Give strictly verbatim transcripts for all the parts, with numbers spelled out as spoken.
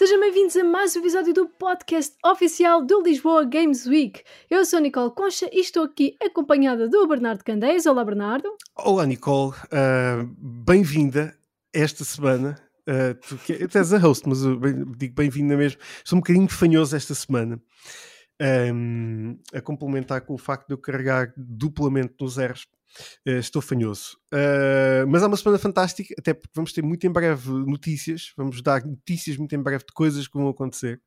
Sejam bem-vindos a mais um episódio do podcast oficial do Lisboa Games Week. Eu sou a Nicole Concha e estou aqui acompanhada do Bernardo Candeias. Olá, Bernardo. Olá, Nicole. Uh, bem-vinda esta semana. Uh, tu, que, tu és a host, mas eu bem, digo bem-vinda mesmo. Estou um bocadinho fanhoso esta semana. Um, a complementar com o facto de eu carregar duplamente nos erros. Uh, estou fanhoso. Uh, mas é uma semana fantástica, até porque vamos ter muito em breve notícias. Vamos dar notícias muito em breve de coisas que vão acontecer.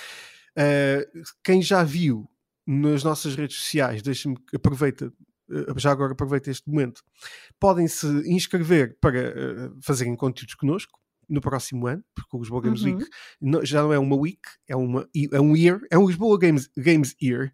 Uh, quem já viu nas nossas redes sociais, deixa-me que aproveita, uh, já agora aproveita este momento, podem se inscrever para uh, fazerem conteúdos connosco no próximo ano, porque o Lisboa Games Uhum. Week não, já não é uma week, é, uma, é um year, é um Lisboa Games, Games Year.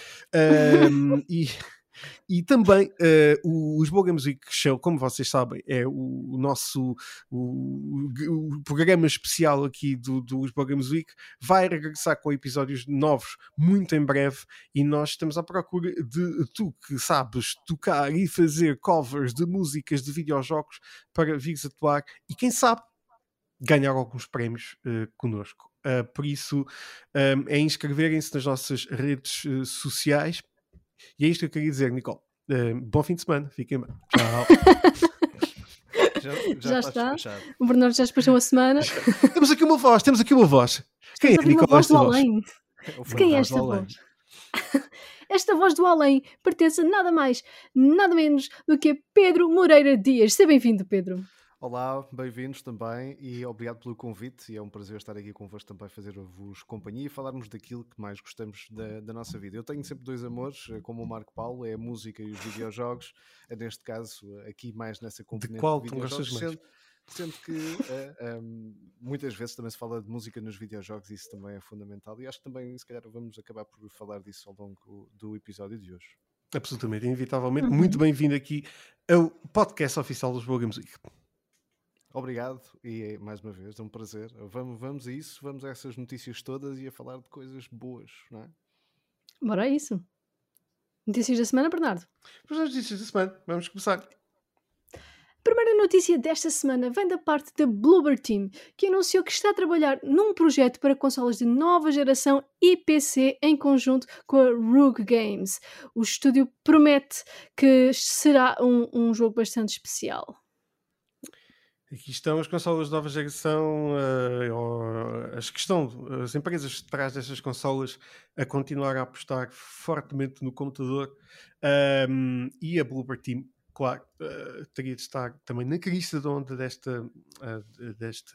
Um, e, e também uh, o Lisboa Games Week Show, como vocês sabem, é o, o nosso o, o programa especial aqui do, do Lisboa Games Week, vai regressar com episódios novos muito em breve, e nós estamos à procura de tu que sabes tocar e fazer covers de músicas de videojogos para vires atuar e quem sabe ganhar alguns prémios uh, connosco. Uh, por isso um, é inscreverem-se nas nossas redes uh, sociais. E é isto que eu queria dizer, Nicole. Uh, bom fim de semana. Fiquem bem. Tchau. Já, já, Já está está. despachado. O Bernardo já despachou a semana. Temos aqui uma voz, temos aqui uma voz. Quem Estamos é, a ouvir uma Nicole, voz esta do voz? além. O De quem é fantasma esta além. voz? Esta voz do além pertence a nada mais, nada menos do que a Pedro Moreira Dias. Seja bem-vindo, Pedro. Olá, bem-vindos também e obrigado pelo convite, e é um prazer estar aqui convosco também, fazer-vos companhia e falarmos daquilo que mais gostamos da, da nossa vida. Eu tenho sempre dois amores, como o Marco Paulo, é a música e os videojogos, neste caso aqui mais nessa componente De qual de tu gostas videojogos, mais? sendo, sendo que uh, um, muitas vezes também se fala de música nos videojogos e isso também é fundamental, e acho que também se calhar vamos acabar por falar disso ao longo do episódio de hoje. Absolutamente, inevitavelmente. Uhum. Muito bem-vindo aqui ao podcast oficial do Lisboa Games Week. Obrigado e mais uma vez é um prazer. Vamos, vamos a isso, vamos a essas notícias todas e a falar de coisas boas, não é? Bora a isso. Notícias da semana, Bernardo. Mas as notícias da semana, vamos começar. A primeira notícia desta semana vem da parte da Bloober Team, que anunciou que está a trabalhar num projeto para consolas de nova geração e P C em conjunto com a Rogue Games. O estúdio promete que será um, um jogo bastante especial. Aqui estão as consolas de nova geração, uh, ou, as que estão, as empresas de trás destas consolas a continuar a apostar fortemente no computador, um, e a Bloober Team, claro, uh, teria de estar também na crista de onda desta, uh, desta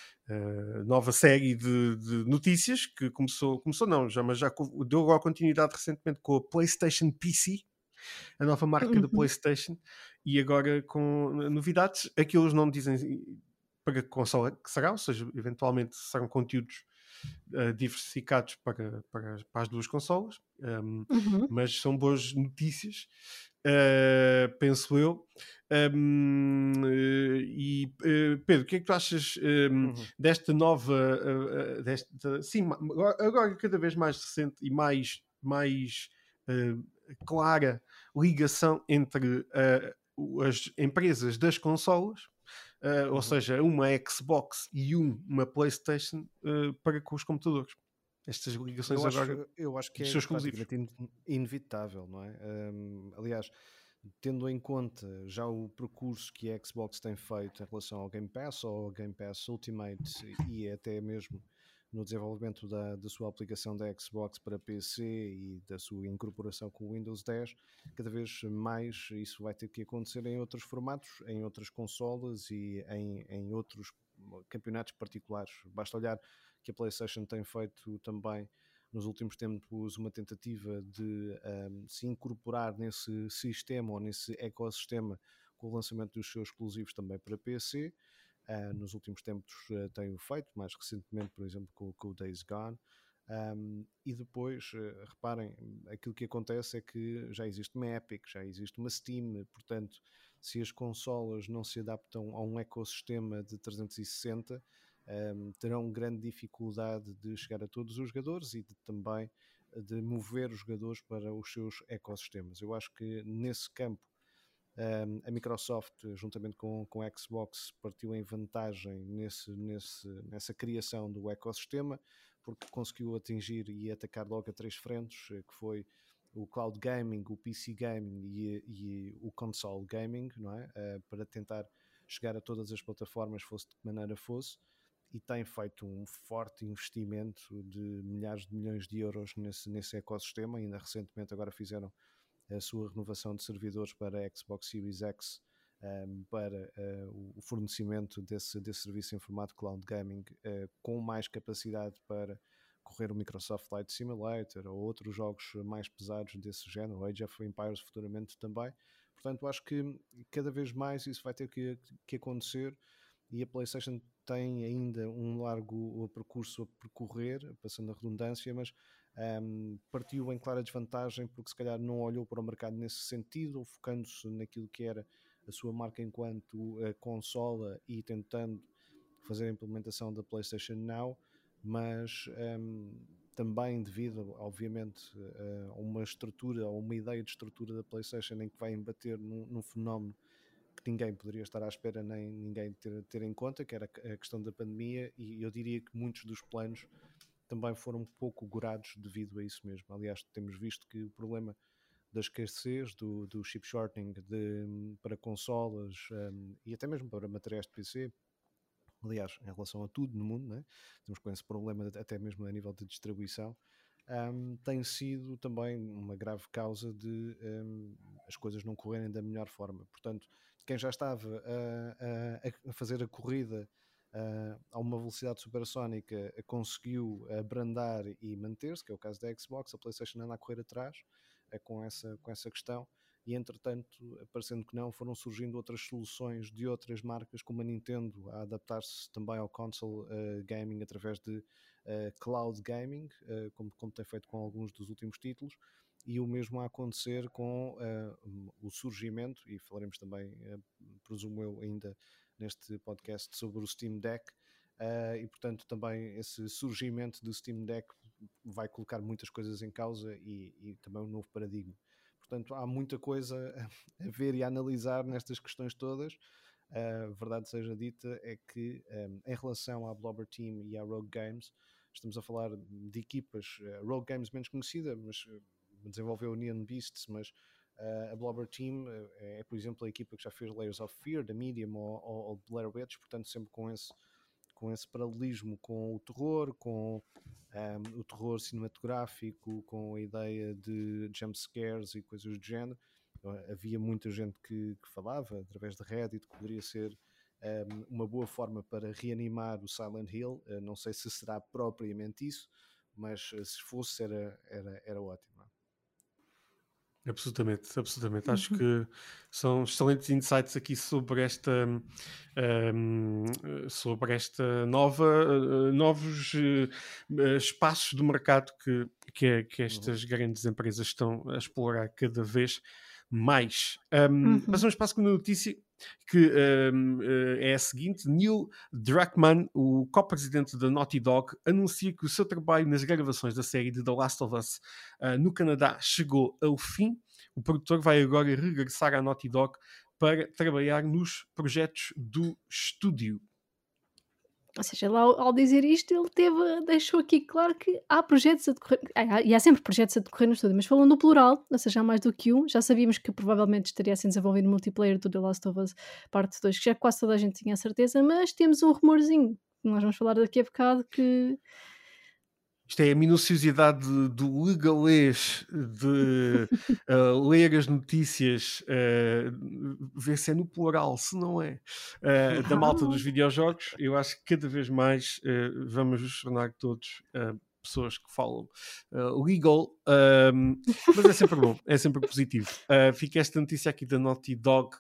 uh, nova série de, de notícias que começou, começou não, já, mas já deu agora continuidade recentemente com a PlayStation P C, a nova marca da Uhum. PlayStation, e agora com novidades. Aqui eles não dizem para que consola que será, ou seja, eventualmente serão conteúdos uh, diversificados para, para, para as duas consolas, um, Uhum. mas são boas notícias, uh, penso eu. Um, uh, e uh, Pedro, o que é que tu achas um, Uhum. desta nova, uh, uh, desta, sim, agora cada vez mais recente e mais, mais uh, clara ligação entre uh, as empresas das consolas, uh, Uhum. ou seja, uma Xbox e um, uma PlayStation, uh, para com os computadores. Estas ligações Eu agora acho, eu acho que dos é seus exclusivos. praticamente in- inevitável, não é? Um, aliás, tendo em conta já o percurso que a Xbox tem feito em relação ao Game Pass ou ao Game Pass Ultimate e até mesmo no desenvolvimento da, da sua aplicação da Xbox para P C e da sua incorporação com o Windows dez, cada vez mais isso vai ter que acontecer em outros formatos, em outras consolas e em, em outros campeonatos particulares. Basta olhar que a PlayStation tem feito também nos últimos tempos uma tentativa de um, se incorporar nesse sistema ou nesse ecossistema com o lançamento dos seus exclusivos também para P C. Uh, nos últimos tempos uh, tem-o feito, mais recentemente, por exemplo, com, com o Days Gone. Um, e depois, uh, reparem, aquilo que acontece é que já existe uma Epic, já existe uma Steam, portanto, se as consolas não se adaptam a um ecossistema de trezentos e sessenta, um, terão grande dificuldade de chegar a todos os jogadores e de, também de mover os jogadores para os seus ecossistemas. Eu acho que nesse campo Um, a Microsoft, juntamente com, com a Xbox, partiu em vantagem nesse, nesse, nessa criação do ecossistema, porque conseguiu atingir e atacar logo a três frentes, que foi o cloud gaming, o P C gaming e, e o console gaming, não é? Uh, para tentar chegar a todas as plataformas, fosse de que maneira fosse, e tem feito um forte investimento de milhares de milhões de euros nesse, nesse ecossistema. Ainda recentemente agora fizeram a sua renovação de servidores para a Xbox Series X, um, para uh, o fornecimento desse, desse serviço em formato cloud gaming, uh, com mais capacidade para correr o Microsoft Flight Simulator ou outros jogos mais pesados desse género, o Age of Empires futuramente também. Portanto, acho que cada vez mais isso vai ter que, que acontecer, e a PlayStation tem ainda um largo percurso a percorrer, passando a redundância, mas um, partiu em clara desvantagem porque se calhar não olhou para o mercado nesse sentido, ou focando-se naquilo que era a sua marca enquanto uh, consola e tentando fazer a implementação da PlayStation Now, mas um, também devido, obviamente, a uma estrutura ou uma ideia de estrutura da PlayStation em que vai embater num, num fenómeno que ninguém poderia estar à espera, nem ninguém ter, ter em conta, que era a questão da pandemia, e eu diria que muitos dos planos também foram um pouco gorados devido a isso mesmo. Aliás, temos visto que o problema da escassez, do, do chip shorting de, para consolas um, e até mesmo para materiais de P C, aliás, em relação a tudo no mundo, né? Temos com esse problema até mesmo a nível de distribuição, um, tem sido também uma grave causa de um, as coisas não correrem da melhor forma. Portanto, quem já estava a, a, a fazer a corrida uh, a uma velocidade supersónica conseguiu abrandar e manter-se, que é o caso da Xbox. A PlayStation anda a correr atrás uh, com, essa, com essa questão. E entretanto, parecendo que não, foram surgindo outras soluções de outras marcas, como a Nintendo, a adaptar-se também ao console uh, gaming através de uh, cloud gaming, uh, como, como tem feito com alguns dos últimos títulos, e o mesmo a acontecer com uh, o surgimento, e falaremos também, uh, presumo eu, ainda neste podcast sobre o Steam Deck, uh, e portanto também esse surgimento do Steam Deck vai colocar muitas coisas em causa e, e também um novo paradigma. Portanto, há muita coisa a ver e a analisar nestas questões todas. A uh, verdade seja dita é que, um, em relação à Blobber Team e à Rogue Games, estamos a falar de equipas, uh, Rogue Games menos conhecida, mas uh, desenvolveu o Neon Beasts, mas uh, a Blobber Team uh, é, por exemplo, a equipa que já fez Layers of Fear, da Medium ou, ou, ou Blair Witch, portanto sempre com esse, com esse paralelismo com o terror, com um, o terror cinematográfico, com a ideia de jump scares e coisas do género. Uh, havia muita gente que, que falava, através de Reddit, que poderia ser um, uma boa forma para reanimar o Silent Hill. Uh, não sei se será propriamente isso, mas uh, se fosse era, era, era ótimo. Absolutamente, absolutamente. Acho que são excelentes insights aqui sobre esta um, sobre esta nova uh, novos uh, espaços do mercado que, que, é, que estas uhum. grandes empresas estão a explorar cada vez mais. Um, uhum. Passamos para a segunda notícia, que um, é a seguinte. Neil Druckmann, o co-presidente da Naughty Dog, anuncia que o seu trabalho nas gravações da série de The Last of Us uh, no Canadá chegou ao fim. O produtor vai agora regressar à Naughty Dog para trabalhar nos projetos do estúdio. Ou seja, ele, ao, ao dizer isto, ele teve, deixou aqui claro que há projetos a decorrer, e há sempre projetos a decorrer no estúdio, mas falando no plural, ou seja, há mais do que um. Já sabíamos que provavelmente estaria a ser desenvolvido multiplayer do The Last of Us parte dois, que já quase toda a gente tinha a certeza, mas temos um rumorzinho, que nós vamos falar daqui a bocado, que... Isto é a minuciosidade do legalês de uh, ler as notícias, uh, ver se é no plural, se não é, uh, da malta dos videojogos. Eu acho que cada vez mais uh, vamos nos tornar todos uh, pessoas que falam uh, legal, um, mas é sempre bom, é sempre positivo. Uh, fica esta notícia aqui da Naughty Dog,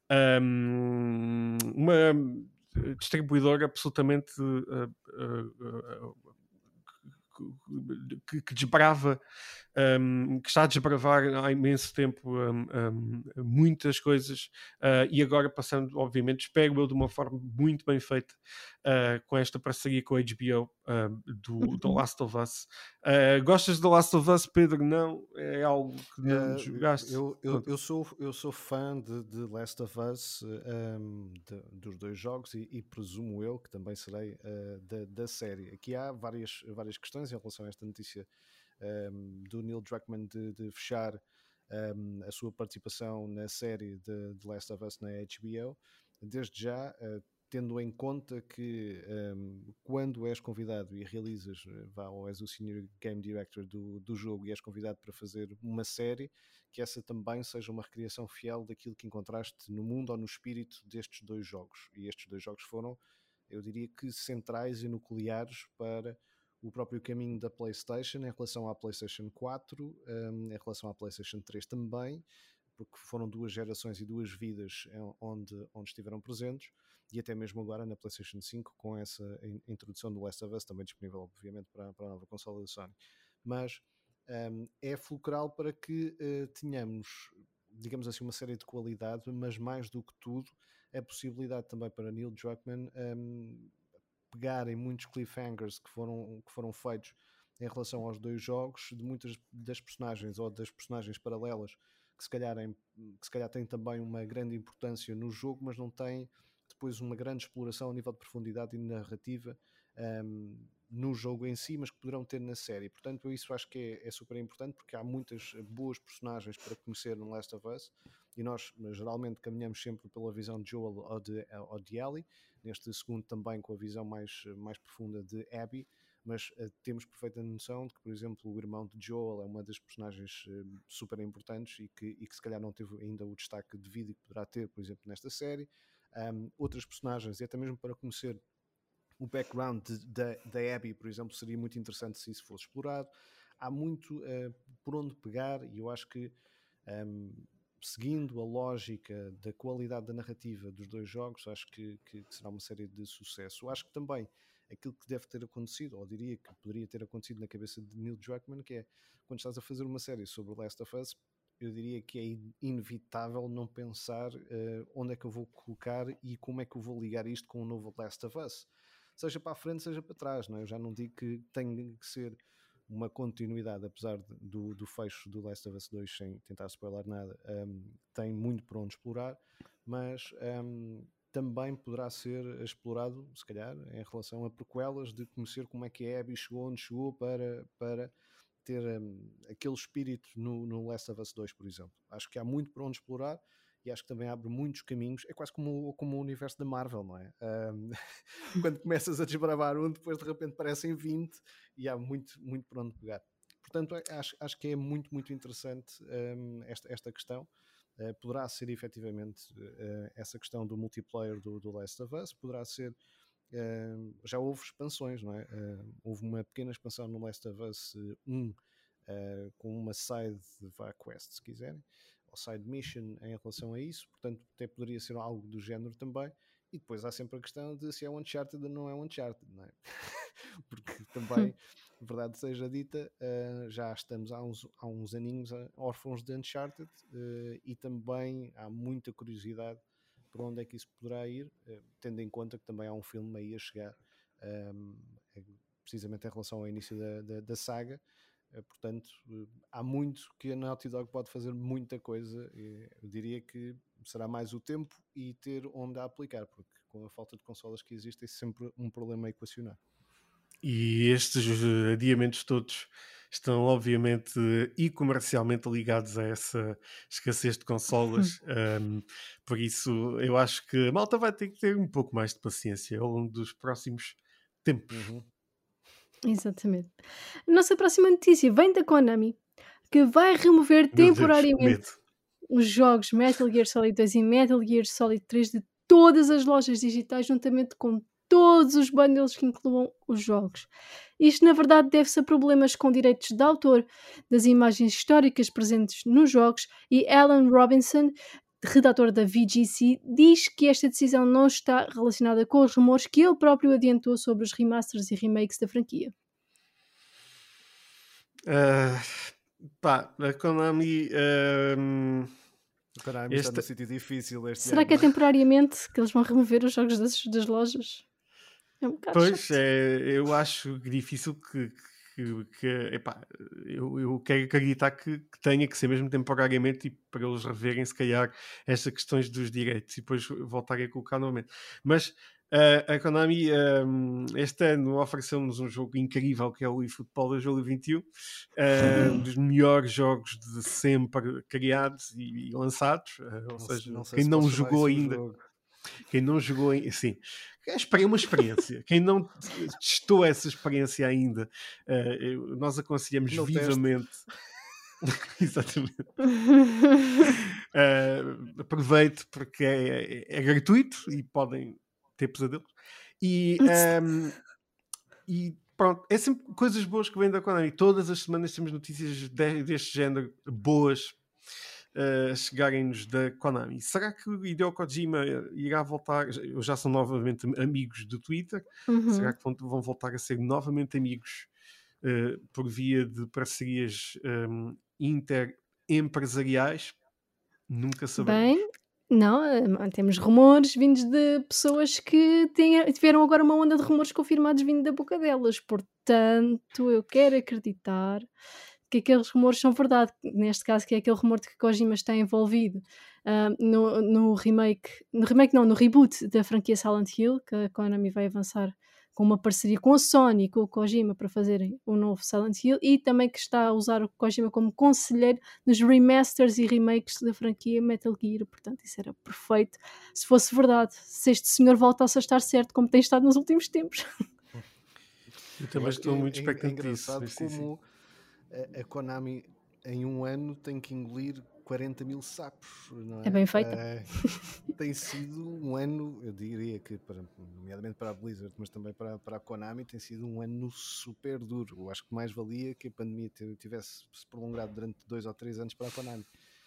um, uma distribuidora absolutamente... Uh, uh, uh, Que, que desbrava um, que está a desbravar há imenso tempo um, um, muitas coisas, uh, e agora passando, obviamente, espero eu, de uma forma muito bem feita, uh, com esta parceria com a H B O, uh, do The Last of Us. Uh, gostas de The Last of Us, Pedro? Não? É algo que não Uh, jogaste? eu, eu, eu, sou, eu sou fã de, de Last of Us, um, de, dos dois jogos, e, e presumo eu que também serei uh, da, da série. Aqui há várias, várias questões em relação a esta notícia um, do Neil Druckmann de, de fechar um, a sua participação na série de, de Last of Us na H B O. Desde já, uh, tendo em conta que um, quando és convidado e realizas, vá, ou és o Senior Game Director do, do jogo e és convidado para fazer uma série, que essa também seja uma recriação fiel daquilo que encontraste no mundo ou no espírito destes dois jogos. E estes dois jogos foram, eu diria que, centrais e nucleares para o próprio caminho da PlayStation em relação à PlayStation quatro, um, em relação à PlayStation três também, porque foram duas gerações e duas vidas onde, onde estiveram presentes, e até mesmo agora na PlayStation cinco, com essa introdução do Last of Us, também disponível obviamente para, para a nova consola da Sony. Mas um, é fulcral para que uh, tenhamos, digamos assim, uma série de qualidade, mas mais do que tudo, a possibilidade também para Neil Druckmann um, pegarem muitos cliffhangers que foram, que foram feitos em relação aos dois jogos, de muitas das personagens ou das personagens paralelas que se calhar, em, que se calhar têm também uma grande importância no jogo, mas não têm depois uma grande exploração a nível de profundidade e narrativa um, no jogo em si, mas que poderão ter na série. Portanto, isso acho que é, é super importante, porque há muitas boas personagens para conhecer no Last of Us, e nós geralmente caminhamos sempre pela visão de Joel ou de, ou de Ellie, neste segundo também com a visão mais, mais profunda de Abby, mas uh, temos perfeita noção de que, por exemplo, o irmão de Joel é uma das personagens uh, super importantes e que, e que se calhar não teve ainda o destaque devido e que poderá ter, por exemplo, nesta série. Um, outras personagens, e até mesmo para conhecer o background da Abby, por exemplo, seria muito interessante se isso fosse explorado. Há muito uh, por onde pegar, e eu acho que um, seguindo a lógica da qualidade da narrativa dos dois jogos, acho que, que será uma série de sucesso. Acho que também aquilo que deve ter acontecido, ou diria que poderia ter acontecido na cabeça de Neil Druckmann, que é, quando estás a fazer uma série sobre Last of Us, eu diria que é inevitável não pensar uh, onde é que eu vou colocar e como é que eu vou ligar isto com o novo Last of Us. Seja para a frente, seja para trás, não é? Eu já não digo que tem que ser uma continuidade, apesar de, do, do fecho do Last of Us dois, sem tentar spoiler nada, um, tem muito para onde explorar, mas um, também poderá ser explorado, se calhar, em relação a prequelas, de conhecer como é que a Abby chegou onde chegou para, para ter um, aquele espírito no, no Last of Us dois, por exemplo. Acho que há muito para onde explorar e acho que também abre muitos caminhos. É quase como, como o universo da Marvel, não é? Um, quando começas a desbravar um, depois de repente parecem vinte e há muito, muito para onde pegar. Portanto, acho, acho que é muito, muito interessante um, esta, esta questão. Uh, poderá ser efetivamente uh, essa questão do multiplayer do, do Last of Us, poderá ser. Uh, já houve expansões, não é? Uh, houve uma pequena expansão no Last of Us um, uh, com uma side quest, se quiserem, ou side mission em relação a isso, portanto até poderia ser algo do género também. E depois há sempre a questão de se é Uncharted ou não é Uncharted, não é? Porque também, verdade seja dita, uh, já estamos há uns, há uns aninhos órfãos de Uncharted, uh, e também há muita curiosidade por onde é que isso poderá ir, uh, tendo em conta que também há um filme aí a chegar, um, precisamente em relação ao início da, da, da saga. Uh, portanto, uh, há muito que a Naughty Dog pode fazer, muita coisa. Uh, eu diria que será mais o tempo e ter onde a aplicar, porque com a falta de consolas que existe é sempre um problema a equacionar. E estes adiamentos todos estão obviamente e comercialmente ligados a essa escassez de consolas, um, por isso eu acho que a malta vai ter que ter um pouco mais de paciência ao longo dos próximos tempos. Uhum. Exatamente. A nossa próxima notícia vem da Konami, que vai remover Meu Deus, temporariamente medo. os jogos Metal Gear Solid dois e Metal Gear Solid três de todas as lojas digitais, juntamente com todos os bundles que incluam os jogos. Isto, na verdade, deve-se a problemas com direitos de autor das imagens históricas presentes nos jogos, e Alan Robinson, redator da V G C, diz que esta decisão não está relacionada com os rumores que ele próprio adiantou sobre os remasters e remakes da franquia. Uh, Pá, a Konami. ehm, O Konami está esta, num sítio difícil este Será ano, que é não é? temporariamente que eles vão remover os jogos das, das lojas? É um bocado pois, chato. é, eu acho difícil que. que, que epá, eu, eu quero acreditar que, que tenha que ser mesmo temporariamente e para eles reverem, se calhar, estas questões dos direitos e depois voltarem a colocar novamente. Mas uh, a Konami um, este ano ofereceu-nos um jogo incrível que é o eFootball dois mil e vinte e um, uh, um dos melhores jogos de sempre criados e, e lançados, uh, ou Não, se- seja, não sei quem se não posso chamar jogou isso um ainda, jogo. quem não jogou, em- assim, é uma experiência. Quem não testou essa experiência ainda, uh, eu- nós aconselhamos No teste. vivamente. Exatamente. Uh, aproveite porque é, é, é gratuito e podem ter pesadelos. E, um, e pronto, é sempre coisas boas que vêm da Konami. Todas as semanas temos notícias de, deste género boas uh, chegarem-nos da Konami. Será que o Hideo Kojima irá voltar? Eu já são novamente amigos do Twitter. Uhum. Será que vão, vão voltar a ser novamente amigos uh, por via de parcerias um, interempresariais? Nunca saberemos. Bem, não, eh, temos rumores vindos de pessoas que têm- tiveram agora uma onda de rumores confirmados vindo da boca delas. Portanto, eu quero acreditar que aqueles rumores são verdade. Neste caso, que é aquele rumor de que Kojima está envolvido ah, no, no remake, no remake não, no reboot da franquia Silent Hill, que a Konami vai avançar com uma parceria com a Sony e com o Kojima para fazerem o novo Silent Hill, e também que está a usar o Kojima como conselheiro nos remasters e remakes da franquia Metal Gear. Portanto, isso era perfeito se fosse verdade, se este senhor voltasse a estar certo como tem estado nos últimos tempos. Eu Eu também acho que estou é, muito é- é expectante disso. engraçado Sim, sim. como a, a Konami em um ano tem que engolir quarenta mil sapos, não É é? bem feita. Ah, tem sido um ano, eu diria que, para, nomeadamente para a Blizzard, mas também para, para a Konami, tem sido um ano super duro. Eu acho que mais valia que a pandemia tivesse se prolongado durante dois ou três anos para a Konami.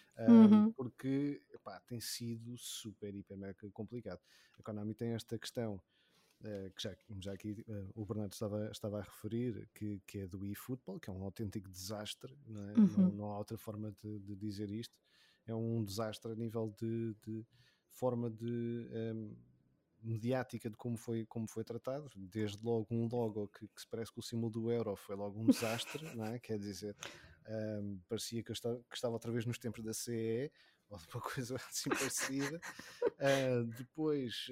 Um, Uhum. porque epá, tem sido super, hiper, mega complicado. A Konami tem esta questão Uh, que já, já aqui uh, o Bernardo estava, estava a referir, que, que é do eFootball, que é um autêntico desastre, não, é? não, Uhum. não há outra forma de, de dizer isto. É um desastre a nível de, de forma de um, mediática de como foi, como foi tratado, desde logo um logo que, que se parece com o símbolo do euro foi logo um desastre, não é? Quer dizer, um, parecia que, eu estava, que estava outra vez nos tempos da C E E ou de uma coisa assim parecida. Uh, depois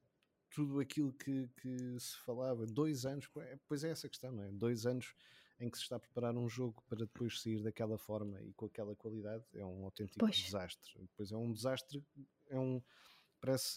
tudo aquilo que, que se falava, dois anos, pois é essa questão, não é? Dois anos em que se está a preparar um jogo para depois sair daquela forma e com aquela qualidade, é um autêntico Pois. desastre. Depois é um desastre, é um, parece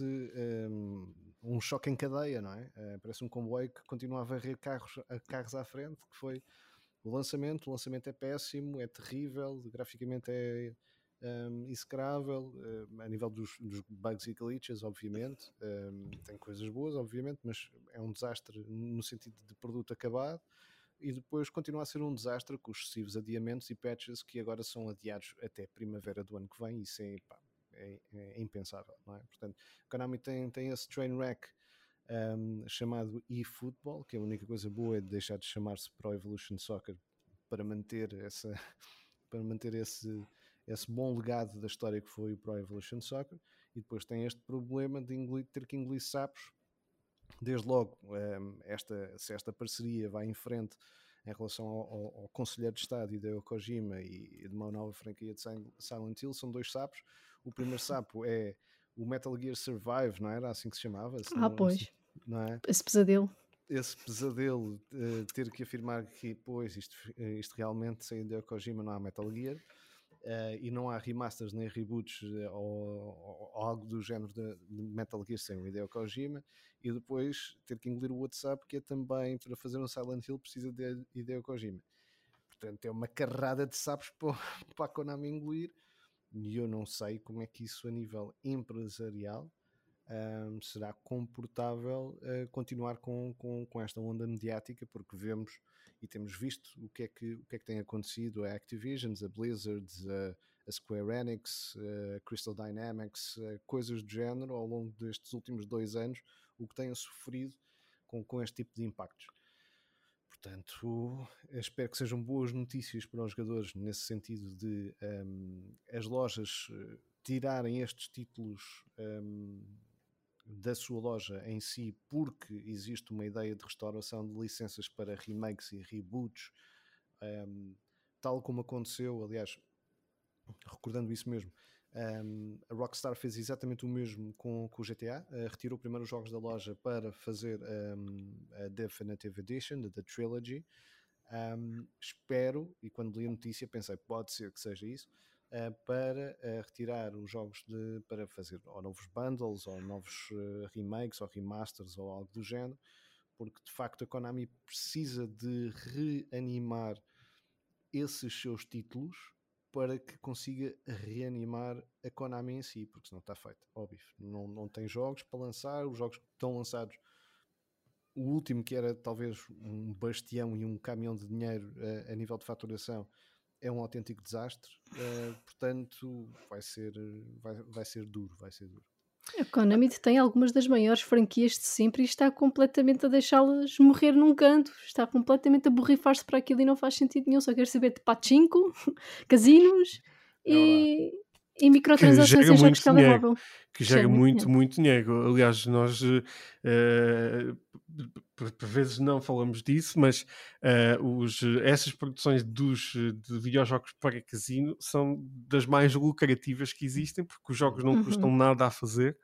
um, um choque em cadeia, não é? Uh, parece um comboio que continua a varrer carros, a carros à frente, que foi o lançamento, o lançamento é péssimo, é terrível, graficamente é um, execrável, um, a nível dos, dos bugs e glitches, obviamente, um, tem coisas boas, obviamente, mas é um desastre no sentido de produto acabado, e depois continua a ser um desastre com os sucessivos adiamentos e patches que agora são adiados até primavera do ano que vem, e isso é, pá, é, é impensável, não é? Portanto, a Konami tem, tem esse train wreck um, chamado eFootball, que a única coisa boa é deixar de chamar-se Pro Evolution Soccer para manter essa para manter esse, esse bom legado da história que foi o Pro Evolution Soccer, e depois tem este problema de engolir, ter que engolir sapos. Desde logo, um, esta, se esta parceria vai em frente em relação ao, ao, ao Conselheiro de Estado Hideo Kojima e, e de uma nova franquia de Silent Hill, são dois sapos. O primeiro sapo é o Metal Gear Survive, não era assim que se chamava? Se Ah, não, pois. não é? Esse pesadelo. Esse pesadelo de ter que afirmar que, pois, isto, isto realmente sem Hideo Kojima não há Metal Gear. Uh, e não há remasters nem reboots uh, ou, ou algo do género de, de Metal Gear sem o Hideo Kojima, e depois ter que engolir o WhatsApp, que é também para fazer um Silent Hill precisa de Hideo Kojima. Portanto, é uma carrada de sapos para, para a Konami engolir, e eu não sei como é que isso a nível empresarial um, será comportável uh, continuar com, com, com esta onda mediática, porque vemos e temos visto o que é que, o que, é que tem acontecido a Activision, a Blizzard, a, a Square Enix, a Crystal Dynamics, a coisas do género ao longo destes últimos dois anos, o que têm sofrido com, com este tipo de impactos. portanto, espero que sejam boas notícias para os jogadores nesse sentido de um, as lojas uh, tirarem estes títulos um, da sua loja em si, porque existe uma ideia de restauração de licenças para remakes e reboots, um, tal como aconteceu, aliás, recordando isso mesmo, um, a Rockstar fez exatamente o mesmo com, com o G T A, uh, retirou primeiro os jogos da loja para fazer um, a Definitive Edition, da Trilogy. Um, espero, e quando li a notícia pensei, pode ser que seja isso, uh, para uh, retirar os jogos de, para fazer ou novos bundles, ou novos uh, remakes, ou remasters, ou algo do género, porque de facto a Konami precisa de reanimar esses seus títulos para que consiga reanimar a Konami em si, porque senão está feito, óbvio, não, não tem jogos para lançar, os jogos que estão lançados, o último que era talvez um bastião e um caminhão de dinheiro uh, a nível de faturação, é um autêntico desastre, uh, portanto vai ser, vai, vai ser duro, vai ser duro. A Konami tem algumas das maiores franquias de sempre e está completamente a deixá-las morrer num canto, está completamente a borrifar-se para aquilo e não faz sentido nenhum, só quero saber de pachinko, casinos É e, e que microtransações gera em jogos de muito dinheiro, telemóvel. que gera Gera muito, dinheiro. muito dinheiro. Aliás, nós eh, por, por vezes não falamos disso, mas eh, os, essas produções dos, de videojogos para casino são das mais lucrativas que existem, porque os jogos não Uhum. custam nada a fazer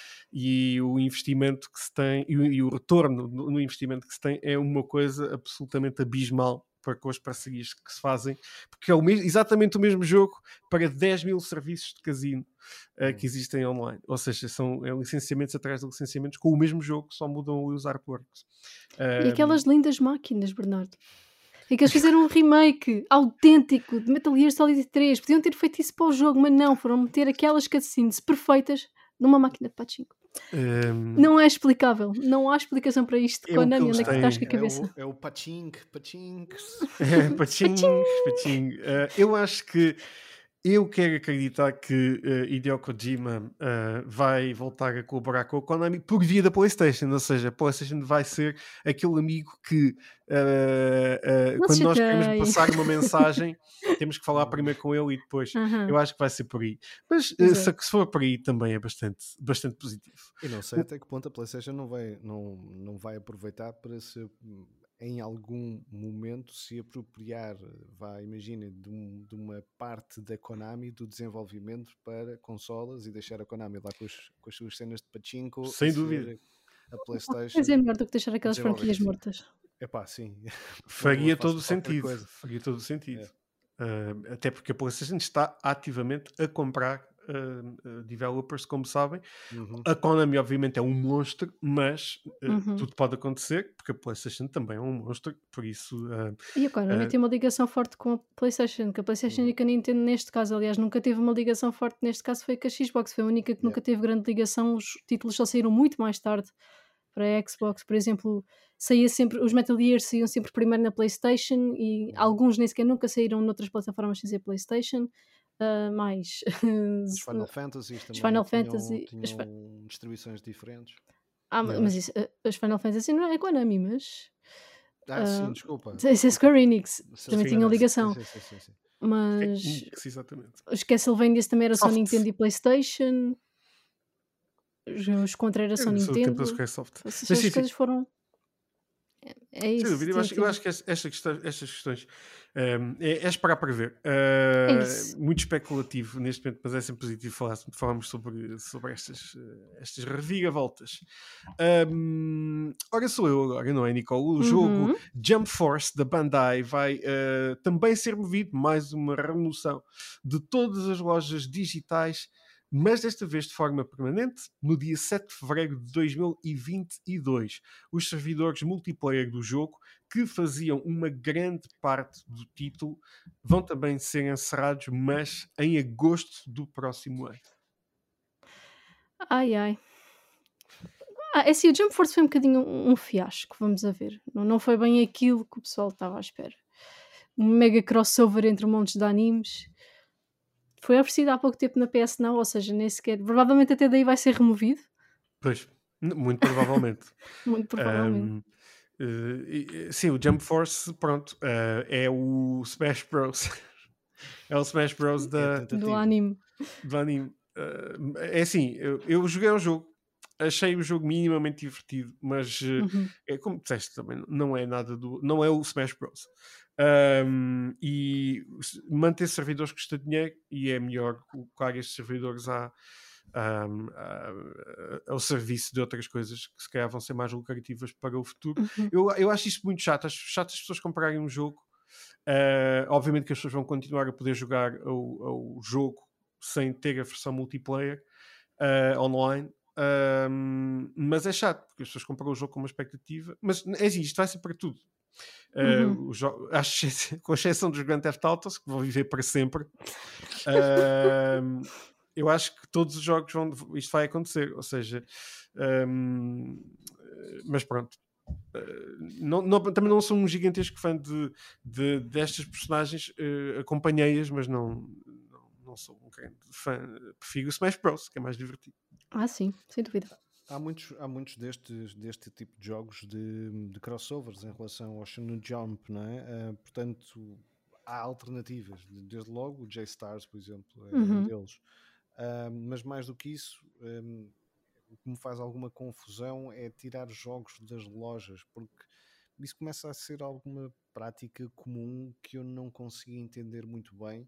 e o investimento que se tem e o, e o retorno no, no investimento que se tem é uma coisa absolutamente abismal para com as parcerias que se fazem, porque é o mesmo, exatamente o mesmo jogo para dez mil serviços de casino uh, Hum. que existem online. Ou seja, são é, licenciamentos atrás de licenciamentos com o mesmo jogo, só mudam os artworks. E Um, aquelas lindas máquinas, Bernardo. É que eles fizeram um remake autêntico de Metal Gear Solid três. Podiam ter feito isso para o jogo, mas não. Foram meter aquelas cutscenes perfeitas numa máquina de pachinko. um, Não é explicável. Não há explicação para isto. É o que Konami, eles onde é que tu estás com têm. a cabeça? É o, é o pachink, pachinks. É, paching, paching. Uh, eu acho que eu quero acreditar que uh, Hideo Kojima uh, vai voltar a colaborar com a Konami por via da PlayStation, ou seja, a PlayStation vai ser aquele amigo que uh, uh, Não quando se nós queremos chateiem. passar uma mensagem temos que falar primeiro com ele e depois. Aham. Eu acho que vai ser por aí. Mas uh, se, Exato. se for por aí também é bastante, bastante positivo. E não sei até que ponto a PlayStation não vai, não, não vai aproveitar para se, em algum momento, se apropriar, vá, imaginem, de, um, de uma parte da Konami do desenvolvimento para consolas e deixar a Konami lá com, os, com as suas cenas de pachinko Sem e dúvida. ser a PlayStation. Mas é melhor do que deixar aquelas desenvolver franquias assim. mortas. Epá, sim. Faria Por favor, todo o façam qualquer sentido. coisa. Faria todo o sentido. É. Uh, até porque a PlayStation está ativamente a comprar uh, uh, developers, como sabem. Uhum. A Konami, obviamente, é um monstro, mas uh, Uhum. tudo pode acontecer, porque a PlayStation também é um monstro, por isso. Uh, E a Konami uh, tem uma ligação forte com a PlayStation, que a PlayStation Uhum. e que a Nintendo, neste caso, aliás, nunca teve uma ligação forte. Neste caso, foi com a Xbox, foi a única que Yeah. nunca teve grande ligação. Os títulos só saíram muito mais tarde para a Xbox. Por exemplo, saía sempre, os Metal Gear saíam sempre primeiro na PlayStation e Uhum. alguns nem sequer nunca saíram noutras plataformas sem ser PlayStation. Uh, mais Os Final Fantasies também Final tinham, Fantasy- tinham as fa- distribuições diferentes. ah, Yeah. mas isso, uh, as Final Fantasy não é Konami, mas Ah, Ah, sim, desculpa. isso é Square Enix, também Sim, tinham sim, ligação. Sim, sim, sim, sim. Mas Enix, exatamente. os Castlevanias também era só Soft. Nintendo e PlayStation. Os, os Contra era só Eu sou o tempo da Nintendo. Squaresoft. Essas Mas sim, coisas sim. foram. É, é Sem isso. dúvida, eu sim, acho, sim. eu acho que esta questão, estas questões um, é, é esperar para ver. Uh, É isso. muito especulativo neste momento, mas é sempre positivo falar, falarmos sobre, sobre estas, uh, estas reviravoltas. Um, ora, sou eu agora, não é, Nicole? O Uhum. jogo Jump Force da Bandai vai uh, também ser movido, mais uma remoção de todas as lojas digitais, mas desta vez de forma permanente, no dia sete de fevereiro de dois mil e vinte e dois. Os servidores multiplayer do jogo, que faziam uma grande parte do título, vão também ser encerrados, mas em agosto do próximo ano. Ai ai. Ah, é assim, o Jump Force foi um bocadinho um, um fiasco, vamos a ver. Não, não foi bem aquilo que o pessoal estava à espera. Um mega crossover entre montes de animes. Foi oferecido há pouco tempo na P S Now, ou seja, nem sequer. Provavelmente até daí vai ser removido. Pois, muito provavelmente. Muito provavelmente. Um, Uh, e- sim, o Jump Force, pronto, uh, é o Smash Bros. É o Smash Bros. É a da, Do tentativa. anime. do anime. Uh, é assim, eu, eu joguei o jogo, achei o jogo minimamente divertido, mas uh, Uhum. é como disseste também, não é nada do. Não é o Smash Bros. Um, e s- manter servidores custa dinheiro e é melhor colocar estes servidores à, um, à- ao serviço de outras coisas que se calhar vão ser mais lucrativas para o futuro. Uhum. Eu, eu acho isso muito chato. Acho chato as pessoas comprarem um jogo. Uh, obviamente que as pessoas vão continuar a poder jogar o, o jogo sem ter a versão multiplayer uh, online. Um, mas é chato porque as pessoas compram o jogo com uma expectativa. Mas é assim, isto vai ser para tudo. Uhum. Uh, o jo- acho, com exceção dos Grand Theft Autos, que vão viver para sempre. Uh, eu acho que todos os jogos vão, isto vai acontecer. Ou seja, um, mas pronto. Uh, não, não, também não sou um gigantesco fã de, de, destas personagens. Uh, acompanhei-as, mas não, não, não sou um grande fã. Prefiro o Smash Bros, que é mais divertido. Ah, sim, sem dúvida. Há muitos, há muitos destes, deste tipo de jogos de, de crossovers em relação ao Shonen Jump, não é? Uh, portanto, há alternativas. Desde logo, o J-Stars, por exemplo, é um Uhum. deles. Uh, mas mais do que isso, um, o que me faz alguma confusão é tirar jogos das lojas, porque isso começa a ser alguma prática comum que eu não consigo entender muito bem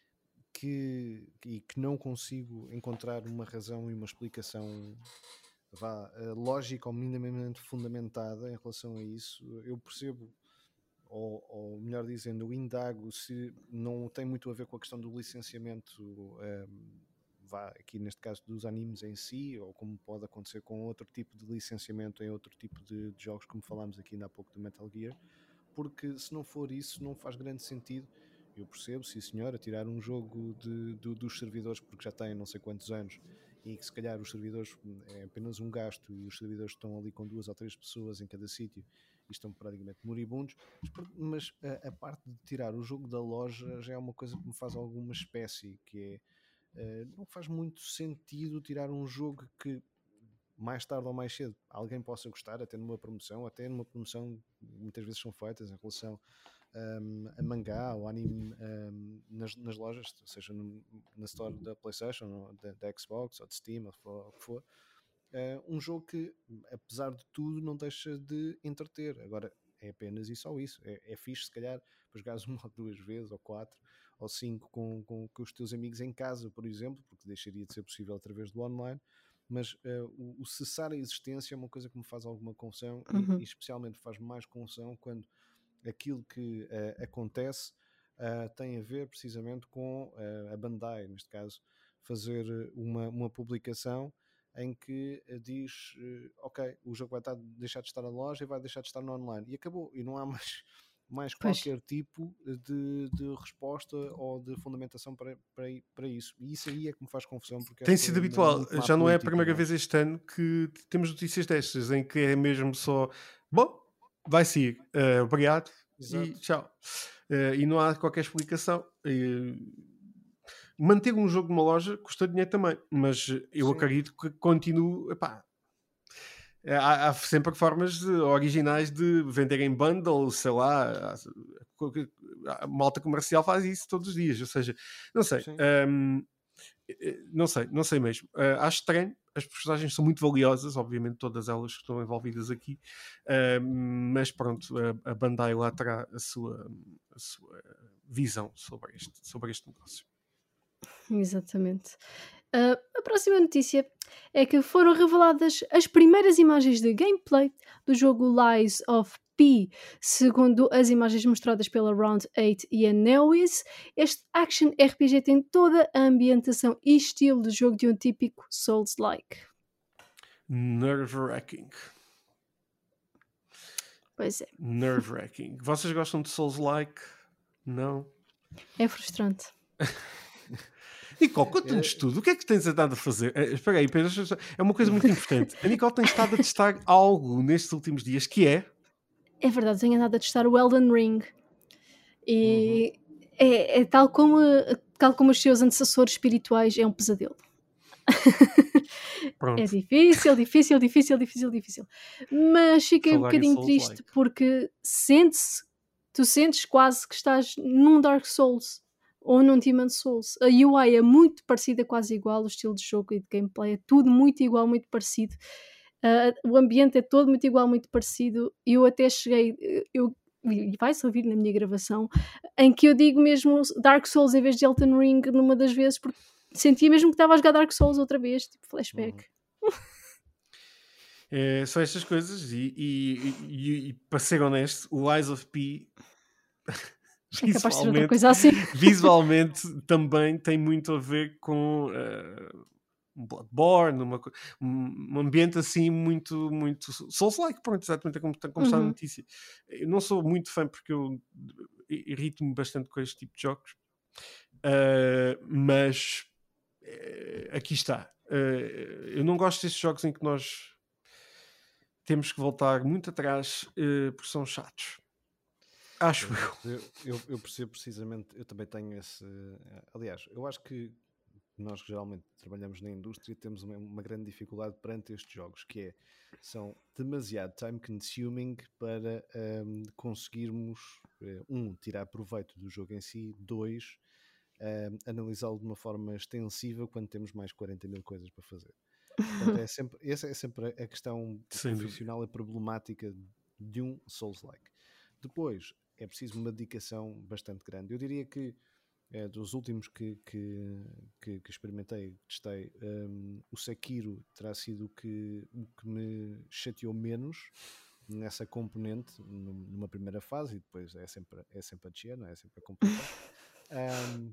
que, e que não consigo encontrar uma razão e uma explicação vá, lógica ou minimamente fundamentada em relação a isso. Eu percebo, ou, ou melhor dizendo, eu indago se não tem muito a ver com a questão do licenciamento, um, vá, aqui neste caso dos animes em si, ou como pode acontecer com outro tipo de licenciamento em outro tipo de, de jogos, como falámos aqui ainda há pouco do Metal Gear, porque se não for isso não faz grande sentido. Eu percebo, sim senhor, a tirar um jogo de, de, dos servidores porque já tem não sei quantos anos e que se calhar os servidores é apenas um gasto e os servidores estão ali com duas ou três pessoas em cada sítio e estão praticamente moribundos, mas a, a parte de tirar o jogo da loja já é uma coisa que me faz alguma espécie, que é, uh, não faz muito sentido tirar um jogo que mais tarde ou mais cedo alguém possa gostar, até numa promoção, até numa promoção muitas vezes são feitas em relação um, a mangá ou anime um, nas, nas lojas, seja no, na store da PlayStation, ou da, da Xbox ou de Steam, ou o que for, uh, um jogo que, apesar de tudo, não deixa de entreter. Agora, é apenas isso ou isso. É, é fixe, se calhar, para jogares uma ou duas vezes, ou quatro, ou cinco com, com, com os teus amigos em casa, por exemplo, porque deixaria de ser possível através do online. Mas uh, o, o cessar a existência é uma coisa que me faz alguma confusão e, Uhum. e especialmente faz mais confusão quando aquilo que uh, acontece uh, tem a ver precisamente com uh, a Bandai, neste caso, fazer uma, uma publicação em que uh, diz uh, ok, o jogo vai estar, deixar de estar na loja e vai deixar de estar no online, e acabou, e não há mais mais Pois. qualquer tipo de, de resposta ou de fundamentação para, para, para isso. E isso aí é que me faz confusão, porque Tem acho que sido é ainda habitual, muito má já não é a política, primeira não é? vez este ano que temos notícias destas, em que é mesmo só bom, vai sair, uh, obrigado e Exato. tchau. Uh, e não há qualquer explicação. Uh, manter um jogo numa loja custa dinheiro também, mas eu Sim. acredito que continue. Epá, há, há sempre formas de, originais de venderem bundles, sei lá. A, a malta comercial faz isso todos os dias, ou seja, não sei. Sim. Um, não sei, não sei mesmo. Uh, acho estranho. As personagens são muito valiosas, obviamente todas elas que estão envolvidas aqui, uh, mas pronto, a, a Bandai lá terá a sua, a sua visão sobre este, sobre este negócio. Exatamente. Uh, a próxima notícia é que foram reveladas as primeiras imagens de gameplay do jogo Lies of P. Segundo as imagens mostradas pela Round oito e a Neowiz, este action R P G tem toda a ambientação e estilo de jogo de um típico Souls-like. Nerve-wracking. Pois é. Nerve-wracking. Vocês gostam de Souls-like? Não? É frustrante. Nicole, conta-nos tudo. O que é que tens andado a fazer? Eh, Espera aí, Pedro, é uma coisa muito importante. A Nicole tem estado a testar algo nestes últimos dias, que é... É verdade, tenho andado a testar o Elden Ring. E é, é tal, como, tal como os seus antecessores espirituais, é um pesadelo. Pronto. É difícil, difícil, difícil, difícil, difícil. Mas fiquei um Falar em bocadinho triste Souls-like. porque sente-se, tu sentes quase que estás num Dark Souls ou num Demon's Souls. A U I é muito parecida, quase igual, o estilo de jogo e de gameplay é tudo muito igual, muito parecido. Uh, o ambiente é todo muito igual, muito parecido. Eu até cheguei, eu, e vai-se ouvir na minha gravação, em que eu digo mesmo Dark Souls em vez de Elden Ring numa das vezes, porque sentia mesmo que estava a jogar Dark Souls outra vez, tipo flashback. Uhum. É, são estas coisas e, e, e, e para ser honesto, o Lies of P É capaz de ser outra visualmente, coisa assim. visualmente também tem muito a ver com uh, um Bloodborne, uma, co- um um ambiente assim muito, muito Souls-like, pronto, exatamente como, como está na Uhum. notícia. Eu não sou muito fã porque eu irrito-me bastante com este tipo de jogos, uh, mas uh, aqui está. Uh, eu não gosto destes jogos em que nós temos que voltar muito atrás uh, porque são chatos. Acho eu. Eu, eu, eu percebo precisamente, eu também tenho esse. Aliás, eu acho que nós que geralmente trabalhamos na indústria temos uma, uma grande dificuldade perante estes jogos, que é, são demasiado time consuming para um, conseguirmos, um, tirar proveito do jogo em si, dois, um, analisá-lo de uma forma extensiva quando temos mais quarenta mil coisas para fazer. Portanto, é sempre, essa é sempre a questão Sem profissional e problemática de um Souls-like. Depois, é preciso uma dedicação bastante grande. Eu diria que é, dos últimos que, que, que, que experimentei, testei, um, o Sekiro terá sido o que, o que me chateou menos nessa componente numa primeira fase, e depois é sempre, é sempre a descer, não é? É sempre a complicar. Um,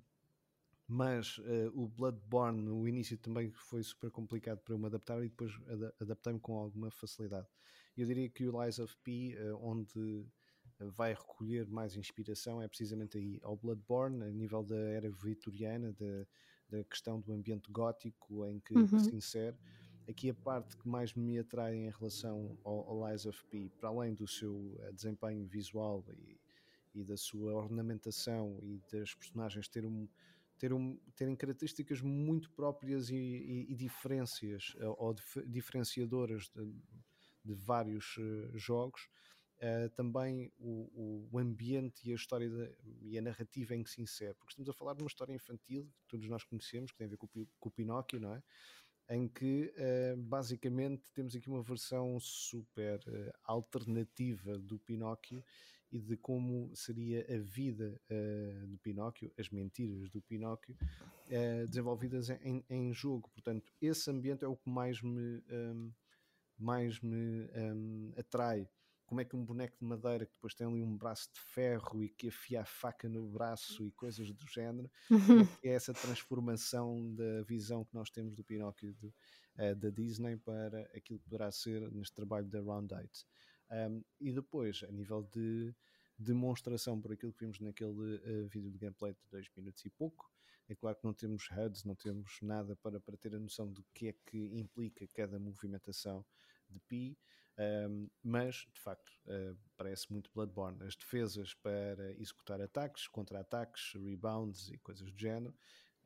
mas uh, o Bloodborne, no início também foi super complicado para eu me adaptar e depois ad- adaptei-me com alguma facilidade. Eu diria que o Lies of P, uh, onde vai recolher mais inspiração é precisamente aí, ao Bloodborne, a nível da era vitoriana, da, da questão do ambiente gótico em que, que Uhum. se insere. Aqui a parte que mais me atrai em relação ao, ao Lies of P, para além do seu uh, desempenho visual e, e da sua ornamentação e das personagens ter um, ter um, terem características muito próprias e, e, e diferenças ou dif, diferenciadoras de, de vários uh, jogos. Uh, também o, o ambiente e a história de, e a narrativa em que se insere, porque estamos a falar de uma história infantil que todos nós conhecemos, que tem a ver com, com o Pinóquio, não é? Em que uh, basicamente temos aqui uma versão super uh, alternativa do Pinóquio e de como seria a vida uh, do Pinóquio, as mentiras do Pinóquio, uh, desenvolvidas em, em jogo. Portanto, esse ambiente é o que mais me, um, mais me um, atrai. Como é que um boneco de madeira que depois tem ali um braço de ferro e que afia a faca no braço e coisas do género, como é que é essa transformação da visão que nós temos do Pinóquio de, uh, da Disney para aquilo que poderá ser neste trabalho da Round eight. Um, e depois, a nível de demonstração por aquilo que vimos naquele uh, vídeo de gameplay de dois minutos e pouco, é claro que não temos H U Ds, não temos nada para, para ter a noção do que é que implica cada movimentação de Pi, um, mas de facto uh, parece muito Bloodborne. As defesas para executar ataques, contra-ataques, rebounds e coisas do género.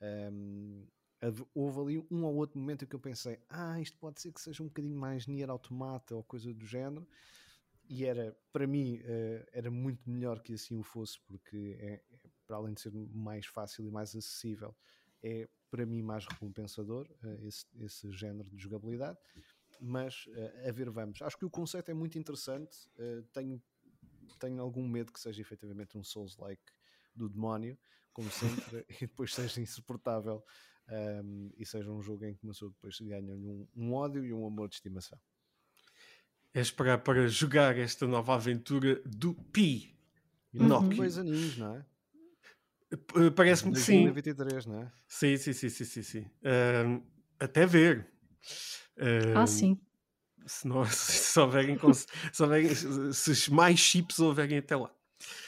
Um, houve ali um ou outro momento em que eu pensei, ah, isto pode ser que seja um bocadinho mais Nier Automata ou coisa do género, e era, para mim, uh, era muito melhor que assim o fosse, porque é, é, para além de ser mais fácil e mais acessível, é para mim mais recompensador uh, esse, esse género de jogabilidade. Mas uh, a ver, vamos. Acho que o conceito é muito interessante. Uh, tenho, tenho algum medo que seja efetivamente um Souls-like do demónio, como sempre, e depois seja insuportável um, e seja um jogo em que uma pessoa depois ganha um, um ódio e um amor de estimação. É esperar para jogar esta nova aventura do Pi. Uhum. Dois aninhos, não é? Parece-me que sim. dois mil e vinte e três, não é? Sim, sim, sim, sim, sim, sim. Um, até ver. Um, ah, sim. Se, não, se, houverem, se, houverem, se mais chips houverem até lá.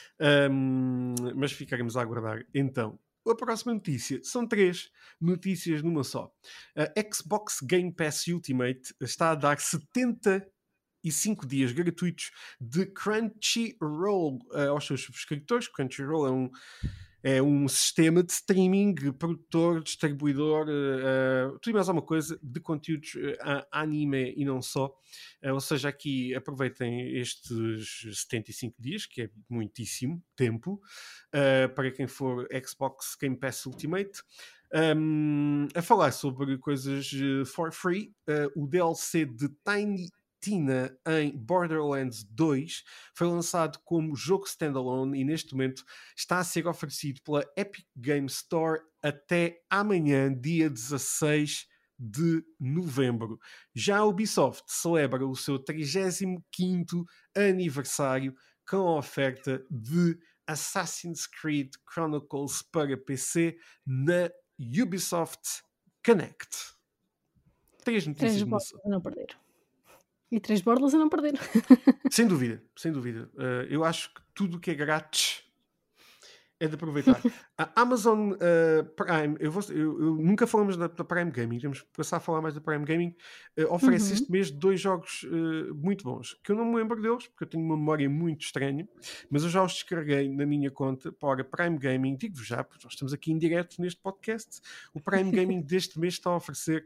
Um, mas ficaremos a aguardar então. A próxima notícia são três notícias numa só. A Xbox Game Pass Ultimate está a dar setenta e cinco dias gratuitos de Crunchyroll uh, aos seus subscritores. Crunchyroll é um É um sistema de streaming, produtor, distribuidor, uh, tudo e mais alguma coisa de conteúdos uh, anime e não só. Uh, ou seja, aqui aproveitem estes setenta e cinco dias, que é muitíssimo tempo, uh, para quem for Xbox Game Pass Ultimate. Um, a falar sobre coisas uh, for free, uh, o D L C de Tiny Tina em Borderlands dois foi lançado como jogo standalone e neste momento está a ser oferecido pela Epic Games Store até amanhã, dia dezasseis de novembro. Já a Ubisoft celebra o seu trigésimo quinto aniversário com a oferta de Assassin's Creed Chronicles para P C na Ubisoft Connect. Três notícias. Três bordas a não perder. E três bordas a não perder. Sem dúvida, sem dúvida. Uh, eu acho que tudo o que é grátis é de aproveitar. A Amazon uh, Prime, eu, vou, eu, eu nunca falamos da, da Prime Gaming, temos que passar a falar mais da Prime Gaming. Uh, oferece Uhum. este mês dois jogos uh, muito bons, que eu não me lembro deles, porque eu tenho uma memória muito estranha, mas eu já os descarreguei na minha conta para Prime Gaming. Digo-vos já, porque nós estamos aqui em direto neste podcast. O Prime Gaming deste mês está a oferecer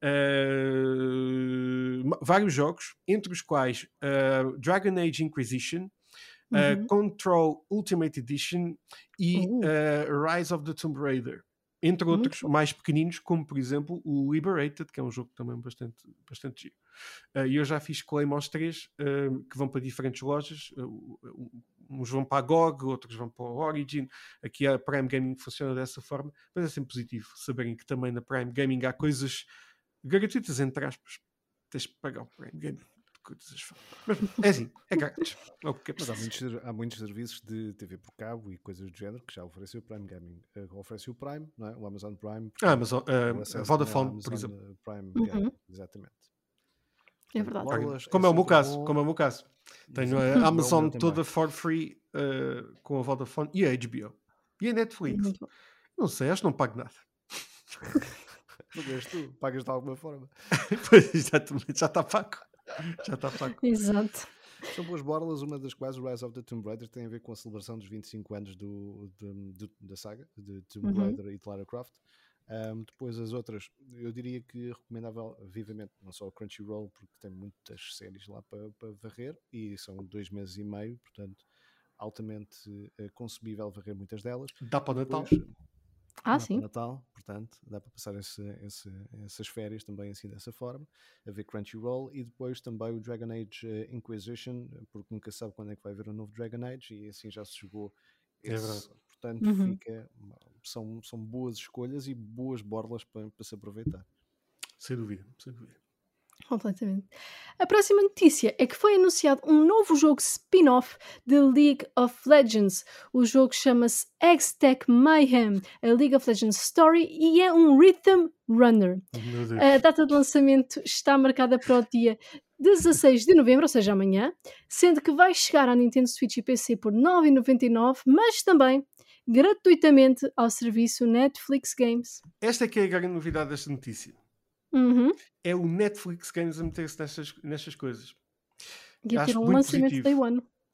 uh, vários jogos, entre os quais uh, Dragon Age Inquisition, Uh, Uhum. Control Ultimate Edition e Uh. uh, Rise of the Tomb Raider, entre Muito outros bom. mais pequeninos, como por exemplo o Liberated, que é um jogo também bastante, bastante giro. Uh, e eu já fiz claim aos três, uh, que vão para diferentes lojas, uh, uns vão para a G O G, outros vão para o Origin. Aqui a Prime Gaming funciona dessa forma, mas é sempre positivo saberem que também na Prime Gaming há coisas gratuitas, entre aspas. Tens de pagar o Prime Gaming. Mas é assim, é grátis. Okay. Mas há muitos, há muitos serviços de T V por cabo e coisas do género que já ofereceu o Prime Gaming. Uh, oferece o Prime, não é? O Amazon Prime. Ah, Amazon, uh, o acesso Vodafone, Amazon por exemplo. Prime Uhum. Gaming, exatamente. É verdade. Borlas Como é, o meu sempre caso, bom. como é o meu caso. Tenho a Exato. Amazon O meu toda também. for free uh, com a Vodafone e a H B O. E a Netflix. Muito bom. Não sei, acho que não pago nada. Pagas tu, pagas de alguma forma. Pois, exatamente, já está pago. Já está pago. Exato. São boas borlas, uma das quais o Rise of the Tomb Raider tem a ver com a celebração dos vinte e cinco anos do, de, de, da saga, de Tomb Uhum. Raider e de Lara Croft. Um, depois as outras, eu diria que recomendável vivamente, não só o Crunchyroll, porque tem muitas séries lá para, para varrer, e são dois meses e meio, portanto, altamente uh, concebível varrer muitas delas. Dá para o Natal. Depois, Ah, dá sim. para Natal, portanto, dá para passar esse, esse, essas férias também assim dessa forma, a ver Crunchyroll, e depois também o Dragon Age uh, Inquisition, porque nunca sabe quando é que vai haver um novo Dragon Age, e assim já se jogou É esse, verdade. portanto Uhum. fica, são, são boas escolhas e boas borlas para, para se aproveitar. Sem dúvida, sem dúvida. Completamente. A próxima notícia é que foi anunciado um novo jogo spin-off de League of Legends. O jogo chama-se X-Tech Mayhem, a League of Legends Story, e é um Rhythm Runner. Meu Deus. A data de lançamento está marcada para o dia dezasseis de novembro, ou seja, amanhã, sendo que vai chegar à Nintendo Switch e P C por nove reais e noventa e nove centavos, mas também gratuitamente ao serviço Netflix Games. Esta é que é a grande novidade desta notícia. Uhum. É o Netflix Games a meter-se nestas, nestas coisas. E a ter Acho um muito lançamento positivo. day one.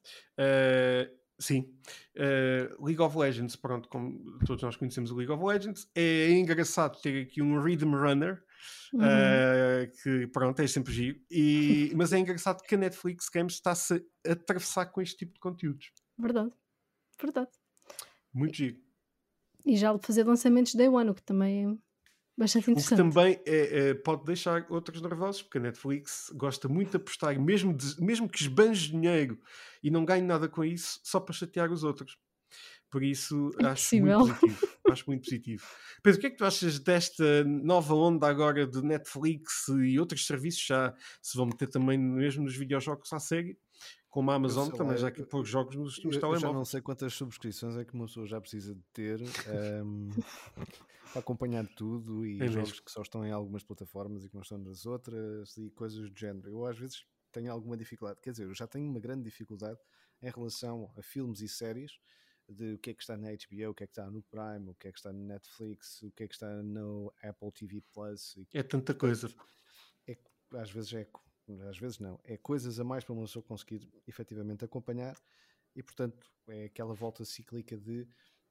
Uh, sim. Uh, League of Legends, pronto, como todos nós conhecemos o League of Legends, é engraçado ter aqui um Rhythm Runner, Uhum. uh, que pronto, é sempre giro, e, mas é engraçado que a Netflix Games está-se a atravessar com este tipo de conteúdos. Verdade. Verdade. Muito giro. E já fazer lançamentos day one, o que também é bastante O que interessante. também é, é, pode deixar outros nervosos, porque a Netflix gosta muito de apostar, mesmo, de, mesmo que esbanje dinheiro e não ganhe nada com isso, só para chatear os outros. Por isso, É acho possível. muito positivo. Acho muito positivo. Pedro, o que é que tu achas desta nova onda agora de Netflix e outros serviços? Já se vão meter também mesmo nos videojogos à série? Como a Amazon sei também lá, já aqui eu- pôr jogos nos, nos Eu, eu já telemóveis. não sei quantas subscrições é que uma pessoa já precisa de ter ehm, para acompanhar tudo e É jogos mesmo. que só estão em algumas plataformas e que não estão nas outras e coisas do género. Eu às vezes tenho alguma dificuldade, quer dizer, eu já tenho uma grande dificuldade em relação a filmes e séries, de o que é que está na H B O, o que é que está no Prime, o que é que está no Netflix, o que é que está no Apple T V Plus. E, É tanta coisa. é, às vezes é, às vezes não, é coisas a mais para uma pessoa conseguir efetivamente acompanhar, e portanto é aquela volta cíclica de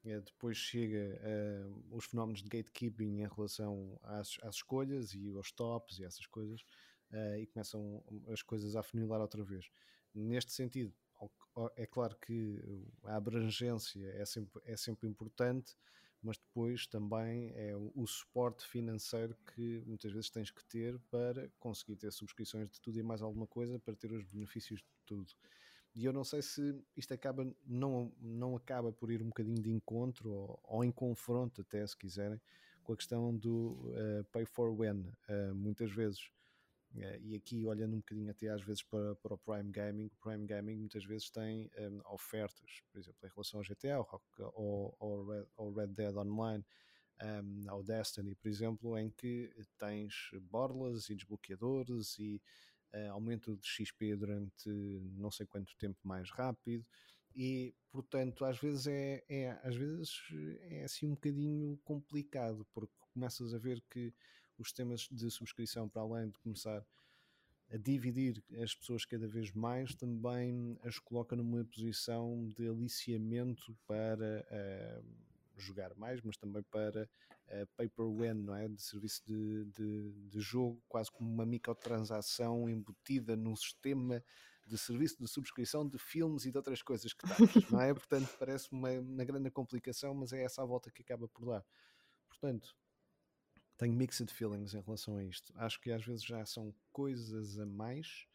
Uh, depois chega uh, os fenómenos de gatekeeping em relação às, às escolhas e aos tops e essas coisas, uh, e começam as coisas a afunilar outra vez. Neste sentido, é claro que a abrangência é sempre, é sempre importante, mas depois também é o, o suporte financeiro que muitas vezes tens que ter para conseguir ter subscrições de tudo e mais alguma coisa, para ter os benefícios de tudo. E eu não sei se isto acaba, não, não acaba por ir um bocadinho de encontro ou, ou em confronto até, se quiserem, com a questão do uh, pay for when. Uh, muitas vezes, uh, e aqui olhando um bocadinho até às vezes para, para o Prime Gaming, o Prime Gaming muitas vezes tem um, ofertas, por exemplo, em relação ao G T A ou ao Red, ao Red Dead Online, um, ao Destiny, por exemplo, em que tens borlas e desbloqueadores e Uh, aumento de X P durante não sei quanto tempo mais rápido, e portanto às vezes é, é, às vezes é assim um bocadinho complicado, porque começas a ver que os sistemas de subscrição, para além de começar a dividir as pessoas cada vez mais, também as coloca numa posição de aliciamento para uh, jogar mais, mas também para uh, pay per win, não é? De serviço de, de, de jogo, quase como uma microtransação embutida num sistema de serviço de subscrição de filmes e de outras coisas que tens, não é? Portanto, parece uma, uma grande complicação, mas é essa a volta que acaba por dar. Portanto, tenho mixed feelings em relação a isto. Acho que às vezes já são coisas a mais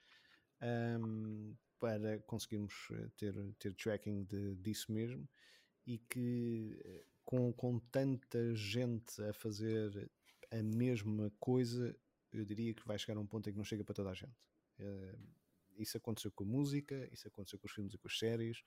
um, para conseguirmos ter, ter tracking de, disso mesmo, e que com, com tanta gente a fazer a mesma coisa, eu diria que vai chegar a um ponto em que não chega para toda a gente. Uh, isso aconteceu com a música, isso aconteceu com os filmes e com as séries.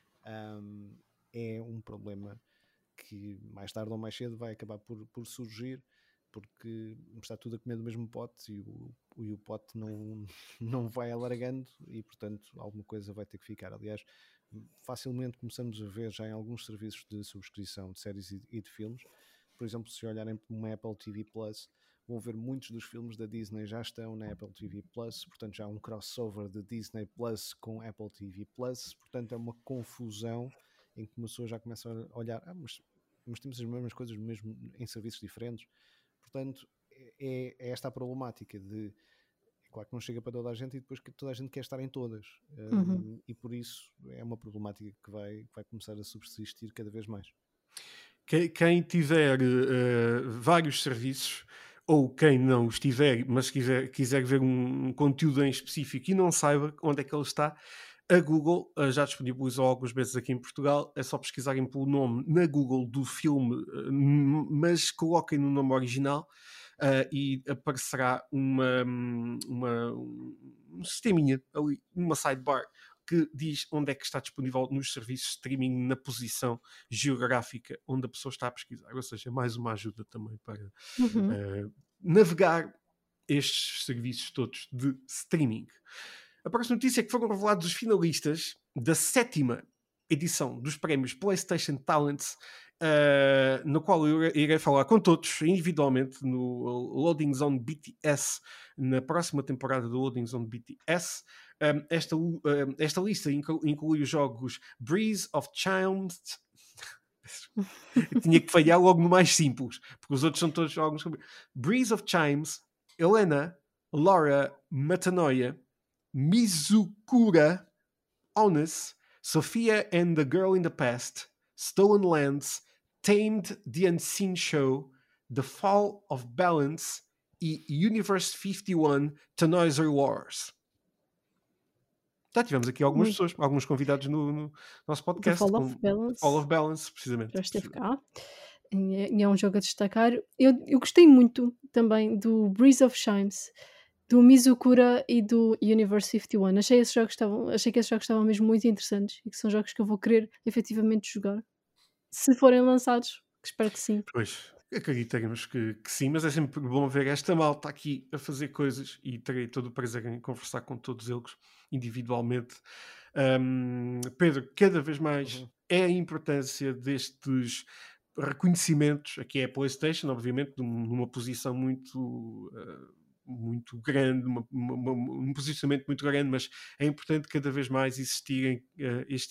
Um, é um problema que mais tarde ou mais cedo vai acabar por, por surgir, porque está tudo a comer do mesmo pote e o, e o pote não, não vai alargando e, portanto, alguma coisa vai ter que ficar. Aliás, facilmente começamos a ver já em alguns serviços de subscrição de séries e, e de filmes. Por exemplo, se olharem para uma Apple T V Plus, vão ver muitos dos filmes da Disney já estão na Apple T V Plus, portanto já há um crossover de Disney Plus com Apple T V Plus, portanto é uma confusão em que uma pessoa já começa a olhar, ah, mas, mas temos as mesmas coisas mesmo em serviços diferentes. Portanto, é, é esta a problemática de, é claro que não chega para toda a gente e depois que toda a gente quer estar em todas. Uhum. Um, e por isso é uma problemática que vai, que vai começar a subsistir cada vez mais. Quem, quem tiver uh, vários serviços, ou quem não os tiver, mas quiser, quiser ver um, um conteúdo em específico e não saiba onde é que ele está, a Google uh, já disponibilizou alguns meses aqui em Portugal. É só pesquisarem pelo nome na Google do filme, uh, mas coloquem no nome original uh, e aparecerá uma, uma, um sisteminha ali, uma sidebar, que diz onde é que está disponível nos serviços de streaming na posição geográfica onde a pessoa está a pesquisar. Ou seja, mais uma ajuda também para Uhum. uh, navegar estes serviços todos de streaming. A próxima notícia é que foram revelados os finalistas da sétima edição dos prémios PlayStation Talents, uh, no qual eu irei falar com todos individualmente no Loading Zone B T S, na próxima temporada do Loading Zone B T S. Um, esta, um, esta lista inclui, inclui os jogos Breeze of Chimes. Tinha que falhar logo no mais simples, porque os outros são todos jogos. Breeze of Chimes, Helena, Laura, Matanoia, Mizukura, Honest, Sophia and the Girl in the Past, Stolen Lands, Tamed the Unseen Show, The Fall of Balance e Universe cinquenta e um Tannhäuser Wars. Já tivemos aqui algumas Muito. pessoas, alguns convidados no, no nosso podcast. The Fall of com Balance. Fall of Balance, precisamente. Já esteve cá. E é um jogo a destacar. Eu, eu gostei muito também do Breeze of Chimes, do Mizukura e do Universe cinquenta e um. Achei, esses jogos estavam, achei que esses jogos estavam mesmo muito interessantes e que são jogos que eu vou querer efetivamente jogar. Se forem lançados, que espero que sim. Pois, acreditamos que, que sim, mas é sempre bom ver esta malta aqui a fazer coisas e terei todo o prazer em conversar com todos eles individualmente. Um, Pedro, cada vez mais uhum. é a importância destes reconhecimentos. Aqui é a PlayStation, obviamente, numa posição muito... Uh, muito grande, uma, uma, uma, um posicionamento muito grande, mas é importante cada vez mais existirem uh, este tipo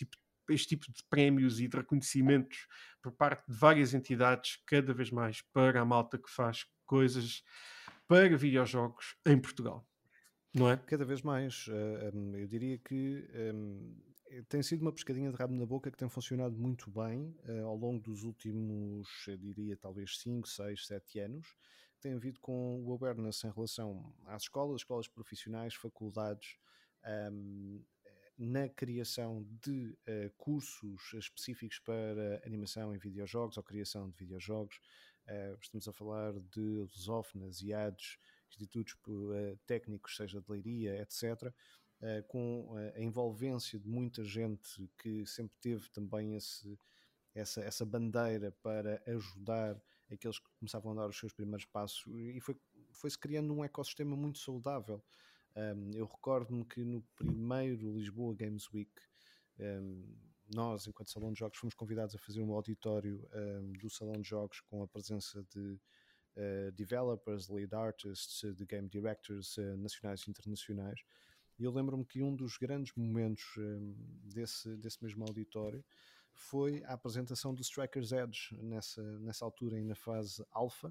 este tipo de prémios e de reconhecimentos por parte de várias entidades, cada vez mais para a malta que faz coisas para videojogos em Portugal, não é? Cada vez mais, eh, hum, eu diria que hum, eh, tem sido uma pescadinha de rabo na boca que tem funcionado muito bem eh, ao longo dos últimos, eu diria, talvez cinco, seis, sete anos. Tem havido com o awareness em relação às escolas, escolas profissionais, faculdades, hum, eh, na criação de eh, cursos específicos para animação em videojogos ou criação de videojogos. Eh, estamos a falar de lusófonas, I A Ds, institutos uh, técnicos, seja de Leiria, etcétera, uh, com uh, a envolvência de muita gente que sempre teve também esse, essa, essa bandeira para ajudar aqueles que começavam a dar os seus primeiros passos, e foi, foi-se criando um ecossistema muito saudável. Um, eu recordo-me que no primeiro Lisboa Games Week, um, nós, enquanto Salão de Jogos, fomos convidados a fazer um auditório um, do Salão de Jogos com a presença de Uh, developers, lead artists, uh, de game directors uh, nacionais e internacionais. E eu lembro-me que um dos grandes momentos um, desse, desse mesmo auditório foi a apresentação do Strikers Edge nessa, nessa altura, e na fase alfa.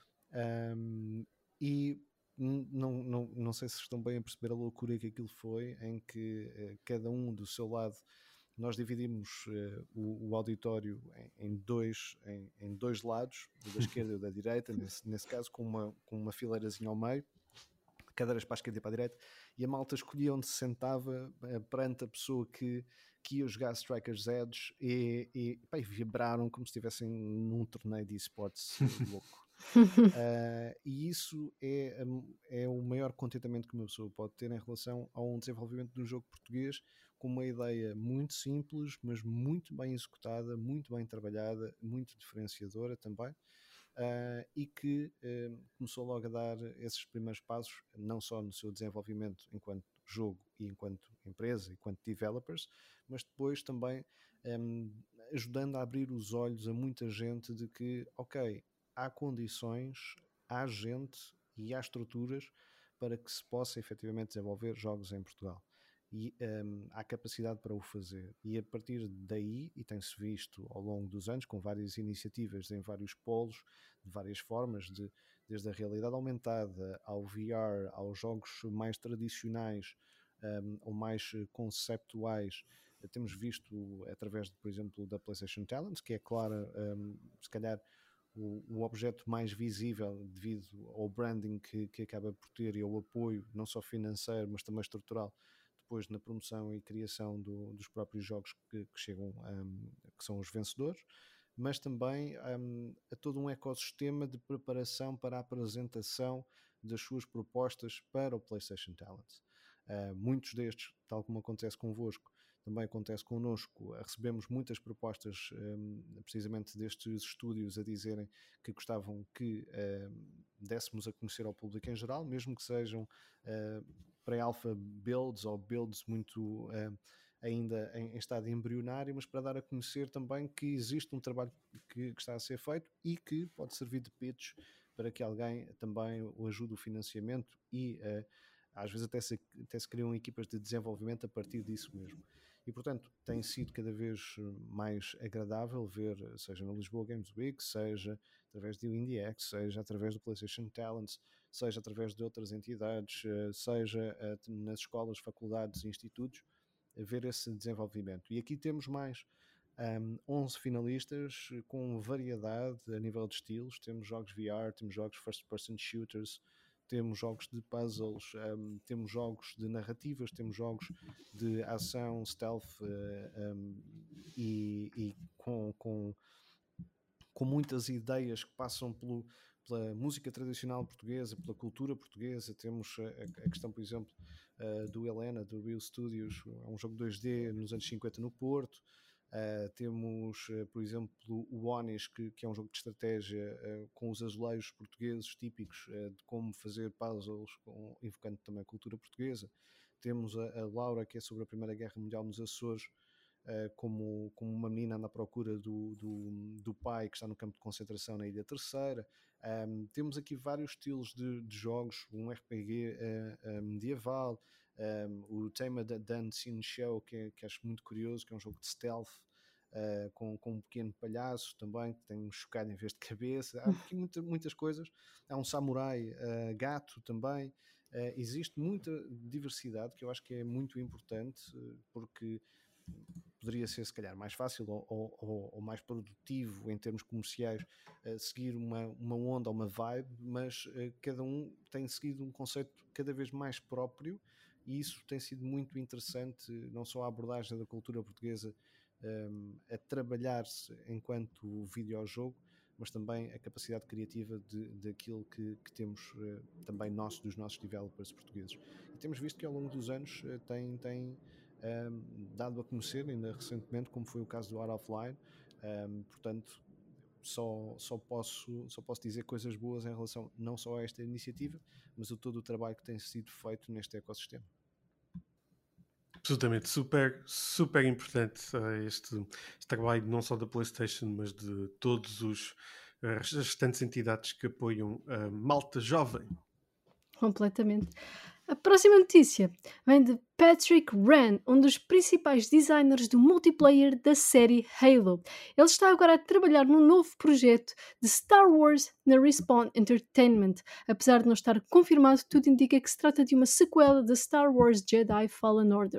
Um, e não, não, não sei se estão bem a perceber a loucura que aquilo foi, em que uh, cada um do seu lado nós dividimos uh, o, o auditório em, em, dois, em, em dois lados, o da esquerda e o da direita, nesse, nesse caso com uma, com uma fileirazinha ao meio, cadeiras para a esquerda e para a direita, e a malta escolhia onde se sentava uh, perante a pessoa que, que ia jogar Strikers Edge, e, e, pá, e vibraram como se estivessem num torneio de esportes louco. Uh, e isso é, é o maior contentamento que uma pessoa pode ter em relação a um desenvolvimento de um jogo português com uma ideia muito simples, mas muito bem executada, muito bem trabalhada, muito diferenciadora também, uh, e que uh, começou logo a dar esses primeiros passos, não só no seu desenvolvimento enquanto jogo e enquanto empresa, enquanto developers, mas depois também um, ajudando a abrir os olhos a muita gente de que, ok, há condições, há gente e há estruturas para que se possa efetivamente desenvolver jogos em Portugal. E um, há capacidade para o fazer. E a partir daí, e tem-se visto ao longo dos anos, com várias iniciativas em vários polos, de várias formas, de, desde a realidade aumentada ao V R, aos jogos mais tradicionais um, ou mais conceptuais, temos visto através, de, por exemplo, da PlayStation Talents, que é claro, um, se calhar, O, o objeto mais visível devido ao branding que, que acaba por ter e ao apoio, não só financeiro, mas também estrutural, depois na promoção e criação do, dos próprios jogos que, que chegam, um, que são os vencedores, mas também um, a todo um ecossistema de preparação para a apresentação das suas propostas para o PlayStation Talents. Uh, muitos destes, tal como acontece convosco, também acontece connosco, recebemos muitas propostas um, precisamente destes estúdios a dizerem que gostavam que um, dessemos a conhecer ao público em geral, mesmo que sejam uh, pré-alpha builds ou builds muito uh, ainda em, em estado embrionário, mas para dar a conhecer também que existe um trabalho que, que está a ser feito e que pode servir de pitch para que alguém também o ajude o financiamento e uh, às vezes até se, até se criam equipas de desenvolvimento a partir disso mesmo. E, portanto, tem sido cada vez mais agradável ver, seja no Lisboa Games Week, seja através do IndieX, seja através do PlayStation Talents, seja através de outras entidades, seja nas escolas, faculdades e institutos, ver esse desenvolvimento. E aqui temos mais um, onze finalistas com variedade a nível de estilos. Temos jogos V R, temos jogos first-person shooters, temos jogos de puzzles, um, temos jogos de narrativas, temos jogos de ação, stealth uh, um, e, e com, com, com muitas ideias que passam pelo, pela música tradicional portuguesa, pela cultura portuguesa. Temos a, a questão, por exemplo, uh, do Helena, do Real Studios, é um jogo dois D nos anos cinquenta no Porto. Uh, temos, uh, por exemplo, o Onis, que, que é um jogo de estratégia uh, com os azulejos portugueses típicos uh, de como fazer puzzles, com, invocando também a cultura portuguesa. Temos a, a Laura, que é sobre a Primeira Guerra Mundial nos Açores, uh, como, como uma menina anda à procura do, do, do pai que está no campo de concentração na Ilha Terceira. Um, temos aqui vários estilos de, de jogos, um R P G uh, uh, medieval, Um, o tema da The Unseen Show, que, é, que acho muito curioso, que é um jogo de stealth, uh, com, com um pequeno palhaço também, que tem um chocalho em vez de cabeça. Há aqui muita, muitas coisas. Há um samurai uh, gato também. Uh, existe muita diversidade que eu acho que é muito importante, uh, porque poderia ser se calhar mais fácil ou, ou, ou mais produtivo em termos comerciais uh, seguir uma, uma onda ou uma vibe, mas uh, cada um tem seguido um conceito cada vez mais próprio, e isso tem sido muito interessante, não só a abordagem da cultura portuguesa um, a trabalhar-se enquanto videojogo, mas também a capacidade criativa de, daquilo que, que temos uh, também nós, dos nossos developers portugueses. E temos visto que ao longo dos anos uh, tem, tem um, dado a conhecer, ainda recentemente, como foi o caso do Art of Line, um, portanto só, só, posso, só posso dizer coisas boas em relação não só a esta iniciativa, mas a todo o trabalho que tem sido feito neste ecossistema. Absolutamente, super, super importante uh, este, este trabalho não só da PlayStation, mas de todos os uh, restantes entidades que apoiam a malta jovem. Completamente. A próxima notícia vem de Patrick Wren, um dos principais designers do multiplayer da série Halo. Ele está agora a trabalhar num novo projeto de Star Wars na Respawn Entertainment. Apesar de não estar confirmado, tudo indica que se trata de uma sequela de Star Wars Jedi Fallen Order.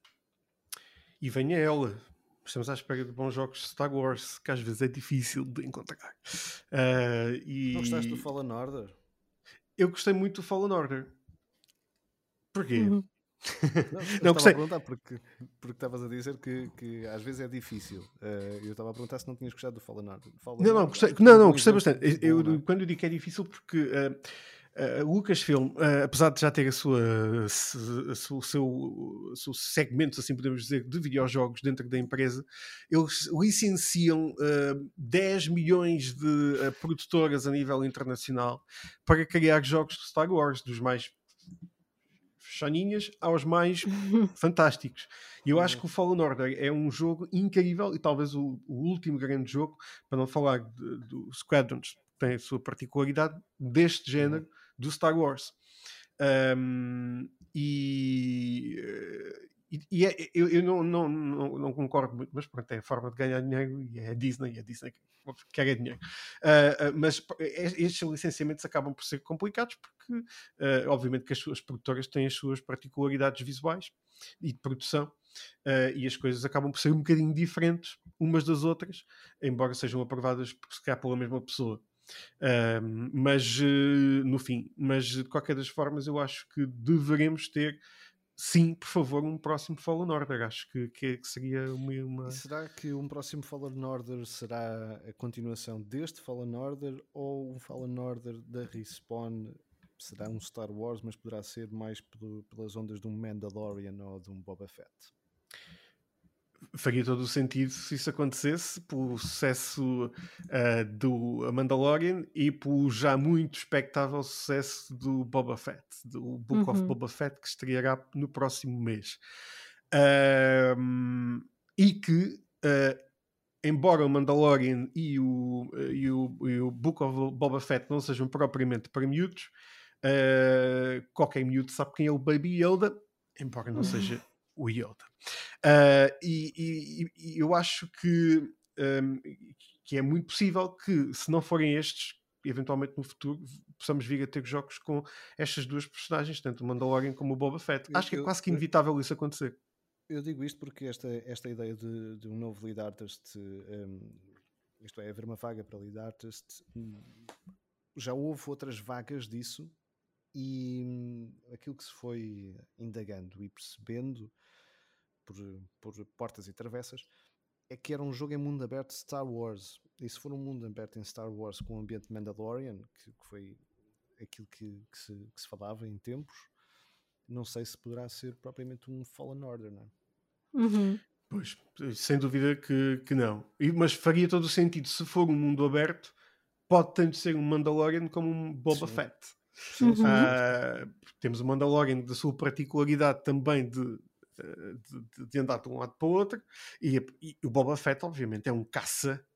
E venha ela. Estamos à espera de bons jogos de Star Wars, que às vezes é difícil de encontrar. Uh, e... Não gostaste do Fallen Order? Eu gostei muito do Fallen Order. Porquê? Uhum. Não, eu não, estava gostei. a perguntar porque, porque estavas a dizer que, que às vezes é difícil. Uh, eu estava a perguntar se não tinhas gostado do Fallen Order. Fallen não, não, Order, gostei, é não, não, um gostei bastante. Eu, bom, eu, quando eu digo que é difícil, porque uh, uh, o Lucasfilm, uh, apesar de já ter a sua, a sua, a sua, o seu, o seu segmento, assim podemos dizer, de videojogos dentro da empresa, eles licenciam uh, dez milhões de uh, produtoras a nível internacional para criar jogos de Star Wars, dos mais chaninhas aos mais fantásticos. E eu acho que o Fallen Order é um jogo incrível e talvez o, o último grande jogo, para não falar de, do Squadrons, que tem a sua particularidade deste género do Star Wars. Um, e e, e é, eu, eu não, não, não, não concordo muito, mas pronto, é a forma de ganhar dinheiro e é a Disney, é a Disney que quer é dinheiro. Uh, uh, mas estes licenciamentos acabam por ser complicados porque, uh, obviamente, que as suas produtoras têm as suas particularidades visuais e de produção. Uh, e as coisas acabam por ser um bocadinho diferentes umas das outras, embora sejam aprovadas por, se calhar, pela mesma pessoa. Uh, mas, uh, no fim, mas de qualquer das formas, eu acho que deveremos ter, sim, por favor, um próximo Fallen Order. Acho que, que seria uma, uma... E será que um próximo Fallen Order será a continuação deste Fallen Order, ou um Fallen Order da Respawn será um Star Wars, mas poderá ser mais pelo, pelas ondas de um Mandalorian ou de um Boba Fett? Faria todo o sentido se isso acontecesse, pelo sucesso uh, do Mandalorian e pelo já muito expectável sucesso do Boba Fett, do Book uhum. of Boba Fett, que estreará no próximo mês. Uh, e que, uh, embora o Mandalorian e o, uh, e, o, e o Book of Boba Fett não sejam propriamente para miúdos, uh, qualquer miúdo sabe quem é o Baby Yoda, embora não seja o Yoda. Uh, e, e, e eu acho que, um, que é muito possível que, se não forem estes, eventualmente no futuro possamos vir a ter jogos com estas duas personagens, tanto o Mandalorian como o Boba Fett. Eu, acho que é eu, quase que inevitável eu, isso acontecer. Eu digo isto porque esta, esta ideia de, de um novo lead artist, um, isto é, haver uma vaga para lead artist, um, já houve outras vagas disso, e um, aquilo que se foi indagando e percebendo por, por portas e travessas é que era um jogo em mundo aberto de Star Wars, e se for um mundo aberto em Star Wars com o ambiente Mandalorian, que, que foi aquilo que, que, se, que se falava em tempos, não sei se poderá ser propriamente um Fallen Order, não é? Uhum. Pois, sem dúvida que, que não. E, mas faria todo o sentido, se for um mundo aberto, pode tanto ser um Mandalorian como um Boba Sim. Fett. Sim, sim. Uh, temos o Mandalorian da sua particularidade também de, de, de andar de um lado para o outro, e, e o Boba Fett, obviamente, é um caça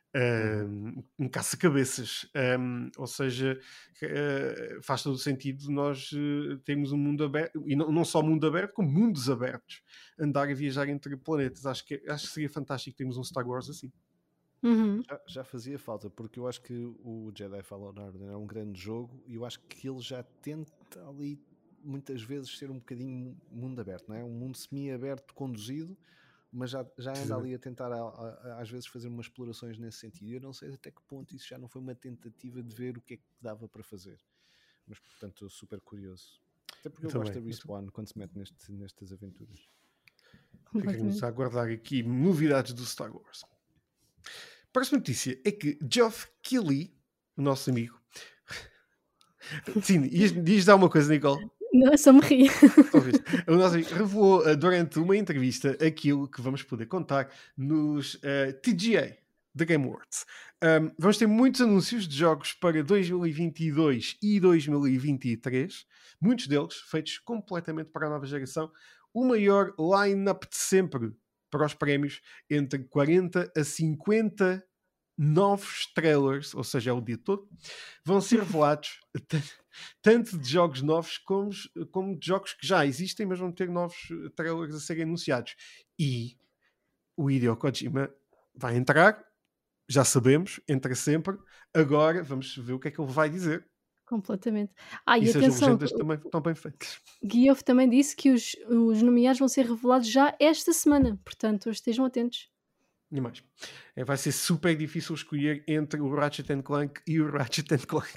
um, um caça-cabeças. Um, ou seja, uh, faz todo o sentido nós uh, termos um mundo aberto, e não, não só mundo aberto, como mundos abertos, andar a viajar entre planetas. Acho que, acho que seria fantástico termos um Star Wars assim. Uhum. Já, já fazia falta, porque eu acho que o Jedi Fallen Order é um grande jogo e eu acho que ele já tenta ali muitas vezes ser um bocadinho mundo aberto, não é? Um mundo semi-aberto conduzido, mas já, já anda ali a tentar a, a, às vezes fazer umas explorações nesse sentido. Eu não sei até que ponto isso já não foi uma tentativa de ver o que é que dava para fazer, mas portanto estou super curioso, até porque eu, eu gosto da Respawn quando se mete neste, nestas aventuras. Ficamos a aguardar aqui novidades do Star Wars. Próxima notícia é que Geoff Keighley, o nosso amigo. Sim, diz dar uma coisa, Nicole. Não, só me ri. O nosso amigo revelou uh, durante uma entrevista aquilo que vamos poder contar nos uh, T G A da Game Awards. Um, vamos ter muitos anúncios de jogos para dois mil e vinte e dois e dois mil e vinte e três, muitos deles feitos completamente para a nova geração. O maior line-up de sempre para os prémios, entre quarenta a cinquenta novos trailers, ou seja, é o dia todo, vão ser revelados tanto de jogos novos como, como de jogos que já existem, mas vão ter novos trailers a serem anunciados. E o Hideo Kojima vai entrar, já sabemos, entra sempre. Agora vamos ver o que é que ele vai dizer. Completamente. Ah, e, e atenção, as legendas também estão bem feitas. Geoff também disse que os, os nomeados vão ser revelados já esta semana, portanto estejam atentos. E mais. É, vai ser super difícil escolher entre o Ratchet and Clank e o Ratchet and Clank.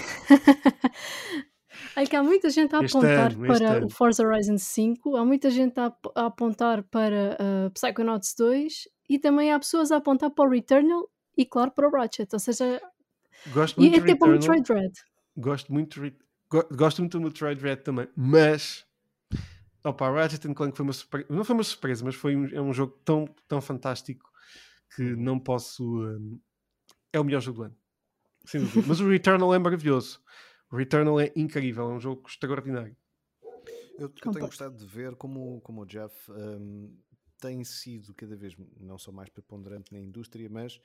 É que há muita gente a Este apontar ano, para ano. o Forza Horizon cinco, há muita gente a, a apontar para uh, Psychonauts dois e também há pessoas a apontar para o Returnal e, claro, para o Ratchet. Ou seja, gosto muito e até para o Metroid Dread. Gosto muito, gosto muito do Metroid Dread também, mas opa, Ratchet and Clank foi uma surpresa, não foi uma surpresa, mas foi um, é um jogo tão, tão fantástico que não posso. Um, é o melhor jogo do ano, sem dúvida. Mas o Returnal é maravilhoso. O Returnal é incrível, é um jogo extraordinário. Eu, eu tenho gostado de ver como, como o Jeff um, tem sido cada vez não só mais preponderante na indústria, mas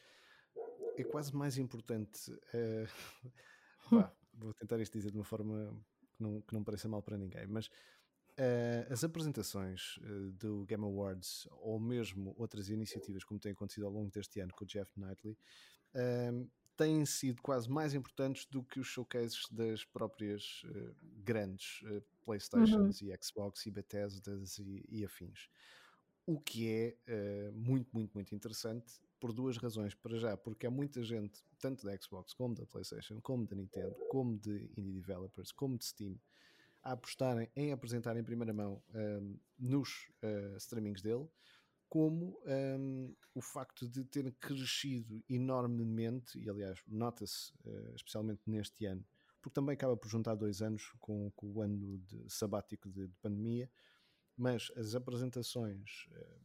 é quase mais importante. Uh, vá, vou tentar isto dizer de uma forma que não, que não pareça mal para ninguém, mas uh, as apresentações uh, do Game Awards ou mesmo outras iniciativas como tem acontecido ao longo deste ano com o Jeff Knightley uh, têm sido quase mais importantes do que os showcases das próprias uh, grandes uh, Playstations uhum. e Xbox e Bethesdas e, e afins. O que é uh, muito, muito, muito interessante por duas razões. Para já, porque há muita gente, tanto da Xbox como da PlayStation, como da Nintendo, como de indie developers, como de Steam, a apostarem em apresentar em primeira mão um, nos uh, streamings dele, como um, o facto de ter crescido enormemente, e aliás, nota-se uh, especialmente neste ano, porque também acaba por juntar dois anos com, com o ano de sabático de, de pandemia, mas as apresentações uh,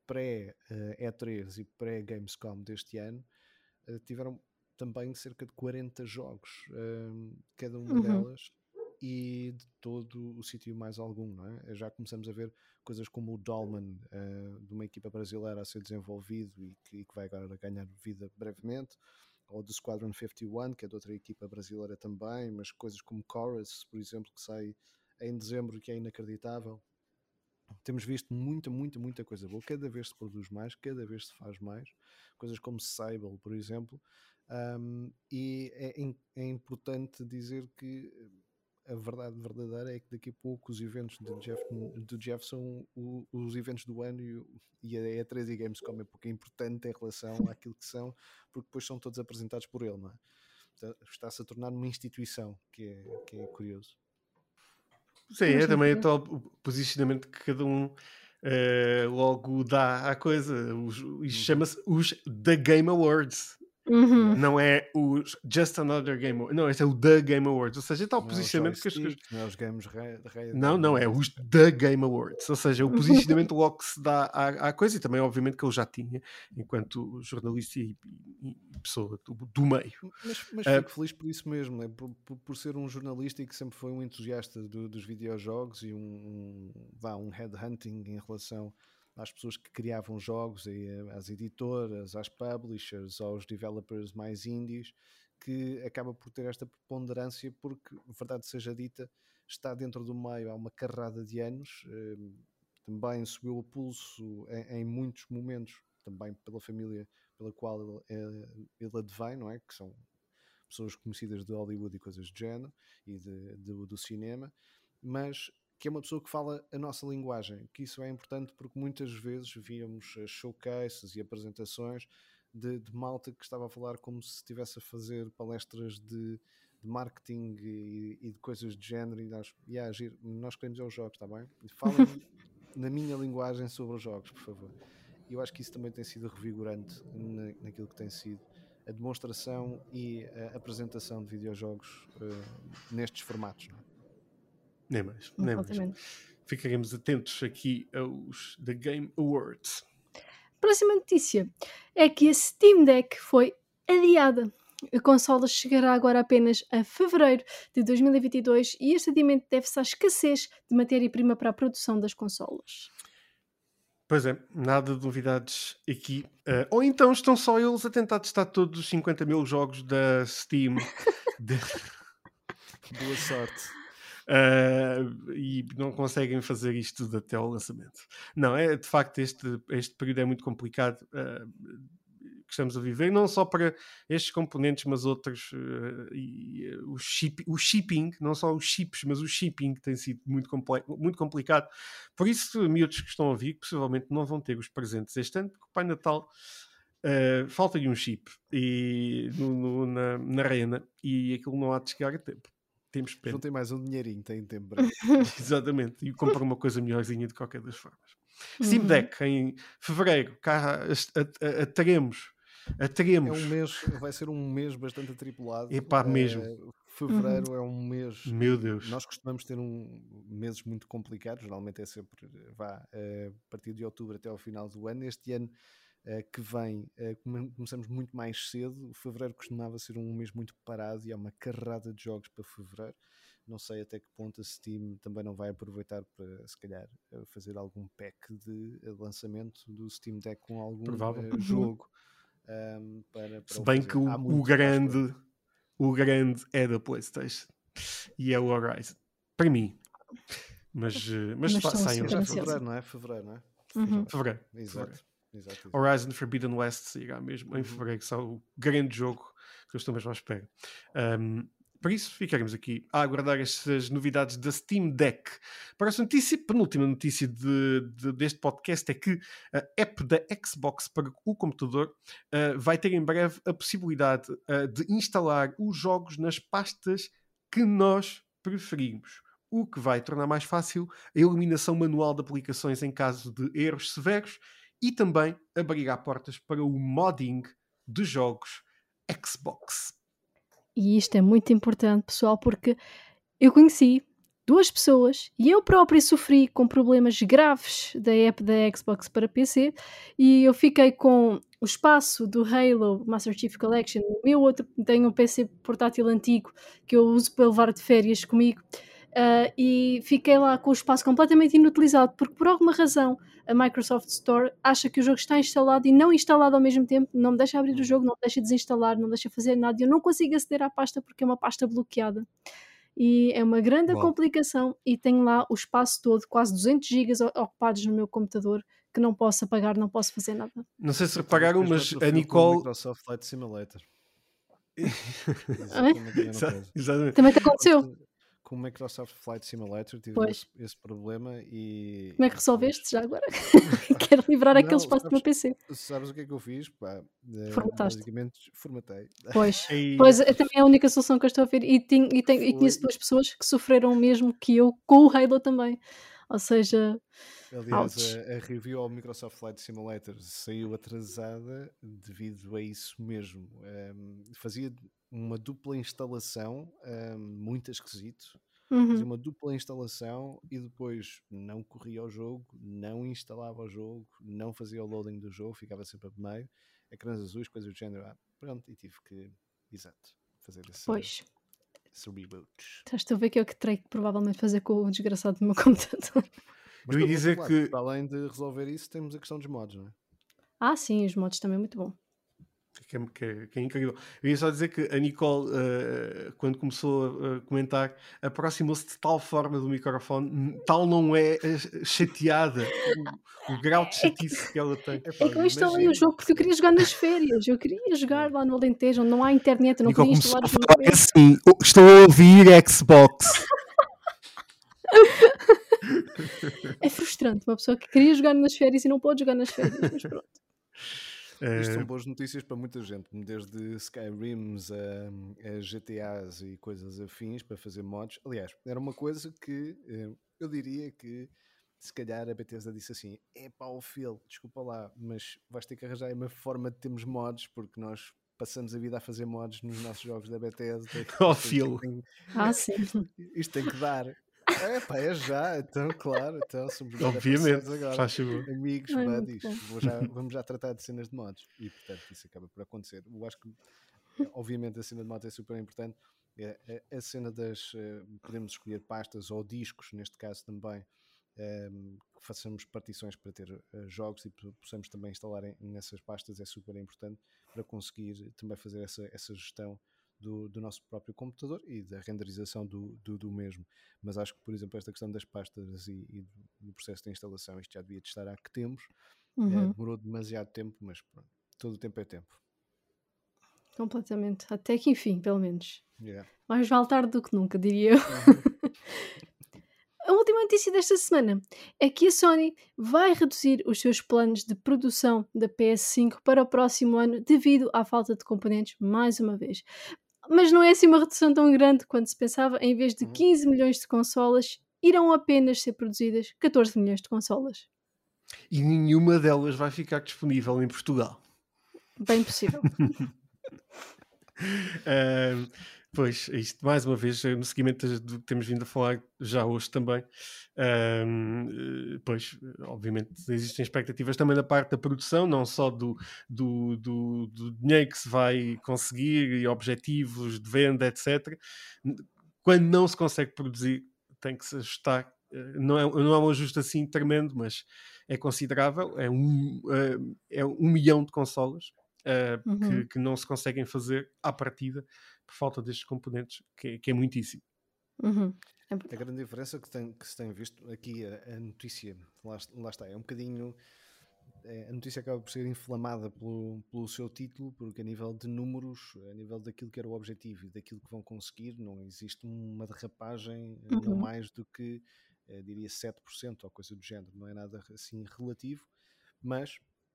pré-E três uh, e pré-Gamescom deste ano uh, tiveram também cerca de quarenta jogos, uh, cada uma uhum. delas, e de todo o sítio mais algum, não é? Já começamos a ver coisas como o Dolman, uh, de uma equipa brasileira a ser desenvolvido e que, e que vai agora ganhar vida brevemente, ou do Squadron cinquenta e um, que é de outra equipa brasileira também, mas coisas como Chorus, por exemplo, que sai em dezembro, que é inacreditável. Temos visto muita, muita, muita coisa boa. Cada vez se produz mais, cada vez se faz mais. Coisas como Sable, por exemplo. Um, e é, é importante dizer que a verdade verdadeira é que daqui a pouco os eventos de Jeff, do Jeff são o, os eventos do ano e, e a E três e Gamescom é porque é importante em relação àquilo que são, porque depois são todos apresentados por ele, não é? Então, está-se a tornar uma instituição, que é, que é curioso. Sim, é também o tal posicionamento que cada um uh, logo dá à coisa. Os, uhum. Chama-se os The Game Awards. Uhum. Não é o Just Another Game Awards. Não, este é o The Game Awards. Ou seja, tal posicionamento que as coisas. Não é os games re... Re... Não, não, é os The Game Awards. Ou seja, o posicionamento logo que se dá à, à coisa, e também, obviamente, que ele já tinha, enquanto jornalista e, e, e pessoa do, do meio. Mas, mas fico uh, feliz por isso mesmo, né? por, por, por ser um jornalista e que sempre foi um entusiasta do, dos videojogos e um, um, vá, um headhunting em relação às pessoas que criavam jogos, e, às editoras, às publishers, aos developers mais indies, que acaba por ter esta preponderância porque, verdade seja dita, está dentro do meio há uma carrada de anos, também subiu o pulso em, em muitos momentos, também pela família pela qual ele, ele advém, não é? Que são pessoas conhecidas de Hollywood e coisas do género, e de, de, do cinema, mas que é uma pessoa que fala a nossa linguagem, que isso é importante porque muitas vezes víamos showcases e apresentações de, de malta que estava a falar como se estivesse a fazer palestras de, de marketing e, e de coisas de género, e nós, e a agir, nós queremos é os jogos, está bem? Falem na minha linguagem sobre os jogos, por favor. E eu acho que isso também tem sido revigorante na, naquilo que tem sido a demonstração e a apresentação de videojogos uh, nestes formatos, não é? Nem mais, nem mais. Ficaremos atentos aqui aos The Game Awards. Próxima notícia é que a Steam Deck foi adiada. A consola chegará agora apenas a fevereiro de dois mil e vinte e dois e este adiamento deve-se à escassez de matéria-prima para a produção das consolas. Pois é, nada de novidades aqui. Uh, ou então estão só eles a tentar testar todos os cinquenta mil jogos da Steam. de... Boa sorte. Uh, e não conseguem fazer isto tudo até ao lançamento. Não, é de facto este, este período é muito complicado uh, que estamos a viver, não só para estes componentes, mas outros, uh, e, uh, o, chip, o shipping, não só os chips, mas o shipping tem sido muito, comple- muito complicado. Por isso, miúdos que estão a ouvir, possivelmente não vão ter os presentes este ano, porque o Pai Natal uh, falta-lhe um chip e, no, no, na, na arena, e aquilo não há de chegar a tempo. Temos pena. Juntem mais um dinheirinho, tem tempo para Exatamente, e comprar uma coisa melhorzinha de qualquer das formas. Uhum. Steam Deck, em fevereiro, cá a, a, a teremos, a teremos. É um mês, vai ser um mês bastante atripulado. Epá, mesmo. Uh, fevereiro uhum. é um mês. Meu Deus. Nós costumamos ter um, meses muito complicados, geralmente é sempre, vá, uh, a partir de outubro até ao final do ano. Este ano Uh, que vem, uh, começamos muito mais cedo. O fevereiro costumava ser um mês muito parado e há uma carrada de jogos para fevereiro. Não sei até que ponto a Steam também não vai aproveitar para, se calhar, uh, fazer algum pack de uh, lançamento do Steam Deck com algum uh, jogo. Um, para, para se bem que o, o grande o grande é da PlayStation e é o Horizon, para mim. Mas, uh, mas, mas saem já fevereiro, não é? Fevereiro, não é? Uhum. Fevereiro. Exato. Fevereiro. Exato, exato. Horizon Forbidden West sairá mesmo uhum. em fevereiro, que são o grande jogo que eu estou mesmo à espera. Um, por isso, ficaremos aqui a aguardar estas novidades da Steam Deck. Para a notícia, penúltima notícia de, de, deste podcast é que a app da Xbox para o computador uh, vai ter em breve a possibilidade uh, de instalar os jogos nas pastas que nós preferimos, o que vai tornar mais fácil a eliminação manual de aplicações em caso de erros severos e também abrirá portas para o modding de jogos Xbox. E isto é muito importante, pessoal, porque eu conheci duas pessoas e eu própria sofri com problemas graves da app da Xbox para P C e eu fiquei com o espaço do Halo Master Chief Collection. O meu outro, tenho um P C portátil antigo que eu uso para levar de férias comigo. Uh, e fiquei lá com o espaço completamente inutilizado porque por alguma razão a Microsoft Store acha que o jogo está instalado e não instalado ao mesmo tempo, não me deixa abrir o jogo, não me deixa desinstalar, não me deixa fazer nada e eu não consigo aceder à pasta porque é uma pasta bloqueada e é uma grande Bom. complicação e tenho lá o espaço todo, quase duzentos gigas ocupados no meu computador que não posso apagar, não posso fazer nada. Não sei se repararam, mas a Nicole... Microsoft Flight Simulator. Exatamente. Exatamente. Também te aconteceu? Com o Microsoft Flight Simulator tive esse, esse problema e... Como é que resolveste já agora? Quero livrar aquele espaço do meu P C. Sabes o que é que eu fiz? Pá, Formataste. Basicamente formatei. Pois, pois é também a única solução que eu estou a ver e, tenho, e, tenho, e conheço duas pessoas que sofreram o mesmo que eu com o Halo também. Ou seja... Aliás, a, a review ao Microsoft Flight Simulator saiu atrasada devido a isso mesmo. Um, fazia uma dupla instalação, um, muito esquisito. Uhum. Fazia uma dupla instalação e depois não corria o jogo, não instalava o jogo, não fazia o loading do jogo, ficava sempre a meio, ecrãs azuis, coisas do género. Ah, pronto, e tive que, exato, fazer esse, pois. esse reboot. Estás a ver que é o que terei que provavelmente fazer com o desgraçado do meu computador. Mas Eu ia por outro dizer lado, que para além de resolver isso, temos a questão dos mods, não é? Ah, sim, os mods também é muito bom. Que é, que, é, que é incrível. Eu ia só dizer que a Nicole, uh, quando começou a, a comentar, aproximou-se de tal forma do microfone, tal não é uh, chateada, o, o grau de É que, chatice que ela tem. Epá, é que eu instalei o imagino. jogo porque eu queria jogar nas férias. Eu queria jogar lá no Alentejo, onde não há internet, eu não Nicole podia começou instalar a os meus falar jogos. assim: "Oh, estou a ouvir Xbox." É frustrante, uma pessoa que queria jogar nas férias e não pode jogar nas férias, mas pronto. Isto são Uh, boas notícias para muita gente, desde Skyrims a, a G T As e coisas afins para fazer mods. Aliás, era uma coisa que eh, eu diria que se calhar a Bethesda disse assim: é pá, o Phil, desculpa lá, mas vais ter que arranjar uma forma de termos mods, porque nós passamos a vida a fazer mods nos nossos jogos da Bethesda. oh, Isto, isto, Phil. tem, Ah, sim. isto tem que dar. É pá, é já, então claro, então somos bem Obviamente, parceiros agora, faz favor. amigos, Ai, muito buddies, bom. vou já, vamos já tratar de cenas de mods e portanto isso acaba por acontecer. Eu acho que eh, obviamente a cena de mods é super importante. É, a, a cena das eh, podemos escolher pastas ou discos, neste caso também, ehm, que façamos partições para ter eh, jogos e po- possamos também instalar em- nessas pastas é super importante para conseguir também fazer essa, essa gestão do, do nosso próprio computador e da renderização do, do, do mesmo. Mas acho que, por exemplo, esta questão das pastas e, e do, do processo de instalação, isto já devia de estar há que temos. Eh, Uhum, demorou demasiado tempo, mas pronto, todo o tempo é tempo. completamente. Até que enfim, pelo menos. Yeah. Mais vale tarde do que nunca, diria eu. Uhum. A última notícia desta semana é que a Sony vai reduzir os seus planos de produção da P S cinco para o próximo ano devido à falta de componentes, mais uma vez. Mas não é assim uma redução tão grande quanto se pensava. Em vez de Uhum. quinze milhões de consolas, irão apenas ser produzidas catorze milhões de consolas. E nenhuma delas vai ficar disponível em Portugal. Bem possível. Uh, pois, isto mais uma vez, no seguimento do que temos vindo a falar já hoje também, uh, pois, obviamente, existem expectativas também da parte da produção, não só do, do, do, do dinheiro que se vai conseguir e objetivos de venda, etcétera. Quando não se consegue produzir, tem que se ajustar. Uh, não, é, não é um ajuste assim tremendo, mas é considerável. É um, uh, é um milhão de consolas. Uh, Uhum. que, que não se conseguem fazer à partida por falta destes componentes, que é, que é muitíssimo. Uhum. É A verdade. grande diferença que, tem, que se tem visto aqui, a, a notícia, lá, lá está, é um bocadinho. É, a notícia acaba por ser inflamada pelo, pelo seu título, porque a nível de números, a nível daquilo que era o objetivo e daquilo que vão conseguir, não existe uma derrapagem, não Uhum. mais do que, eh, diria, sete por cento ou coisa do género, não é nada assim relativo, mas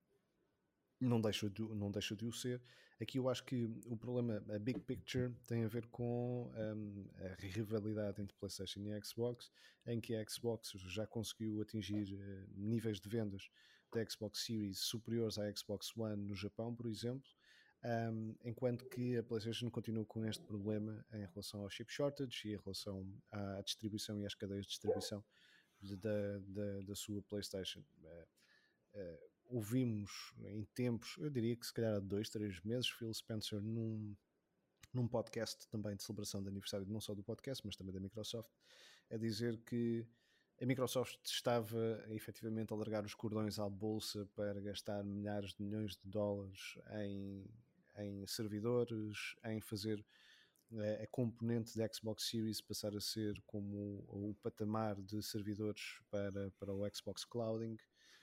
não deixa, de, não deixa de o ser. Aqui eu acho que o problema, a big picture, tem a ver com um, a rivalidade entre PlayStation e Xbox, em que a Xbox já conseguiu atingir uh, níveis de vendas da Xbox Series superiores à Xbox One no Japão, por exemplo, um, enquanto que a PlayStation continua com este problema em relação ao chip shortage e em relação à distribuição e às cadeias de distribuição da, da, da sua PlayStation. Uh, uh, ouvimos em tempos, eu diria que se calhar há dois, três meses, Phil Spencer num, num podcast também de celebração de aniversário, não só do podcast, mas também da Microsoft, a dizer que a Microsoft estava efetivamente a largar os cordões à bolsa para gastar milhares de milhões de dólares em, em servidores, em fazer a, a componente da Xbox Series passar a ser como o, o patamar de servidores para, para o Xbox Clouding.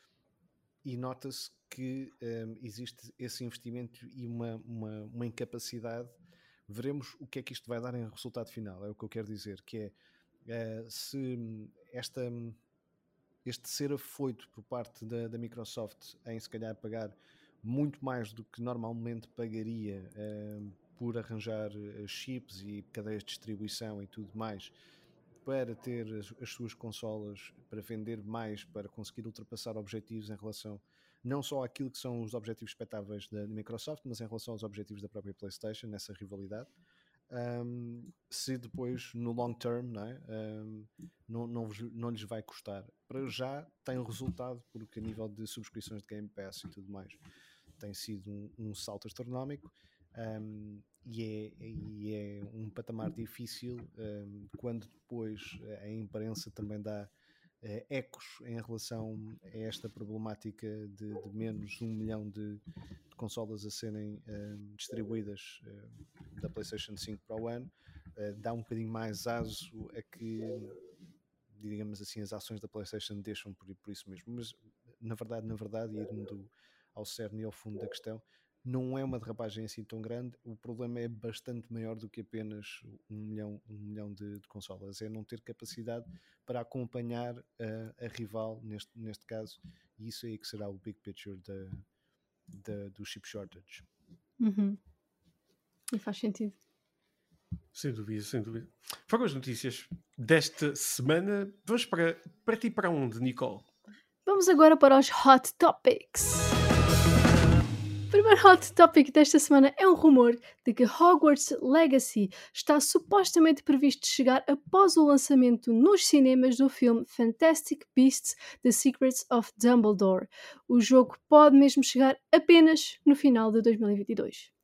E nota-se que um, existe esse investimento e uma, uma, uma incapacidade. Veremos o que é que isto vai dar em resultado final, é o que eu quero dizer, que é uh, se esta, este ser afoito por parte da, da Microsoft em se calhar pagar muito mais do que normalmente pagaria uh, por arranjar chips e cadeias de distribuição e tudo mais, para ter as, as suas consolas, para vender mais, para conseguir ultrapassar objetivos em relação não só àquilo que são os objetivos expectáveis da, da Microsoft, mas em relação aos objetivos da própria PlayStation, nessa rivalidade. Um, se depois, no long term, não, é? um, não, não, não lhes vai custar. Para já tem um resultado, porque a nível de subscrições de Game Pass e tudo mais, tem sido um, um salto astronómico. Um, e, é, e é um patamar difícil um, quando depois a imprensa também dá uh, ecos em relação a esta problemática de, de menos um milhão de, de consolas a serem uh, distribuídas uh, da PlayStation cinco para o ano, uh, dá um bocadinho mais aso a que, digamos assim, as ações da PlayStation deixam por, por isso mesmo. Mas na verdade, na verdade, e indo ao cerne e ao fundo da questão, não é uma derrapagem assim tão grande. O problema é bastante maior do que apenas um milhão, um milhão de, de consolas. É não ter capacidade para acompanhar a, a rival, neste, neste caso, e isso aí que será o big picture da, da, do chip shortage. Uhum. E faz sentido. Sem dúvida, sem dúvida. Foram as notícias desta semana. Vamos para, para ti para onde, Nicole? Vamos agora para os Hot Topics. O primeiro Hot Topic desta semana é um rumor de que Hogwarts Legacy está supostamente previsto chegar após o lançamento nos cinemas do filme Fantastic Beasts: The Secrets of Dumbledore. O jogo pode mesmo chegar apenas no final de dois mil e vinte e dois.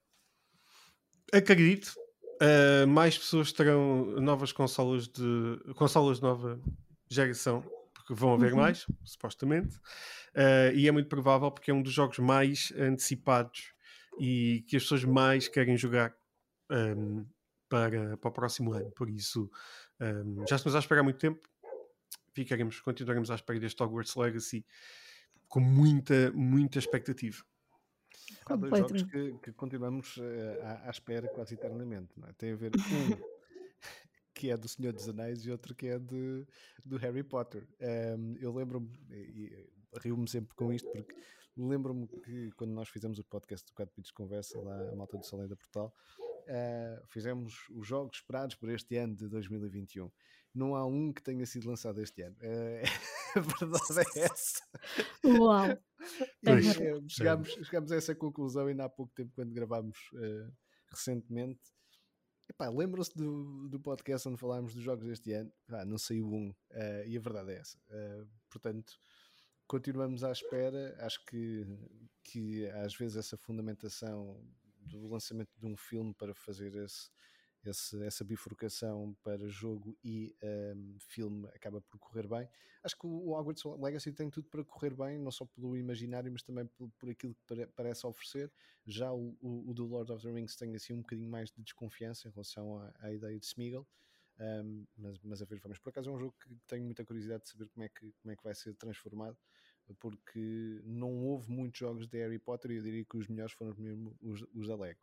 Acredito. Uh, mais pessoas terão novas consolas de consolas de nova geração, porque vão haver Uhum. mais, supostamente, uh, e é muito provável porque é um dos jogos mais antecipados e que as pessoas mais querem jogar um, para, para o próximo ano. Por isso, um, já estamos a esperar muito tempo, ficaremos, continuaremos à espera deste Hogwarts Legacy com muita, muita expectativa. Há dois jogos que, que continuamos uh, à, à espera quase eternamente, não é? Tem a ver um que é do Senhor dos Anéis e outro que é de, do Harry Potter. Um, eu lembro-me, e rio-me sempre com isto, porque lembro-me que quando nós fizemos o podcast do quatro Bits de Conversa, lá a malta do Salém da Portal, uh, fizemos os jogos esperados por este ano de dois mil e vinte e um. Não há um que tenha sido lançado este ano. Uh, a verdade é essa. Uau! E, uh, chegámos, chegámos a essa conclusão ainda há pouco tempo, quando gravámos uh, recentemente. Epá, lembram-se do, do podcast onde falámos dos jogos deste ano? Ah, não saiu um, uh, e a verdade é essa. Uh, portanto, continuamos à espera. Acho que, que às vezes essa fundamentação do lançamento de um filme para fazer esse, esse, essa bifurcação para jogo e um, filme acaba por correr bem. Acho que o Hogwarts Legacy tem tudo para correr bem, não só pelo imaginário, mas também por, por aquilo que pare, parece oferecer. Já o, o, o do Lord of the Rings tem assim um bocadinho mais de desconfiança em relação à, à ideia de Smeagol, um, mas, mas a ver, vamos. Por acaso é um jogo que tenho muita curiosidade de saber como é que, como é que vai ser transformado, porque não houve muitos jogos de Harry Potter e eu diria que os melhores foram mesmo os, os da Lego.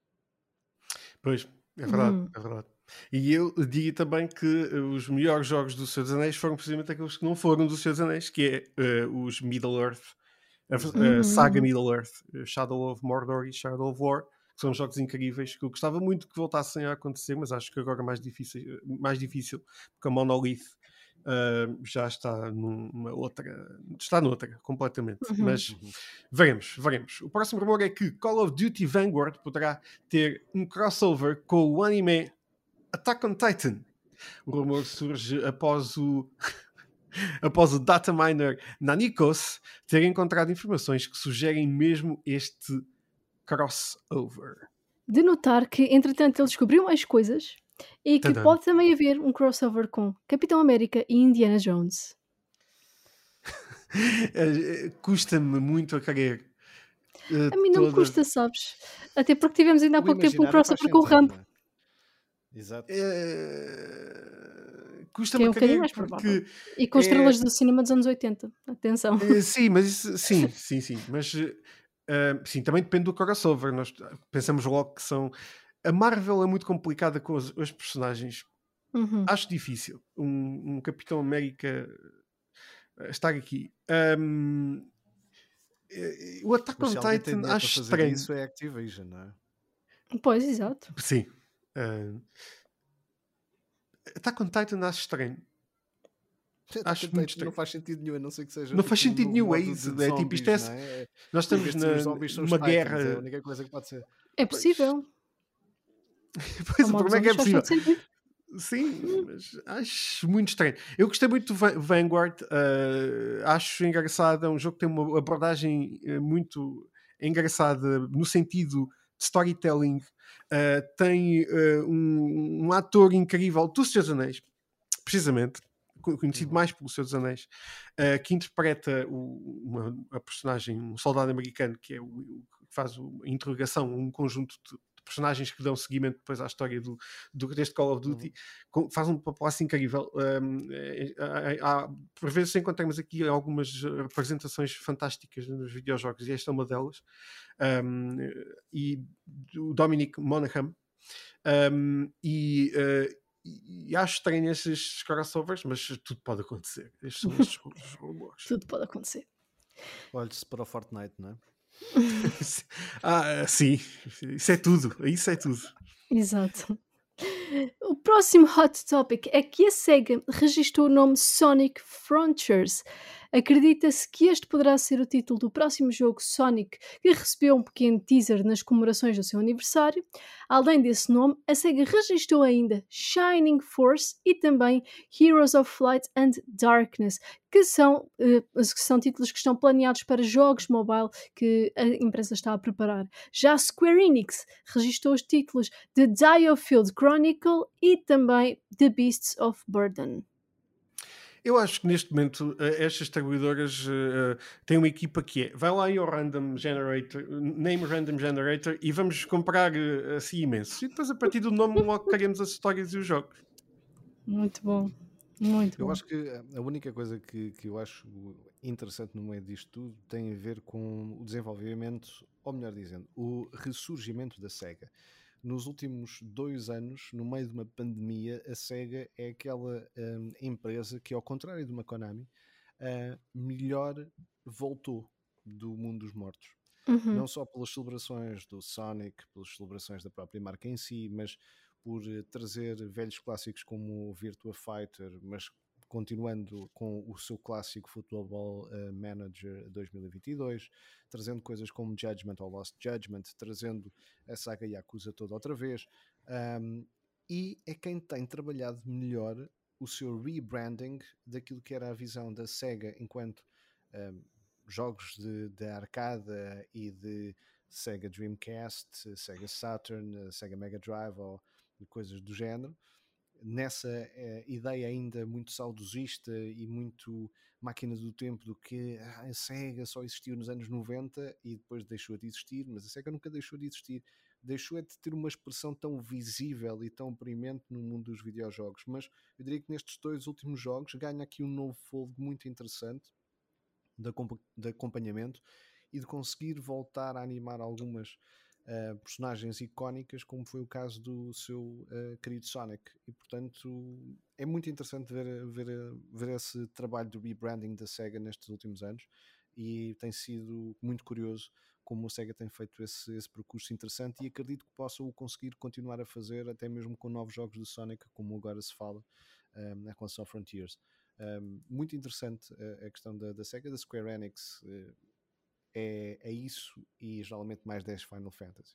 Pois, é verdade, Hum. é verdade. E eu digo também que os melhores jogos do Senhor dos Anéis foram precisamente aqueles que não foram do Senhor dos Anéis, que é uh, os Middle-earth, a, a saga Middle-earth, Shadow of Mordor e Shadow of War, que são jogos incríveis, que eu gostava muito que voltassem a acontecer, mas acho que agora é mais difícil, mais difícil porque a Monolith uh, já está numa outra, está noutra, completamente. Uhum. Mas veremos, veremos. O próximo rumor é que Call of Duty Vanguard poderá ter um crossover com o anime Attack on Titan. O rumor surge após o após o dataminer Nanikos ter encontrado informações que sugerem mesmo este crossover. De notar que, entretanto, ele descobriu mais coisas e que Tadam. pode também haver um crossover com Capitão América e Indiana Jones. Custa-me muito a querer. Uh, A mim não me todas... custa, sabes? Até porque tivemos ainda há O pouco tempo um imaginário faz crossover com o sentido, Rambo. não é? Exato. Uh, Que Custa-me é um a bocadinho querer mais porque... provável. E com é- estrelas do cinema dos anos oitenta. Atenção. Uh, sim, mas isso, sim, sim, sim. Mas uh, sim, também depende do crossover. Nós pensamos logo que são... A Marvel é muito complicada com os, os personagens. Uhum. Acho difícil um, um Capitão América estar aqui. Um, o Attack Mas on se alguém tem Titan dinheiro acho para fazer estranho. isso é Activision, não é? Pois, exato. Sim. Uh, Attack on Titan acho estranho. Acho muito estranho. Não faz sentido nenhum, a não ser que seja Não faz tipo um sentido novo nenhum, é modo isso. de É tipo, isto é- zombies, não é? Nós Em estamos vez de ser os na, zombies, são os numa Titans, guerra. é a única coisa que pode ser. É Pois. possível. Pois, O o modo problema é que é zombies faz possível. todo sentido. Sim, mas acho muito estranho. Eu gostei muito do Va- Vanguard, uh, acho engraçado, é um jogo que tem uma abordagem uh, muito engraçada no sentido de storytelling, uh, tem uh, um, um ator incrível dos Senhor dos Anéis, precisamente, conhecido mais pelo Senhor dos Anéis, uh, que interpreta o, uma, a personagem, um soldado americano, que é o, o que faz o, a interrogação, um conjunto de personagens que dão seguimento depois à história do, do, deste Call of Duty, uhum. com, faz um papel assim incrível. Um, é, é, há, por vezes encontramos aqui algumas representações fantásticas nos videojogos, e esta é uma delas. Um, e o Dominic Monaghan, um, e, uh, e acho estranho esses crossovers, mas tudo pode acontecer. Estes são estes rumores. Tudo pode acontecer. Olhe-se para o Fortnite, não é? Ah, sim, isso é tudo, isso é tudo. Exato. O próximo hot topic é que a SEGA registrou o nome Sonic Frontiers. Acredita-se que este poderá ser o título do próximo jogo Sonic, que recebeu um pequeno teaser nas comemorações do seu aniversário. Além desse nome, a SEGA registrou ainda Shining Force e também Heroes of Light and Darkness, que são, uh, que são títulos que estão planeados para jogos mobile que a empresa está a preparar. Já a Square Enix registrou os títulos The Diofield Chronicle e também The Beasts of Burden. Eu acho que neste momento uh, estas distribuidoras uh, têm uma equipa que é, vai lá em ao Random Generator, Name Random Generator, e vamos comprar uh, assim imenso. E depois a partir do nome logo queremos as histórias e os jogos. Muito bom. Muito eu bom. acho que a única coisa que, que eu acho interessante no meio disto tudo tem a ver com o desenvolvimento, ou melhor dizendo, o ressurgimento da SEGA. Nos últimos dois anos, no meio de uma pandemia, a SEGA é aquela um, empresa que, ao contrário de uma Konami, uh, melhor voltou do mundo dos mortos. Uhum. Não só pelas celebrações do Sonic, pelas celebrações da própria marca em si, mas por uh, trazer velhos clássicos como o Virtua Fighter, mas continuando com o seu clássico Football uh, Manager dois mil e vinte e dois, trazendo coisas como Judgment ou Lost Judgment, trazendo a saga Yakuza toda outra vez, um, e é quem tem trabalhado melhor o seu rebranding daquilo que era a visão da SEGA enquanto um, jogos de, de arcada e de Sega Dreamcast, Sega Saturn, Sega Mega Drive ou coisas do género, nessa eh, ideia ainda muito saudosista e muito máquina do tempo do que ah, a SEGA só existiu nos anos noventa e depois deixou de existir, mas a SEGA nunca deixou de existir, deixou de ter uma expressão tão visível e tão premente no mundo dos videojogos, mas eu diria que nestes dois últimos jogos ganha aqui um novo fôlego muito interessante de, acompanh- de acompanhamento e de conseguir voltar a animar algumas Uh, personagens icónicas, como foi o caso do seu uh, querido Sonic, e portanto é muito interessante ver, ver, ver esse trabalho de rebranding da SEGA nestes últimos anos, e tem sido muito curioso como a SEGA tem feito esse, esse percurso interessante, e acredito que possa o conseguir continuar a fazer até mesmo com novos jogos do Sonic, como agora se fala um, na relação Frontiers. Um, muito interessante a, a questão da, da SEGA, da Square Enix. uh, É, é isso e geralmente mais dez Final Fantasies.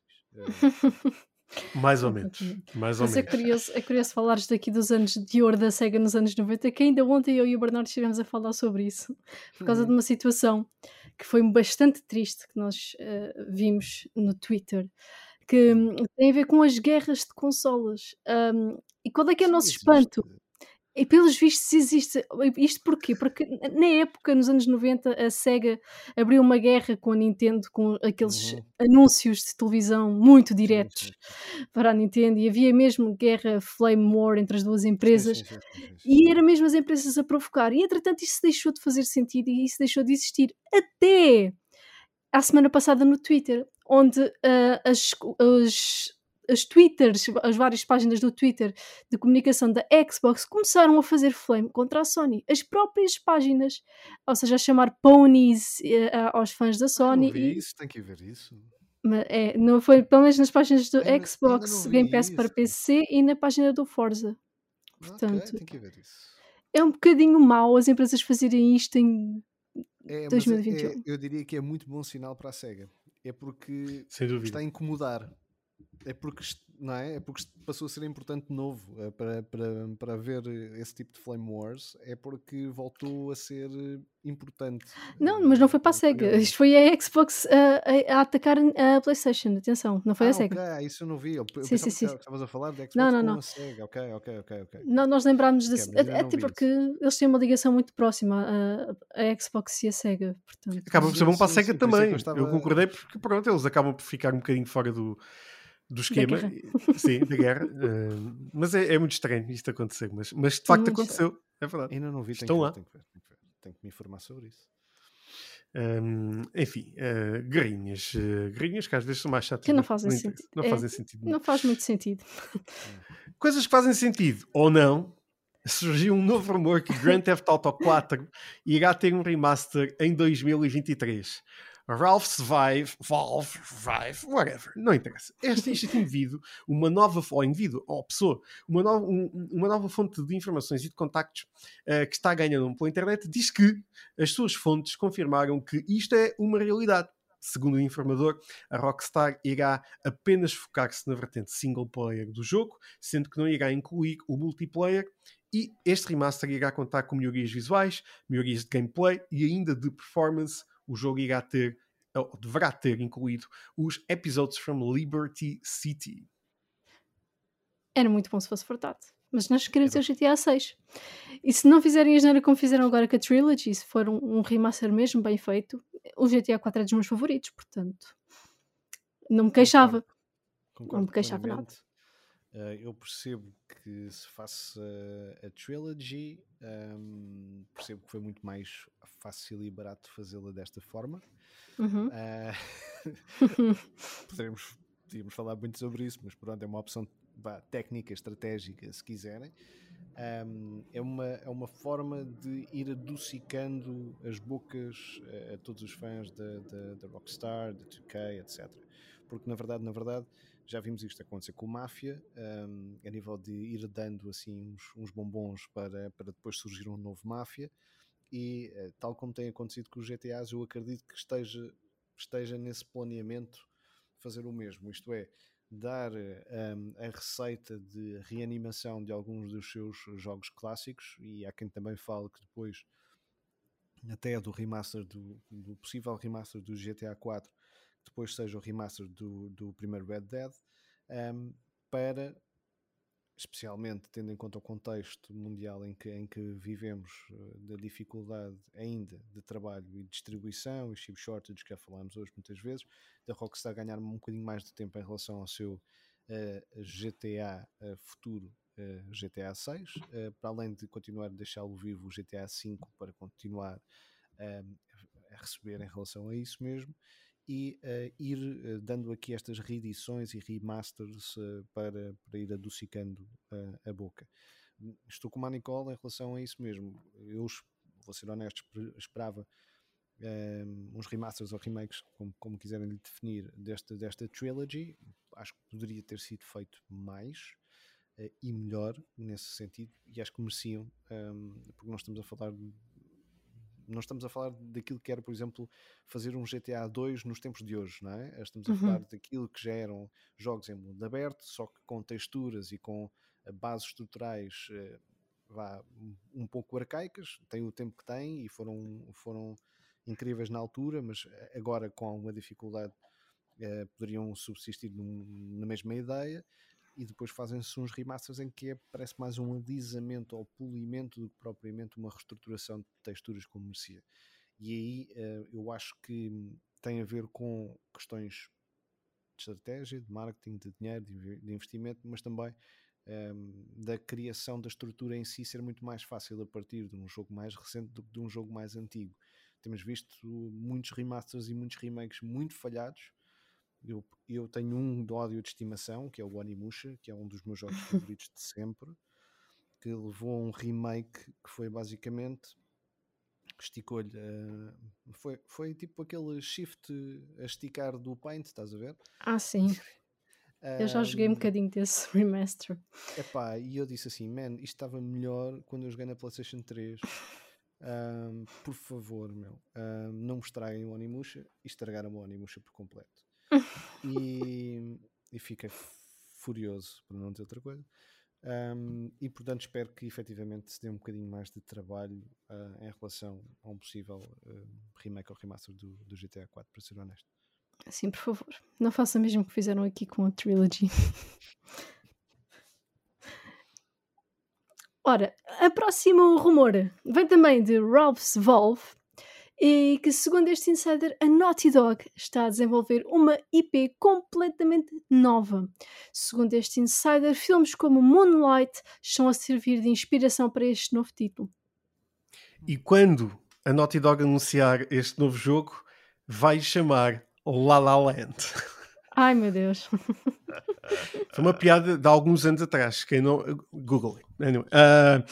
É... mais ou menos. Mais ou Mas é menos. curioso, é curioso falares daqui dos anos de ouro da SEGA nos anos noventa, que ainda ontem eu e o Bernardo estivemos a falar sobre isso, por causa uhum. de uma situação que foi bastante triste que nós uh, vimos no Twitter, que um, tem a ver com as guerras de consolas. Um, e qual é que é o nosso Sim, espanto? Existe. E pelos vistos existe. Isto porquê? Porque na época, nos anos noventa, a SEGA abriu uma guerra com a Nintendo, com aqueles uhum. anúncios de televisão muito diretos sim, sim, sim. para a Nintendo, e havia mesmo guerra flame war entre as duas empresas, sim, sim, sim, sim, sim. e eram mesmo as empresas a provocar. E entretanto isso deixou de fazer sentido e isso deixou de existir. Até à semana passada no Twitter, onde uh, as... as as Twitters, as várias páginas do Twitter de comunicação da Xbox começaram a fazer flame contra a Sony. As próprias páginas, ou seja, a chamar ponies uh, aos fãs da Sony. Ah, não vi e... isso, tem que ver isso. É, não foi, pelo menos nas páginas do ainda, Xbox ainda Game Pass isso. para P C e na página do Forza. Portanto, okay, tem que ver isso. É um bocadinho mau as empresas fazerem isto em é, dois mil e vinte e um. É, é, eu diria que é muito bom sinal para a SEGA. É porque está a incomodar. é porque isto- não é? É porque isto passou a ser importante de novo eh, para, para, para haver esse tipo de Flame Wars, é porque voltou a ser eh, importante. Não, mas não eh, foi para a Sega. anteriormente. Isto foi a Xbox a, a- a atacar a PlayStation. Atenção, não foi a Ah, ok, Sega. isso eu não vi. Eu, eu Sim, sim, pensava que sim. estavas a falar de Não, Xbox não, com não. a Sega. Ok, ok, ok, ok. Nó- Nós lembrámos Ok, de, mas ainda não até vi porque isso. eles têm uma ligação muito próxima a, a Xbox e a Sega, portanto. Acaba por ser Sim, bom para a sim, SEGA sim. Por isso é que eu também. Eu estava. concordei porque, pronto, eles acabam por ficar um bocadinho fora do, do Da esquema. guerra. Sim, da guerra. eh, mas é, é muito estranho isto acontecer. Mas, mas de Sim, facto muito estranho. aconteceu. É verdade. Ainda não vi, tenho Estão que ver, lá. tenho que ver, tenho que ver. Tenho que me informar sobre isso. Hum, enfim, uh, guerrinhas. Uh, guerrinhas que às vezes são mais chatas, Que não mas fazem não, sentido. interessa, não É, fazem sentido nenhum. não faz muito sentido. Não. Coisas que fazem sentido ou não. Surgiu um novo rumor que Grand Theft Auto quatro irá ter um remaster em dois mil e vinte e três. Ralph's Vive, Valve, Vive, whatever, não interessa. Este, este indivíduo, uma nova, ou indivíduo, ou pessoa, uma nova, um, uma nova fonte de informações e de contactos uh, que está ganhando pela internet, diz que as suas fontes confirmaram que isto é uma realidade. Segundo o informador, a Rockstar irá apenas focar-se na vertente single player do jogo, sendo que não irá incluir o multiplayer, e este remaster irá contar com melhorias visuais, melhorias de gameplay e ainda de performance. O jogo irá ter, ou deverá ter incluído, os episodes from Liberty City. Era muito bom se fosse verdade. Mas nós queremos Era. o G T A seis. E se não fizerem a geneira como fizeram agora com a Trilogy, se for um, um remaster mesmo bem feito, o G T A quatro é dos meus favoritos, portanto. Não me queixava. Concordo, Não concordo me queixava nada. plenamente. Uh, eu percebo que se faça a trilogy, um, percebo que foi muito mais fácil e barato fazê-la desta forma. Uhum. Uh, poderemos, podíamos falar muito sobre isso, mas pronto, é uma opção bah, técnica, estratégica, se quiserem. Um, é, uma, é uma forma de ir adocicando as bocas a, a todos os fãs da, da, da Rockstar, da dois K, etcétera. Porque na verdade, na verdade, já vimos isto acontecer com o Mafia, um, a nível de ir dando assim uns, uns bombons para, para depois surgir um novo Mafia, e uh, tal como tem acontecido com os G T As, eu acredito que esteja, esteja nesse planeamento fazer o mesmo, isto é, dar um, a receita de reanimação de alguns dos seus jogos clássicos, e há quem também fale que depois até do remaster do, do possível remaster do G T A quatro, depois seja o remaster do, do primeiro Red Dead, um, para, especialmente tendo em conta o contexto mundial em que, em que vivemos, da dificuldade ainda de trabalho e distribuição e chip shortage que já falámos hoje muitas vezes, da Rockstar ganhar um bocadinho mais de tempo em relação ao seu uh, G T A uh, futuro, uh, G T A seis, uh, para além de continuar a deixá-lo vivo, o G T A cinco para continuar uh, a receber em relação a isso mesmo, e uh, ir uh, dando aqui estas reedições e remasters uh, para, para ir adocicando uh, a boca. Estou com a Nicole em relação a isso mesmo. Eu, vou ser honesto, esperava um, uns remasters ou remakes, como, como quiserem lhe definir, desta, desta trilogy. Acho que poderia ter sido feito mais uh, e melhor nesse sentido, e acho que mereciam, um, porque nós estamos a falar de não estamos a falar daquilo que era, por exemplo, fazer um G T A dois nos tempos de hoje, não é? Estamos a Uhum. falar daquilo que já eram jogos em mundo aberto, só que com texturas e com bases estruturais uh, vá, um pouco arcaicas, têm o tempo que têm e foram, foram incríveis na altura, mas agora com alguma dificuldade uh, poderiam subsistir num, na mesma ideia. E depois fazem-se uns remasters em que é, parece mais um alisamento ou polimento do que propriamente uma reestruturação de texturas como merecia. E aí uh, eu acho que tem a ver com questões de estratégia, de marketing, de dinheiro, de, de investimento, mas também um, da criação da estrutura em si ser muito mais fácil a partir de um jogo mais recente do que de um jogo mais antigo. Temos visto muitos remasters e muitos remakes muito falhados. Eu, eu tenho um de ódio de estimação, que é o Onimusha, que é um dos meus jogos favoritos de sempre, que levou a um remake que foi basicamente esticou-lhe uh, foi, foi tipo aquele shift a esticar do Paint, estás a ver? Ah, sim. Eu já joguei um bocadinho desse remaster. Epá, e eu disse assim, man, isto estava melhor quando eu joguei na PlayStation três. Um, por favor, meu, um, não me estraguem o Onimusha, e estragaram o Onimusha por completo. E, e fiquei furioso, por não dizer outra coisa. Um, e portanto espero que efetivamente se dê um bocadinho mais de trabalho uh, em relação a um possível uh, remake ou remaster do, do G T A quatro, para ser honesto. Sim, por favor. Não façam o mesmo que fizeram aqui com a Trilogy. Ora, a próximo rumor vem também de Ralph's Valve, e que, segundo este insider, a Naughty Dog está a desenvolver uma I P completamente nova. Segundo este insider, filmes como Moonlight estão a servir de inspiração para este novo título. E quando a Naughty Dog anunciar este novo jogo, vai chamar La La Land. Ai, meu Deus. Foi uma piada de alguns anos atrás. Quem não... Google. Anyway, uh...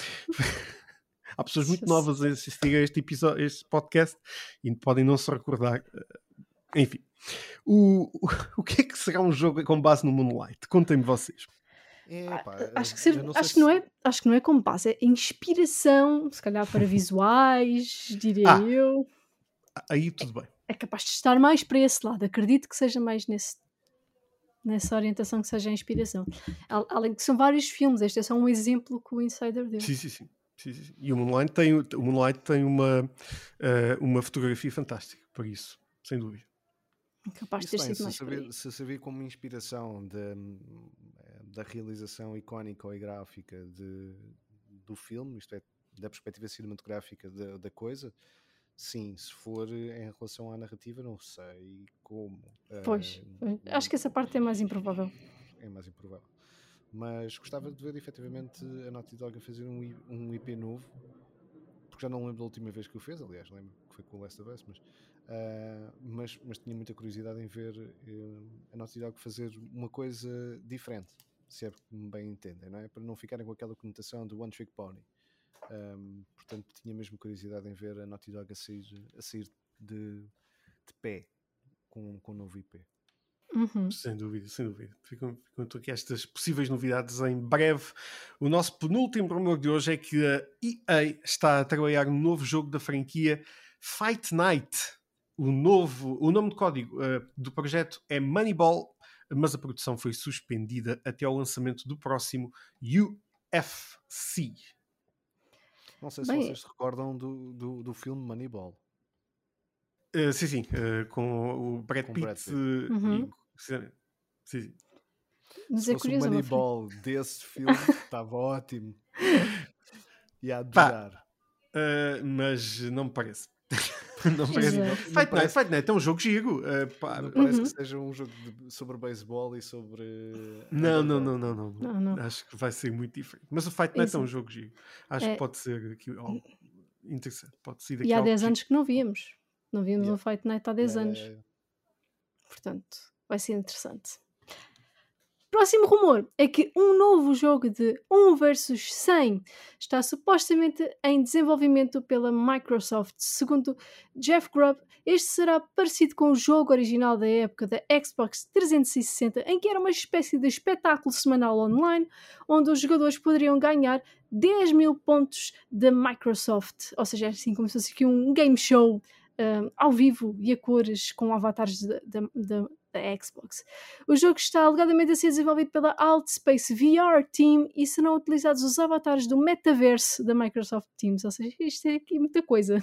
Há pessoas muito novas a assistir a este episódio, a este podcast, e podem não se recordar. Enfim. O, o, o que é que será um jogo com base no Moonlight? Contem-me vocês. É, pá, acho, que ser, não acho, se... que não é, acho que não é com base, é inspiração, se calhar para visuais, diria ah, eu. Aí tudo bem. É, é capaz de estar mais para esse lado. Acredito que seja mais nesse, nessa orientação que seja a inspiração. Além de que são vários filmes, este é só um exemplo que o Insider deu. Sim, sim, sim. Sim, sim, sim. E o Moonlight tem, o Moonlight tem uma, uh, uma fotografia fantástica, por isso, sem dúvida. Capaz de ter sido mais por aí. Se servir como inspiração de, da realização icónica ou gráfica de, do filme, isto é, da perspectiva cinematográfica da, da coisa, sim. Se for em relação à narrativa, não sei como. Pois, uh, acho que essa parte é mais improvável. É mais improvável. Mas gostava de ver efetivamente a Naughty Dog a fazer um, um I P novo, porque já não lembro da última vez que o fez, aliás, lembro que foi com o Last of Us, mas, uh, mas, mas tinha muita curiosidade em ver uh, a Naughty Dog fazer uma coisa diferente, se é que me bem entendem, não é? Para não ficarem com aquela conotação do One Trick Pony. Um, portanto, tinha mesmo curiosidade em ver a Naughty Dog a sair, a sair de, de pé com, com um novo I P. Uhum. Sem dúvida, sem dúvida. Ficam, ficam aqui estas possíveis novidades em breve. O nosso penúltimo rumor de hoje é que a E A está a trabalhar um novo jogo da franquia Fight Night. O, novo, o nome de código uh, do projeto é Moneyball, mas a produção foi suspendida até ao lançamento do próximo U F C. Não sei se Bem, vocês se recordam do, do, do filme Moneyball. Uh, sim, sim, uh, com o Brad com Pitt. Brad Pitt. Uh, uhum. e... Sim, sim. Mas se é fosse curioso, o Moneyball desse filme, estava ótimo. E a adorar. Uh, mas não me parece. não Exato. parece. Não Fight, parece... Night, Fight Night é um jogo giro. Uh, pá. Não parece uhum. que seja um jogo de, sobre beisebol e sobre. Não não não, não, não, não, não. Acho que vai ser muito diferente. Mas o Fight Night Isso. é um jogo giro. Acho é... que pode ser aqui algo interessante. Pode ser e há dez giro. anos que não víamos. Não víamos yeah. um Fight Night há dez yeah, anos. Yeah, yeah. Portanto, vai ser interessante. Próximo rumor é que um novo jogo de um versus cem está supostamente em desenvolvimento pela Microsoft. Segundo Jeff Grubb, este será parecido com o jogo original da época da Xbox trezentos e sessenta, em que era uma espécie de espetáculo semanal online, onde os jogadores poderiam ganhar dez mil pontos da Microsoft. Ou seja, é assim como se fosse aqui um game show um, ao vivo e a cores com avatares da, da, da da Xbox. O jogo está alegadamente a ser desenvolvido pela Altspace V R Team e serão utilizados os avatares do metaverso da Microsoft Teams. Ou seja, isto é aqui muita coisa.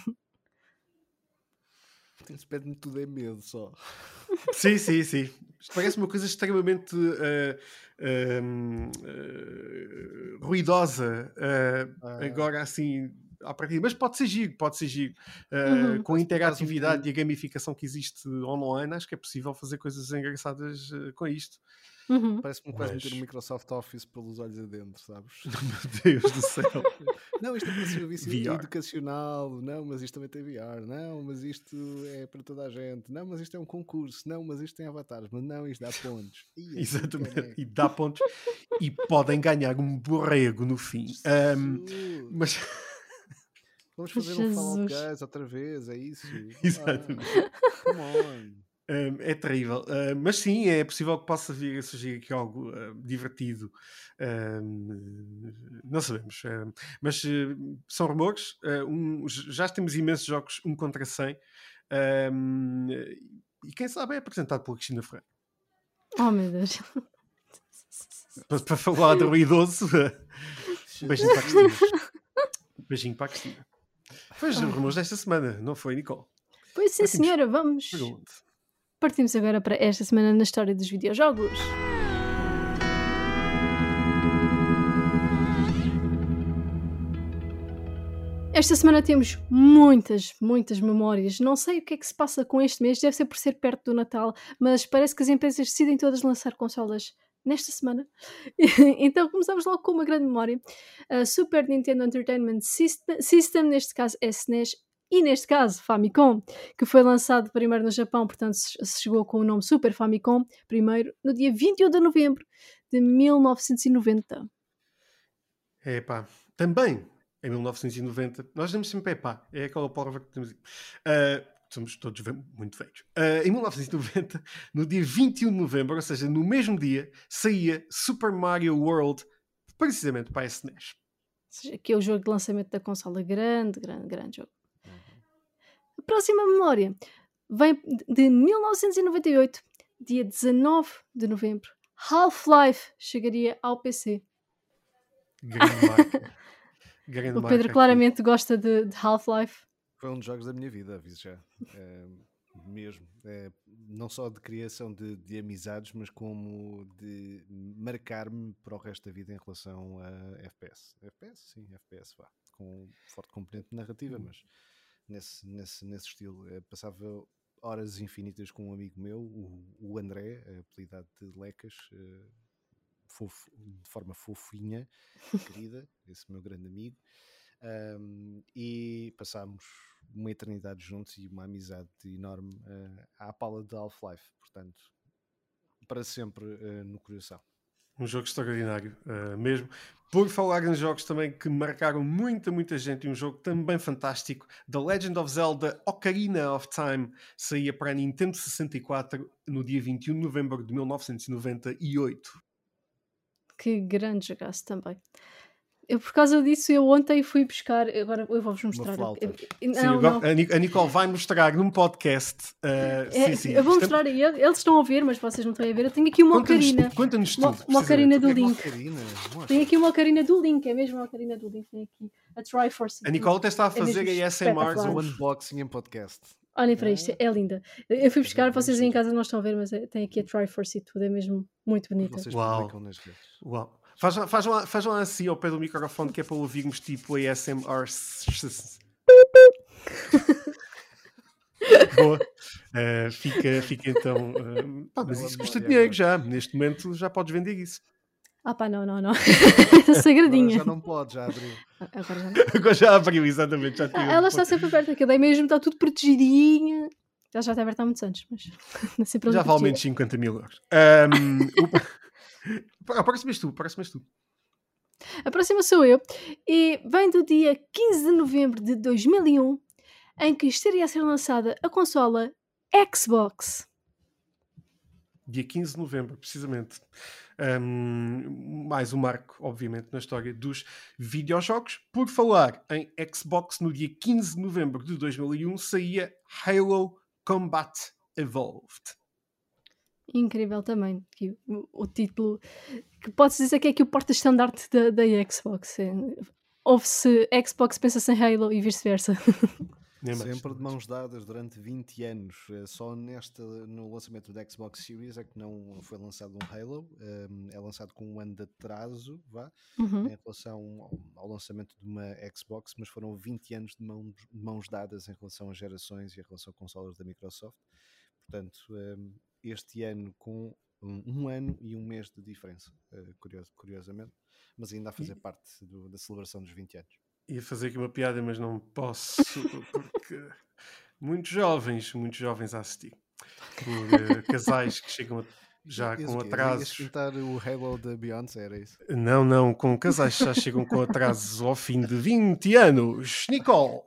Isso pede-me tudo em medo só. Sim, sim, sim. Isto parece uma coisa extremamente uh, uh, uh, ruidosa. Uh, ah. Agora, assim, à partida. Mas pode ser giro, pode ser giro. Uh, uhum. Com a interatividade um e a gamificação que existe online, acho que é possível fazer coisas engraçadas uh, com isto. Uhum. Parece-me quase meter o Microsoft Office pelos olhos adentro, sabes? Meu Deus do céu. Não, isto é para serviço educacional. Não, mas isto também tem V R. Não, mas isto é para toda a gente. Não, mas isto é um concurso. Não, mas isto tem avatares. Mas não, isto dá pontos. Ia, exatamente. E dá pontos. E podem ganhar um borrego no fim. Um, mas... Vamos fazer Jesus. um Fallout Guys outra vez, é isso? Exatamente. Ah, come on. Um, é terrível, uh, mas sim, é possível que possa vir a surgir aqui algo uh, divertido. Um, não sabemos, uh, mas uh, são rumores. Uh, um, já temos imensos jogos um contra cem um, e quem sabe é apresentado pela Cristina Ferreira. Oh meu Deus. Para, para falar do idoso, beijinho para a Cristina. Beijinho para a Cristina. Foi os rumores desta semana, não foi, Nicole? Pois sim, Partimos senhora, vamos. para onde? Partimos agora para esta semana na história dos videojogos. Esta semana temos muitas, muitas memórias. Não sei o que é que se passa com este mês, deve ser por ser perto do Natal, mas parece que as empresas decidem todas lançar consolas nesta semana. Então começamos logo com uma grande memória. A Super Nintendo Entertainment System, System, neste caso é S N E S, e neste caso Famicom, que foi lançado primeiro no Japão, portanto se chegou com o nome Super Famicom, primeiro no dia vinte e um de novembro de mil novecentos e noventa. É pá, também em mil novecentos e noventa, nós damos sempre epá, é aquela palavra que temos. Uh, somos todos muito velhos. Uh, em mil novecentos e noventa, no dia vinte e um de novembro, ou seja, no mesmo dia, saía Super Mario World, precisamente para a S N E S. Ou seja, que é o jogo de lançamento da consola. Grande, grande, grande jogo. A próxima memória vem de mil novecentos e noventa e oito, dia dezanove de novembro. Half-Life chegaria ao P C. Grande marca. Grande O Pedro marca claramente aqui. gosta de, de Half-Life. Foi um dos jogos da minha vida, aviso já. É, mesmo. É, não só de criação de, de amizades, mas como de marcar-me para o resto da vida em relação a F P S. F P S? Sim, F P S, vá. Com um forte componente narrativa, mas nesse, nesse, nesse estilo. É, passava horas infinitas com um amigo meu, o, o André, apelidado de Lecas, é, fofo, de forma fofinha, querida, esse meu grande amigo. Um, e passámos uma eternidade juntos e uma amizade enorme uh, à pala de Half-Life, portanto, para sempre uh, no coração. Um jogo extraordinário, uh, mesmo. Por falar em jogos também que marcaram muita, muita gente, e um jogo também fantástico, The Legend of Zelda Ocarina of Time, saía para a Nintendo sessenta e quatro no dia vinte e um de novembro de mil novecentos e noventa e oito. Que grande jogaço também. Eu, por causa disso, eu ontem fui buscar. Agora eu vou-vos mostrar. Uma flauta. Eu, Sim, eu, não, não. A Nicole vai mostrar num podcast. Uh, É, sim, sim. eu vou Isto é- mostrar. Eles eles estão a ver, mas vocês não estão a ver. Eu tenho aqui uma Conta-nos ocarina. tudo, conta-nos Uma, tudo, uma ocarina do É uma Link. ocarina, mostra. Tenho aqui uma ocarina do Link. É mesmo uma ocarina do Link. Tem aqui a Triforce. A Nicole até está a É fazer mesmo a S M Rs. espetacular. Um unboxing em podcast. Olhem para isto, é linda. Eu fui buscar, bem vocês aí em giro. casa não estão a ver, mas é- tem aqui a Triforce e tudo. É mesmo muito bonita. Vocês Uau. publicam nas redes. Uau. Faz, faz, lá, faz lá assim ao pé do microfone que é para ouvirmos tipo A S M Rs. Boa. Uh, fica, fica então. Uh, pá, mas Bela isso custa memória dinheiro agora. já. Neste momento já podes vender isso. Ah pá, não, não, não. Agora Sagradinha. já não pode, já abriu. Agora já não. Agora já abriu, exatamente. Já Ah, tive- ela está sempre aberta, aquilo é mesmo, está tudo protegidinha. Ela já está aberta há muitos anos, mas não sempre ali Já vale protegida. menos cinquenta mil euros. Um, o... ah, parece-me tu, parece-me tu. A próxima sou eu e vem do dia quinze de novembro de dois mil e um, em que estaria a ser lançada a consola Xbox. Dia quinze de novembro, precisamente. Um, mais um marco, obviamente, na história dos videojogos. Por falar em Xbox, no dia quinze de novembro de dois mil e um saía Halo Combat Evolved. Incrível também, que o, o título, que pode-se dizer que é aqui o porta-estandarte da, da Xbox. É, ouve-se Xbox, pensa-se em Halo e vice-versa. Nem mais, Sempre nem de mais. mãos dadas durante vinte anos. Eh, Só neste, no lançamento da Xbox Series é que não foi lançado um Halo. Um, é lançado com um ano de atraso, vá, Uhum. em relação ao, ao lançamento de uma Xbox, mas foram vinte anos de mãos, de mãos dadas em relação às gerações e em relação a consolas da Microsoft. Portanto, um, este ano com um, um ano e um mês de diferença, uh, curioso, curiosamente, mas ainda a fazer E- parte do- da celebração dos vinte anos. Ia fazer aqui uma piada, mas não posso, porque muitos jovens, muitos jovens a assistir. Por eh, casais que chegam a- já Ias com o quê? Ias atrasos. pintar o Halo da Beyoncé, era isso? Não, não, com casais que já chegam com atrasos ao fim de vinte anos. Nicole!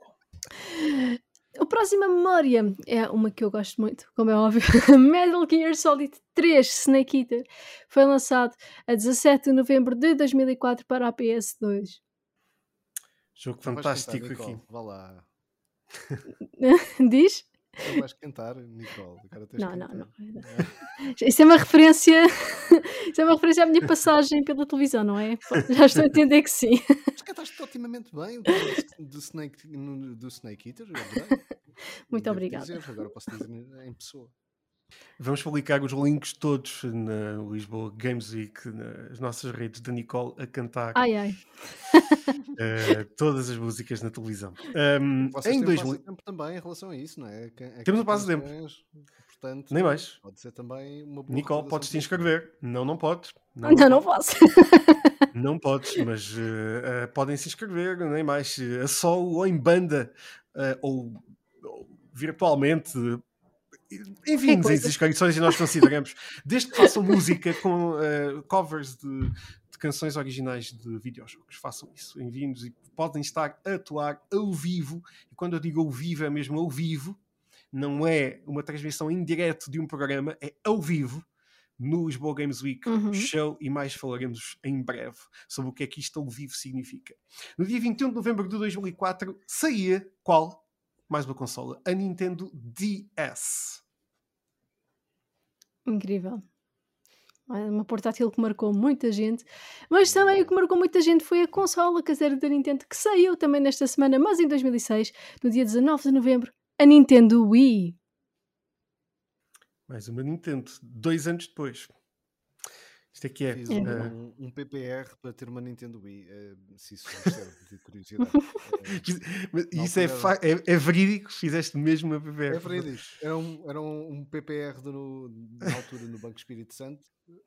A próxima memória é uma que eu gosto muito, como é óbvio. Metal Gear Solid três Snake Eater foi lançado a dezassete de novembro de dois mil e quatro para a P S dois. Jogo Não vais fantástico cantar, aqui. Nicole, vá lá. Diz? Não vais cantar, Nicole. Agora tens Não, que não, cantar. não. Isso é uma referência. Isso é uma referência à minha passagem pela televisão, não é? Já estou a entender que sim. Mas cantaste otimamente bem o tema do, do Snake, no- do Snake Eater. Eu adorei. Muito Devo obrigada. dizer, agora posso dizer em pessoa. Vamos publicar os links todos na Lisboa Games Week, nas nossas redes da Nicole a cantar Ai, ai. eh, todas as músicas na televisão. Um, Vocês em têm um dois mil passatempo também em relação a isso, não é? Can- a Temos um cantar passatempo. canções, portanto, Nem mais. pode ser também uma boa Nicole, recordação podes te para isso. inscrever. Não, não podes. Não, Não, não, não podes. posso. Não podes, mas eh, eh, podem se inscrever, nem mais. eh, A solo ou em banda, eh, ou, ou virtualmente. Enviem-nos as coisa. inscrições e nós consideramos. Desde que façam música com eh, covers de, de canções originais de videojogos. Façam isso. Enviem-nos e podem estar a atuar ao vivo. E quando eu digo ao vivo, é mesmo ao vivo. Não é uma transmissão em direto de um programa, é ao vivo. No Lisboa Games Week Uhum. Show, e mais falaremos em breve sobre o que é que isto ao vivo significa. No dia vinte e um de novembro de dois mil e quatro saía qual? Mais uma consola, a Nintendo D S. Incrível. É uma portátil que marcou muita gente, mas também o que marcou muita gente foi a consola caseira da Nintendo que saiu também nesta semana, mas em dois mil e seis, no dia dezanove de novembro, a Nintendo Wii. Mais uma Nintendo, dois anos depois. Isto aqui é. Fiz É um, verdade. um, um P P R para ter uma Nintendo Wii, eh, se isso vos serve de curiosidade. Eh, Mas na isso é, altura fa- é, é verídico? Fizeste mesmo uma P P R? É verídico. Era um, era um, um P P R do, na altura no Banco Espírito Santo.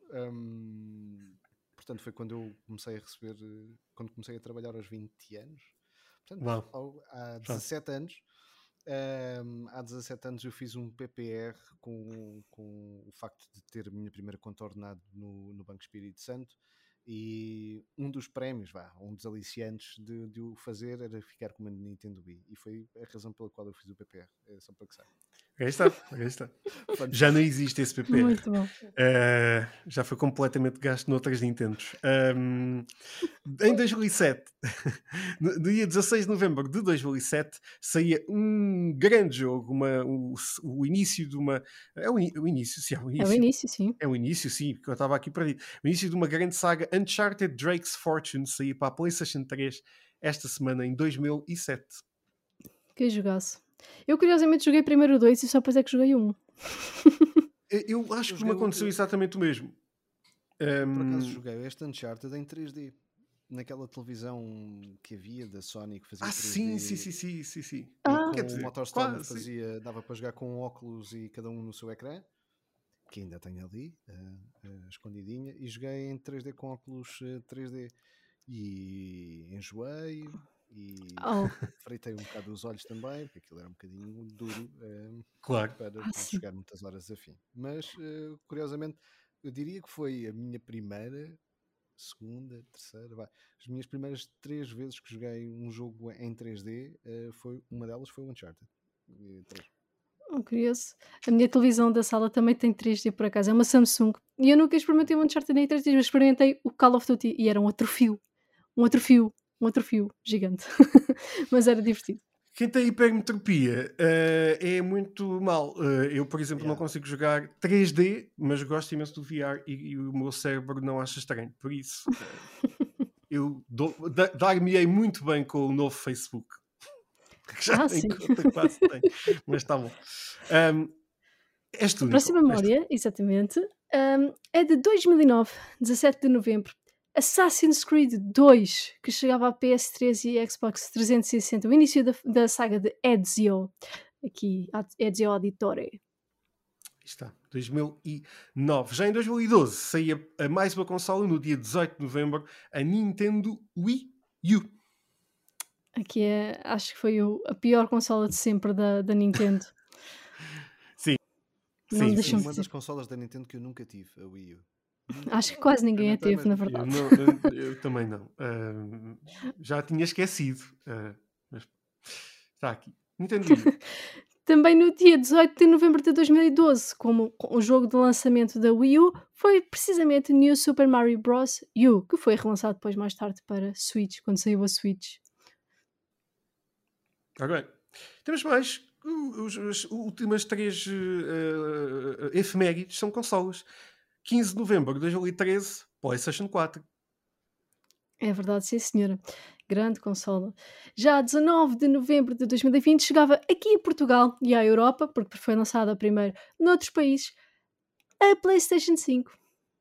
Hum, portanto, foi quando eu comecei a receber, eh, quando comecei a trabalhar aos vinte anos. Portanto, Uau. ao- há Pronto. dezassete anos. hum, há dezassete anos eu fiz um P P R com, com o facto de ter a minha primeira conta ordenada no, no Banco Espírito Santo. E um dos prémios, vá, um dos aliciantes de, de o fazer era ficar com uma Nintendo Wii. E foi a razão pela qual eu fiz o P P R. É só para que saiba. Aí está, aí está. Já não existe esse P P R. Muito bom. Uh, já foi completamente gasto noutras Nintendos. Um, em dois mil e sete, no dia dezasseis de novembro de dois mil e sete, saía um grande jogo, uma, o, o início de uma. É o, in, o início, sim, é o É início. o início, sim. É o início, sim, porque eu estava aqui perdido. O início de uma grande saga, Uncharted Drake's Fortune, saía para a PlayStation três esta semana, em dois mil e sete. Que jogaço. Eu curiosamente joguei primeiro o dois e só depois é que joguei o um. Eu acho Eu que me joguei o- aconteceu exatamente o mesmo. Eu, por acaso Um, joguei este Uncharted em três D. Naquela televisão que havia da Sony que fazia ah, três D. sim, sim, sim, sim, sim, sim. Ah. Com Quer o dizer, MotorStorm quase, sim. fazia, dava para jogar com óculos e cada um no seu ecrã, que ainda tenho ali, uh, uh, escondidinha, e joguei em três D com óculos uh, três D. E enjoei e Oh. freitei um bocado os olhos também, porque aquilo era um bocadinho duro uh, Claro. para, Ah, para sim. jogar muitas horas a fim. Mas, uh, curiosamente, eu diria que foi a minha primeira, segunda, terceira, vá, as minhas primeiras três vezes que joguei um jogo em três D, uh, foi, uma delas foi o Uncharted. E três. Oh, curioso. A minha televisão da sala também tem três D por acaso, é uma Samsung. E eu nunca experimentei um Uncharted em três D, mas experimentei o Call of Duty e era um outro fio. Um outro fio. Um outro fio gigante. Mas era divertido. Quem tem hipermetropia uh, é muito mal. Uh, eu, por exemplo, Yeah. não consigo jogar três D, mas gosto imenso do V R e, e o meu cérebro não acha estranho. Por isso, uh, eu dou- da- dar-me-ei muito bem com o novo Facebook. Que já Ah, tem sim. conta, quase tem. Mas está bom. Um, és tu, A próxima Nicole, és tu. memória, exatamente, um, é de dois mil e nove, dezassete de novembro. Assassin's Creed dois, que chegava à P S três e Xbox trezentos e sessenta. O início da, da saga de Ezio. Aqui, Ezio Auditore. Está, dois mil e nove. Já em dois mil e doze saía a mais uma consola no dia dezoito de novembro, a Nintendo Wii U. Aqui é, acho que foi o, a pior consola de sempre da, da Nintendo. Sim. Não Sim, me Foi deixam uma dizer. das consolas da Nintendo que eu nunca tive, a Wii U. Acho que quase ninguém a Experimentei, teve, na mas- Eu, verdade. não- eu- eu também não. Uh, já tinha esquecido. Uh, mas está aqui. Nintendo Wii U. Também no dia dezoito de novembro de dois mil e doze, como o jogo de lançamento da Wii U, foi precisamente New Super Mario Bros. U, que foi relançado depois mais tarde para Switch, quando saiu a Switch. Ok. Temos mais Os, as últimas três uh, efemérides são consolas. quinze de novembro de dois mil e treze, PlayStation quatro. É verdade, sim senhora. Grande consola. Já a dezanove de novembro de dois mil e vinte chegava aqui a Portugal e à Europa, porque foi lançada primeiro noutros países, a PlayStation cinco.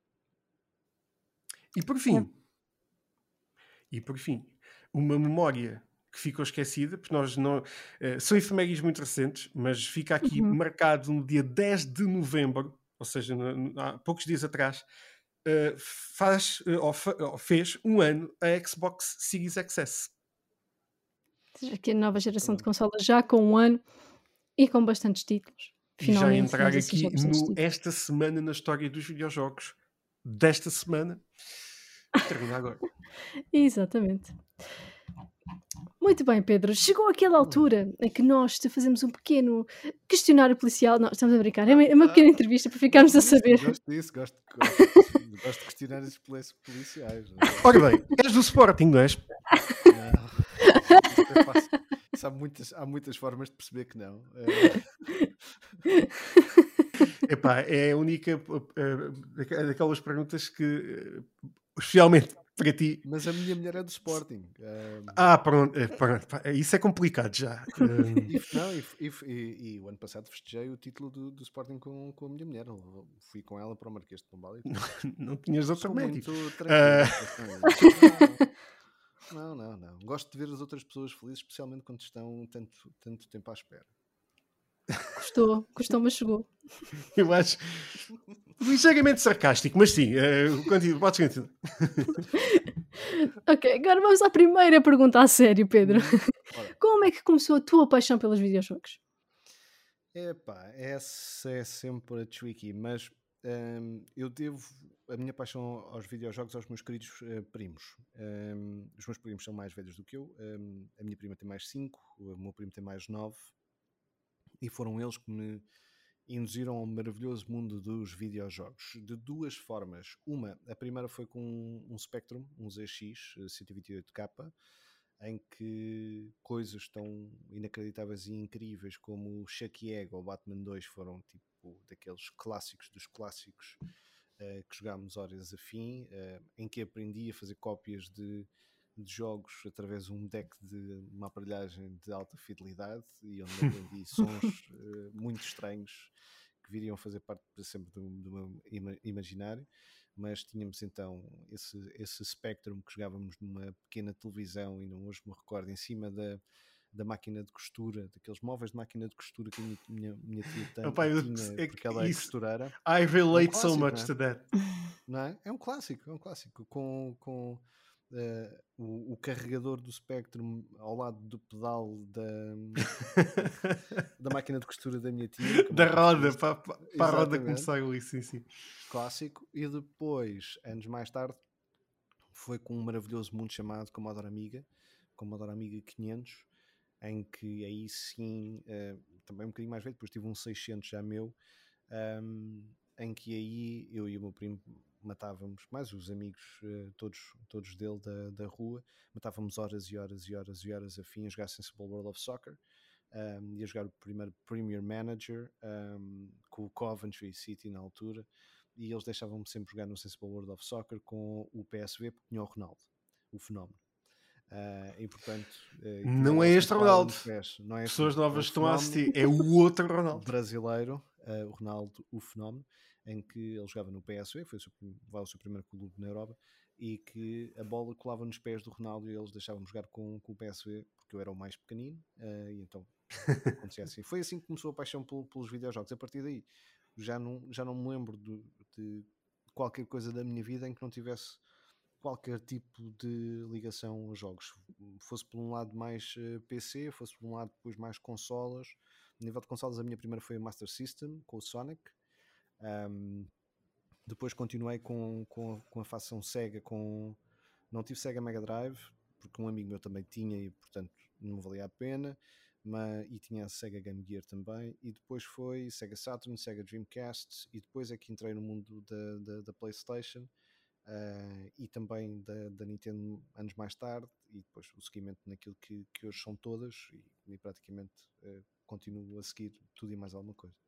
E por fim, e por fim, uma memória que ficou esquecida, porque nós não... Uh, são efemérides muito recentes, mas fica aqui Uhum. marcado no dia dez de novembro, ou seja, no, no, há poucos dias atrás, uh, faz, uh, ou, fa, ou fez um ano a Xbox Series X S. Aqui a nova geração de consolas já com um ano e com bastantes títulos. E já Finalmente, entrar mas assim já aqui bastantes no títulos. esta semana na história dos videojogos desta semana, que termina agora. Exatamente. Muito bem, Pedro. Chegou aquela altura em que nós te fazemos um pequeno questionário policial. Não, estamos a brincar. É uma, é uma pequena entrevista para ficarmos Gosto a disso, saber. Gosto disso, gosto, gosto, gosto de questionar esses poli- policiais. Não é? Ora bem, és do Sporting, não és? Não. Isso é fácil. Isso há, muitas, há muitas formas de perceber que não. É, Epá, é a única uh, daquelas perguntas que, uh, especialmente para ti. mas a minha mulher é do Sporting. é, Ah, pronto, eh, pronto, pá, isso é complicado já. Um, E, f- não, e, f- e f- e- e o ano passado festejei o título do, do Sporting com, com a minha mulher. Eu fui com ela para o Marquês de Pombal e tudo. não tinhas outro Sou médico. muito Ah. tranquilo. em relação a isso. Não, não, não, não. Gosto de ver as outras pessoas felizes, especialmente quando estão tanto, tanto tempo à espera. Custou, custou, mas chegou. Eu acho ligeiramente sarcástico, mas sim, uh, continua, podes continuar. Ok, agora vamos à primeira pergunta a sério, Pedro. Hum, ora. Como é que começou a tua paixão pelos videojogos? Epá, essa é sempre a tricky, mas hum, eu devo a minha paixão aos videojogos aos meus queridos eh, primos. Hum, os meus primos são mais velhos do que eu, hum, a minha prima tem mais cinco, o meu primo tem mais nove, e foram eles que me induziram ao maravilhoso mundo dos videojogos de duas formas. Uma, a primeira foi com um Spectrum, um Z X cento e vinte e oito K, em que coisas tão inacreditáveis e incríveis como o Chucky Egg ou Batman dois foram tipo daqueles clássicos dos clássicos uh, que jogámos horas a fim, uh, em que aprendi a fazer cópias de, de jogos através de um deck de uma aparelhagem de alta fidelidade e onde aprendi sons uh, muito estranhos que viriam fazer parte para sempre do, do meu ima- imaginário. Mas tínhamos então esse, esse Spectrum que jogávamos numa pequena televisão, e não hoje me recordo, em cima da, da máquina de costura, daqueles móveis de máquina de costura que a minha, minha, minha tia tem, Opa, eu- tinha, é porque que ela é isso- costureira. I relate so clássico, much não é? to that. Não é? É um clássico, é um clássico. Com, com uh, o, o carregador do Spectrum ao lado do pedal da, da máquina de costura da minha tia. que é Da uma roda, costurista. para, para a roda Exatamente. começar ali, sim, sim. Clássico. E depois, anos mais tarde, foi com um maravilhoso mundo chamado Commodore Amiga, Commodore Amiga quinhentos, em que aí sim, uh, também um bocadinho mais velho, depois tive um seiscentos já meu, um, em que aí eu e o meu primo matávamos, mais os amigos uh, todos, todos dele da, da rua, matávamos horas e horas e horas e horas a fim a jogar Sensible World of Soccer. Um, ia jogar o primeiro Premier Manager um, com o Coventry City na altura, e eles deixavam-me sempre jogar no Sensible World of Soccer com o P S V, porque tinha o Ronaldo, o fenómeno. Uh, e portanto, uh, não é este Ronaldo. Pés. Não é Pessoas este, novas é estão a assistir. É o outro Ronaldo. Brasileiro, uh, o Ronaldo, o fenómeno, em que ele jogava no P S V, foi o seu, vai o seu primeiro clube na Europa, e que a bola colava nos pés do Ronaldo e eles deixavam jogar com, com o P S V, porque eu era o mais pequenino, uh, e então acontecia assim. Foi assim que começou a paixão pelos videojogos. A partir daí já não, já não me lembro de, de qualquer coisa da minha vida em que não tivesse qualquer tipo de ligação a jogos, fosse por um lado mais uh, P C, fosse por um lado depois mais consolas. A nível de consolas, a minha primeira foi a Master System com o Sonic. Um, depois continuei com, com, com a facção Sega, com... não tive Sega Mega Drive porque um amigo meu também tinha e portanto não valia a pena, mas, e tinha a Sega Game Gear também, e depois foi Sega Saturn, Sega Dreamcast, e depois é que entrei no mundo da, da, da PlayStation, uh, e também da, da Nintendo anos mais tarde, e depois o seguimento naquilo que, que hoje são todas, e, e praticamente uh, continuo a seguir tudo e mais alguma coisa.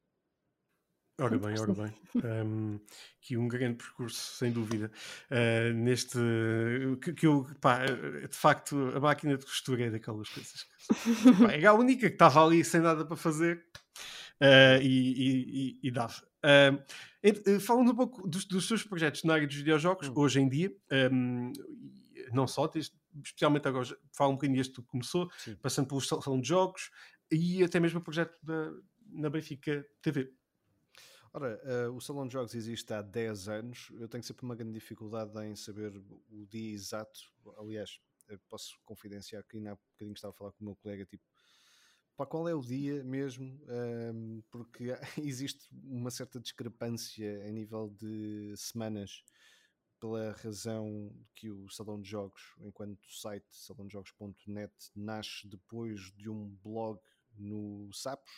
Ora bem, ora bem. Um, que um grande percurso, sem dúvida. Uh, neste. Que, que eu, pá, de facto, a máquina de costura é daquelas coisas. Que, pá, era a única que estava ali sem nada para fazer uh, e, e, e, e dava. Uh, falando um pouco dos, dos seus projetos na área dos videojogos, hum. hoje em dia, um, não só, tens, especialmente agora, fala um bocadinho desde que começou, Sim. passando pelo salão de jogos e até mesmo o projeto da, na Benfica T V. Ora, uh, o Salão de Jogos existe há dez anos. Eu tenho sempre uma grande dificuldade em saber o dia exato. Aliás, posso confidenciar que ainda há bocadinho estava a falar com o meu colega, tipo, para qual é o dia mesmo? Um, porque existe uma certa discrepância a nível de semanas, pela razão que o Salão de Jogos, enquanto site salão de jogos ponto net, nasce depois de um blog no Sapos,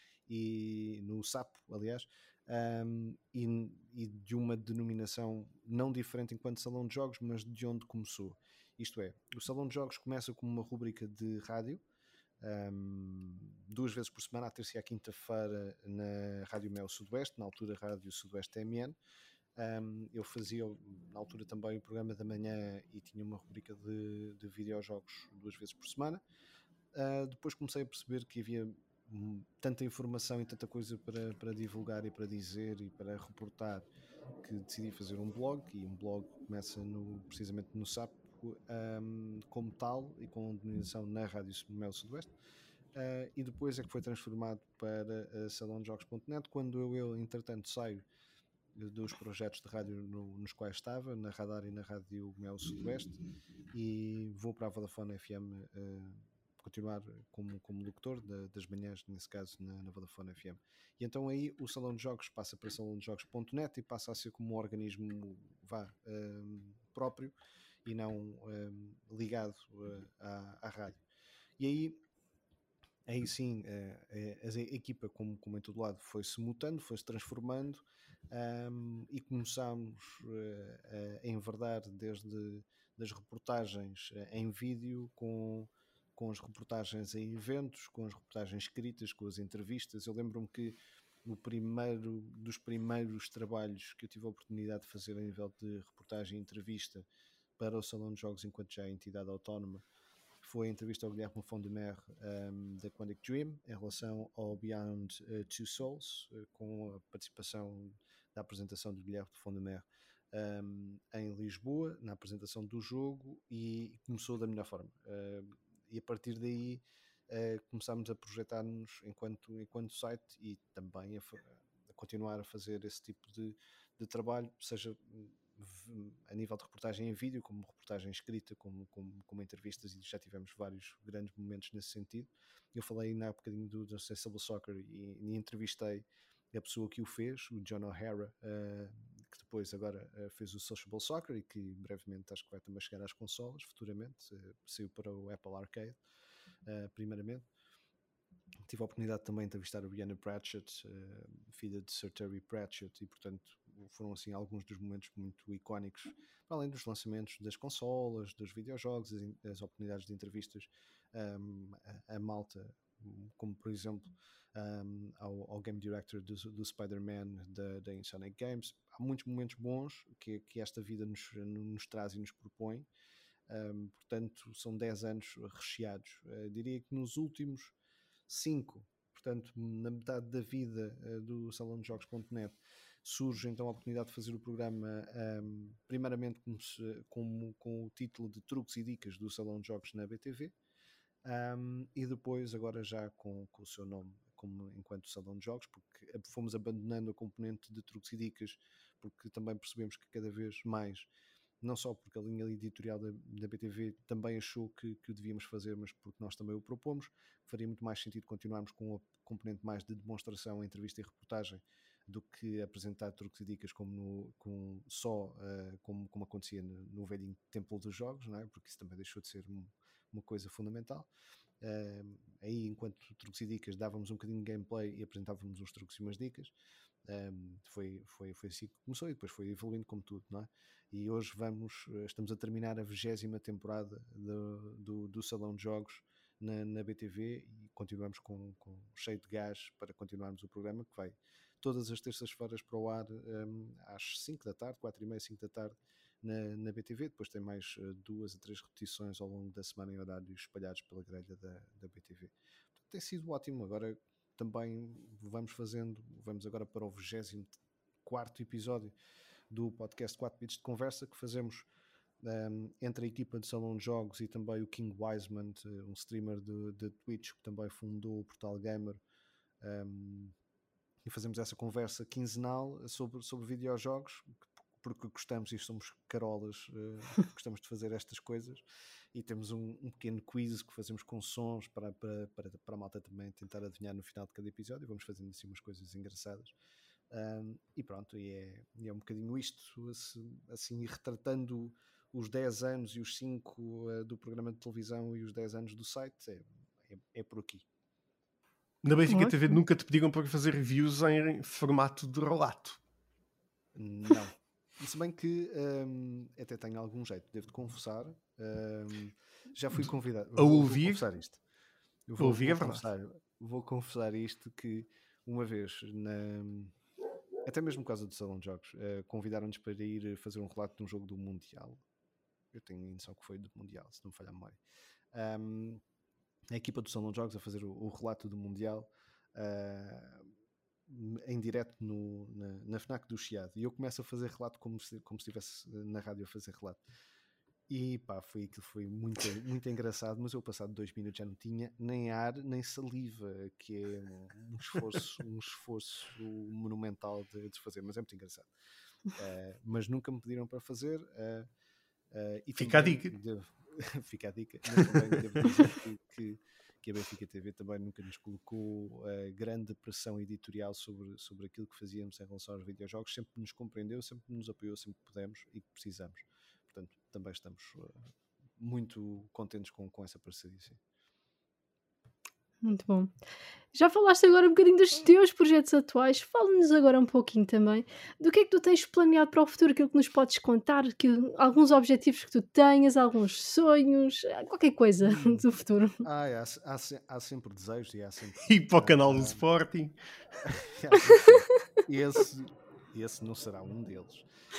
e no Sapo, aliás, um, e, e de uma denominação não diferente enquanto salão de jogos, mas de onde começou. Isto é, o Salão de Jogos começa como uma rúbrica de rádio, um, duas vezes por semana, à terça e à quinta-feira, na Rádio Mel Sudoeste, na altura Rádio Sudoeste M N. Um, eu fazia na altura também o programa da manhã e tinha uma rubrica de, de videojogos duas vezes por semana. Uh, depois comecei a perceber que havia tanta informação e tanta coisa para, para divulgar e para dizer e para reportar, que decidi fazer um blog, e um blog começa no, precisamente no Sapo, um, como tal, e com denominação na Rádio Mel Sudoeste. Uh, e depois é que foi transformado para uh, salão de jogos ponto net, quando eu, eu entretanto saio dos projetos de rádio no, nos quais estava, na Radar e na Rádio Mel Sudoeste, e vou para a Vodafone F M uh, continuar como, como locutor de, das manhãs, nesse caso na, na Vodafone F M. E então aí o Salão de Jogos passa para salão de jogos ponto net e passa a ser como um organismo vá, um, próprio e não um, ligado uh, à, à rádio. E aí aí sim a, a equipa, como, como em todo lado, foi-se mutando, foi-se transformando, um, e começámos uh, a enverdar desde das reportagens em vídeo, com, com as reportagens em eventos, com as reportagens escritas, com as entrevistas. Eu lembro-me que o primeiro dos primeiros trabalhos que eu tive a oportunidade de fazer a nível de reportagem e entrevista para o Salão de Jogos enquanto já é entidade autónoma foi a entrevista ao Guilherme Fondemer, um, da Quantic Dream, em relação ao Beyond uh, Two Souls, uh, com a participação da apresentação do Guilherme Fondemer um, em Lisboa, na apresentação do jogo, e começou da melhor forma. Uh, e a partir daí uh, começámos a projetar-nos enquanto, enquanto site, e também a, a continuar a fazer esse tipo de, de trabalho, seja a nível de reportagem em vídeo, como reportagem escrita, como, como, como entrevistas, e já tivemos vários grandes momentos nesse sentido. Eu falei na bocadinho do, do Accessible Soccer, e, e entrevistei a pessoa que o fez, o John O'Hara, uh, que depois agora uh, fez o Sociable Soccer, e que brevemente acho que vai também chegar às consolas, futuramente, uh, saiu para o Apple Arcade, uh, primeiramente. Tive a oportunidade também de entrevistar a Brianna Pratchett, uh, filha de Sir Terry Pratchett, e portanto foram assim alguns dos momentos muito icónicos, para além dos lançamentos das consolas, dos videojogos, as, as oportunidades de entrevistas um, a, a malta, como por exemplo um, ao, ao Game Director do, do Spider-Man da, da Insonic Games. Há muitos momentos bons que, que esta vida nos, nos traz e nos propõe. Um, portanto são dez anos recheados. Uh, diria que nos últimos cinco, portanto na metade da vida uh, do salão de jogos ponto net, surge então a oportunidade de fazer o programa um, primeiramente como se, como, com o título de Truques e Dicas do Salão de Jogos na B T V, um, e depois agora já com, com o seu nome como enquanto Salão de Jogos, porque fomos abandonando a componente de Truques e Dicas, porque também percebemos que cada vez mais, não só porque a linha editorial da, da B T V também achou que, que o devíamos fazer, mas porque nós também o propomos, faria muito mais sentido continuarmos com a componente mais de demonstração, entrevista e reportagem, do que apresentar truques e dicas como no, com, só uh, como, como acontecia no, no velhinho templo dos jogos, não é? Porque isso também deixou de ser um, uma coisa fundamental. Uh, aí, enquanto truques e dicas, dávamos um bocadinho de gameplay e apresentávamos uns truques e umas dicas. Um, foi, foi, foi assim que começou e depois foi evoluindo como tudo, não é? E hoje vamos, estamos a terminar a vigésima temporada do, do, do Salão de Jogos na, na B T V e continuamos com, com cheio de gás para continuarmos o programa, que vai todas as terças-feiras para o ar um, às cinco da tarde, quatro e meia, cinco da tarde na, na B T V. Depois tem mais uh, duas a três repetições ao longo da semana em horários espalhados pela grelha da, da B T V. Portanto, tem sido ótimo. Agora também vamos fazendo, vamos agora para o vigésimo quarto episódio do podcast quatro Bits de Conversa, que fazemos um, entre a equipa de Salão de Jogos e também o King Wiseman, um streamer de, de Twitch, que também fundou o Portal Gamer, um, e fazemos essa conversa quinzenal sobre, sobre videojogos, porque gostamos e somos carolas, uh, gostamos de fazer estas coisas, e temos um, um pequeno quiz que fazemos com sons para, para, para, para a malta também tentar adivinhar no final de cada episódio, e vamos fazendo assim umas coisas engraçadas. Um, e pronto, e é, e é um bocadinho isto, assim, assim retratando os dez anos e os cinco uh, do programa de televisão e os dez anos do site, é, é, é por aqui. Na Benfica T V nunca te pediram para fazer reviews em formato de relato? Não. Se bem que um, até tenho algum jeito, devo-te confessar, um, já fui convidado. A vou, ouvir, vou confessar isto. Eu vou, ouvir vou, é confessar, vou confessar isto, que uma vez, na, até mesmo por causa do Salão de Jogos, uh, convidaram-nos para ir fazer um relato de um jogo do Mundial. Eu tenho a noção que foi do Mundial, se não me falhar a memória. Um, a equipa do Salão de Jogos a fazer o, o relato do Mundial, uh, em direto no, na, na FNAC do Chiado, e eu começo a fazer relato como se, como se estivesse na rádio a fazer relato, e pá, foi aquilo, foi muito, muito engraçado, mas eu passado dois minutos já não tinha nem ar nem saliva, que é um, um esforço um esforço monumental de, de fazer, mas é muito engraçado. Uh, mas nunca me pediram para fazer, uh, uh, e fica também a dica devo, fica a dica, mas também devo dizer que, que que a Benfica T V também nunca nos colocou uh, grande pressão editorial sobre, sobre aquilo que fazíamos em relação aos videojogos, sempre nos compreendeu, sempre nos apoiou, sempre que pudemos e que precisamos. Portanto, também estamos uh, muito contentes com, com essa parceria. Sim. Muito bom. Já falaste agora um bocadinho dos teus projetos atuais, fala-nos agora um pouquinho também do que é que tu tens planeado para o futuro, aquilo que nos podes contar, que, alguns objetivos que tu tenhas, alguns sonhos, qualquer coisa Hum. do futuro. Ah, há, há, há sempre desejos e há sempre... E para o canal há, do Sporting. esse, esse não será um deles.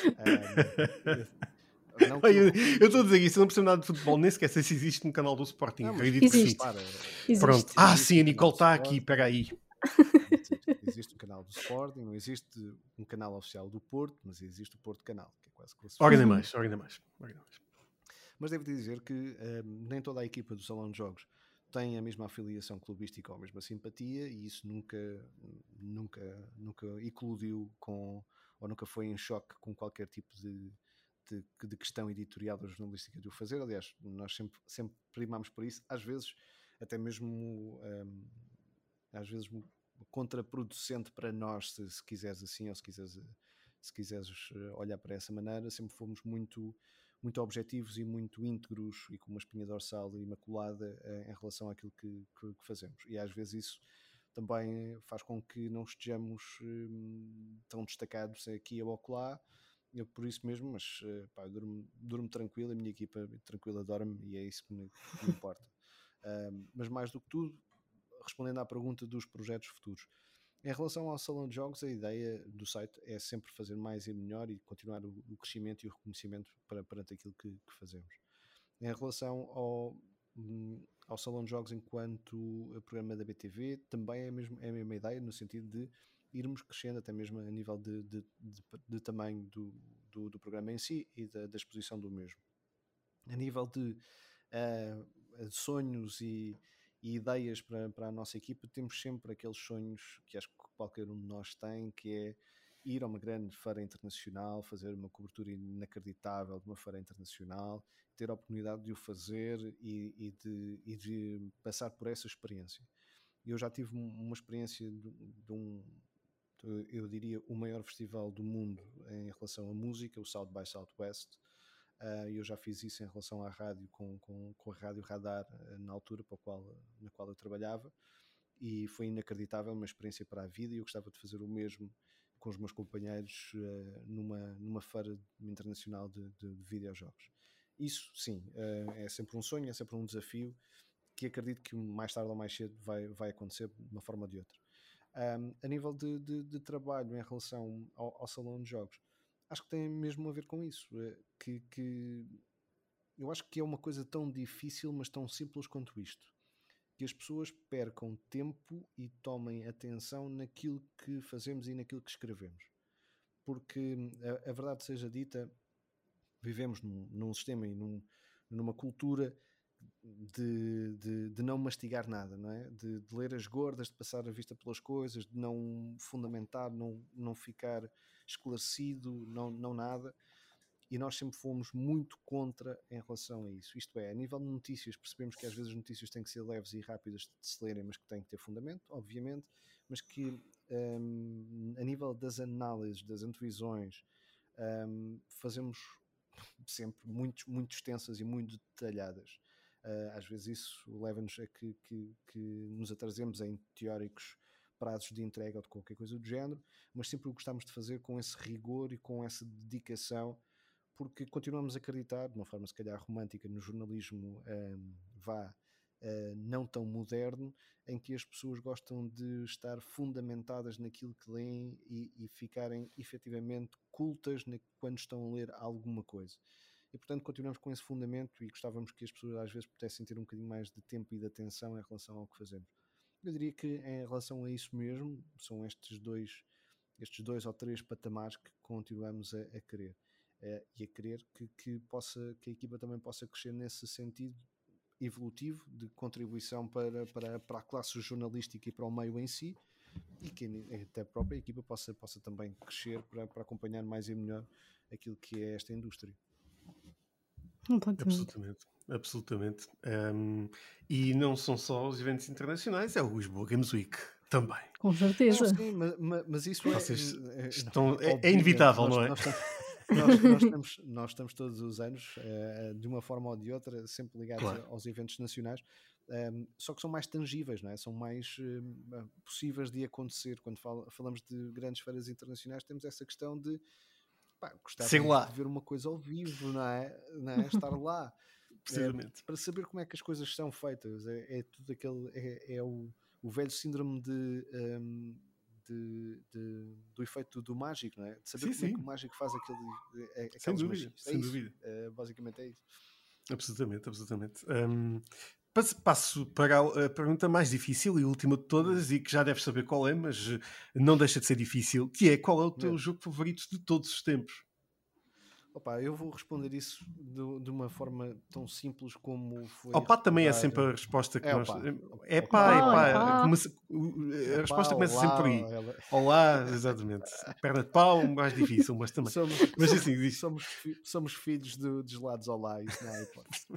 Um, Não eu estou a dizer isso, eu não percebo nada de futebol, nem sequer sei se existe um canal do Sporting. Não, acredito que sim. Para, existe. Pronto. Ah, existe sim, a um Nicole está aqui, espera aí. Existe, existe um canal do Sporting, não existe um canal oficial do Porto, mas existe o Porto Canal, que é quase que Ora ainda mais, ora ainda mais. Mas devo dizer que um, nem toda a equipa do Salão de Jogos tem a mesma afiliação clubística ou a mesma simpatia, e isso nunca, nunca, nunca eclodiu com, ou nunca foi em choque com qualquer tipo de, de, de questão editorial da jornalística de o fazer. Aliás, nós sempre, sempre primámos por isso, às vezes até mesmo um, às vezes contraproducente para nós, se, se quiseres assim, ou se quiseres, se quiseres olhar para essa maneira. Sempre fomos muito muito objetivos e muito íntegros e com uma espinha dorsal imaculada eh, em relação àquilo que, que, que fazemos, e às vezes isso também faz com que não estejamos hum, tão destacados aqui ou acolá. Eu, por isso mesmo, mas pá, durmo, durmo tranquilo, a minha equipa tranquila dorme, e é isso que me, que me importa. Um, mas mais do que tudo, respondendo à pergunta dos projetos futuros, em relação ao Salão de Jogos, a ideia do site é sempre fazer mais e melhor e continuar o, o crescimento e o reconhecimento para, perante aquilo que, que fazemos. Em relação ao, ao Salão de Jogos enquanto programa da B T V, também é a mesma, é a mesma ideia, no sentido de irmos crescendo até mesmo a nível de, de, de, de tamanho do, do, do programa em si e da, da exposição do mesmo. A nível de uh, sonhos e e ideias para, para a nossa equipa, temos sempre aqueles sonhos que acho que qualquer um de nós tem, que é ir a uma grande feira internacional, fazer uma cobertura inacreditável de uma feira internacional, ter a oportunidade de o fazer e, e, de, e de passar por essa experiência. Eu já tive uma experiência de, de um, de, eu diria, o maior festival do mundo em relação à música, o South by Southwest. Uh, eu já fiz isso em relação à rádio, com, com, com a Rádio Radar, uh, na altura para qual, na qual eu trabalhava, e foi inacreditável, uma experiência para a vida, e eu gostava de fazer o mesmo com os meus companheiros uh, numa, numa feira internacional de, de, de videojogos. Isso, sim, uh, é sempre um sonho, é sempre um desafio que acredito que mais tarde ou mais cedo vai, vai acontecer de uma forma ou de outra. Um, a nível de, de, de trabalho em relação ao, ao salão de jogos, acho que tem mesmo a ver com isso, uh, que, que eu acho que é uma coisa tão difícil, mas tão simples quanto isto. Que as pessoas percam tempo e tomem atenção naquilo que fazemos e naquilo que escrevemos. Porque, a, a verdade seja dita, vivemos num, num sistema e num, numa cultura de, de, de não mastigar nada, não é? De, de ler as gordas, de passar a vista pelas coisas, de não fundamentar, não, não ficar esclarecido, não, não nada. E nós sempre fomos muito contra em relação a isso. Isto é, a nível de notícias, percebemos que às vezes as notícias têm que ser leves e rápidas de se lerem, mas que têm que ter fundamento, obviamente, mas que um, a nível das análises, das antevisões, um, fazemos sempre muito, muito extensas e muito detalhadas. Uh, às vezes isso leva-nos a que, que, que nos atrasemos em teóricos prazos de entrega ou de qualquer coisa do género, mas sempre o gostamos de fazer com esse rigor e com essa dedicação, porque continuamos a acreditar, de uma forma se calhar romântica, no jornalismo um, vá uh, não tão moderno, em que as pessoas gostam de estar fundamentadas naquilo que leem e, e ficarem efetivamente cultas na, quando estão a ler alguma coisa. E portanto continuamos com esse fundamento e gostávamos que as pessoas às vezes pudessem ter um bocadinho mais de tempo e de atenção em relação ao que fazemos. Eu diria que em relação a isso mesmo, são estes dois, estes dois ou três patamares que continuamos a, a querer. Uh, e a querer que, que, possa, que a equipa também possa crescer nesse sentido evolutivo de contribuição para, para, para a classe jornalística e para o meio em si, e que até a própria equipa possa, possa também crescer para, para acompanhar mais e melhor aquilo que é esta indústria. Absolutamente, absolutamente. Um, e não são só os eventos internacionais, é o Lisboa Games Week também. Com certeza. Não, sim, mas, mas isso Vocês é, estão, é, é inevitável, nós, não é? Nós, nós, nós, estamos, nós estamos todos os anos, uh, de uma forma ou de outra, sempre ligados claro. aos eventos nacionais, um, só que são mais tangíveis, não é? São mais uh, possíveis de acontecer. Quando fal falamos de grandes feiras internacionais, temos essa questão de pá, gostava de ver uma coisa ao vivo, não é? Não é? Estar lá. Precisamente. É, para saber como é que as coisas são feitas. É, é tudo aquele. É, é o, o velho síndrome de. Um, De, de, do efeito do mágico, não é? De saber sim, como sim. é que o mágico faz aquele, aquelas sem dúvida, é sem isso. dúvida. Uh, basicamente é isso. Absolutamente, absolutamente. Um, passo para a pergunta mais difícil e última de todas, e que já deves saber qual é, mas não deixa de ser difícil, que é: qual é o teu é. jogo favorito de todos os tempos? Opa, eu vou responder isso de, de uma forma tão simples como foi. Opa, também é sempre a resposta que é nós. Opa. É pá, é pá. Opa. Começa... A resposta Opa, começa olá, sempre por aí. ela... Olá, exatamente. Perna de pau, mais difícil, mas também. Somos, mas somos, assim, diz... somos, fi somos filhos de, de gelados olá, isso não é hipótese.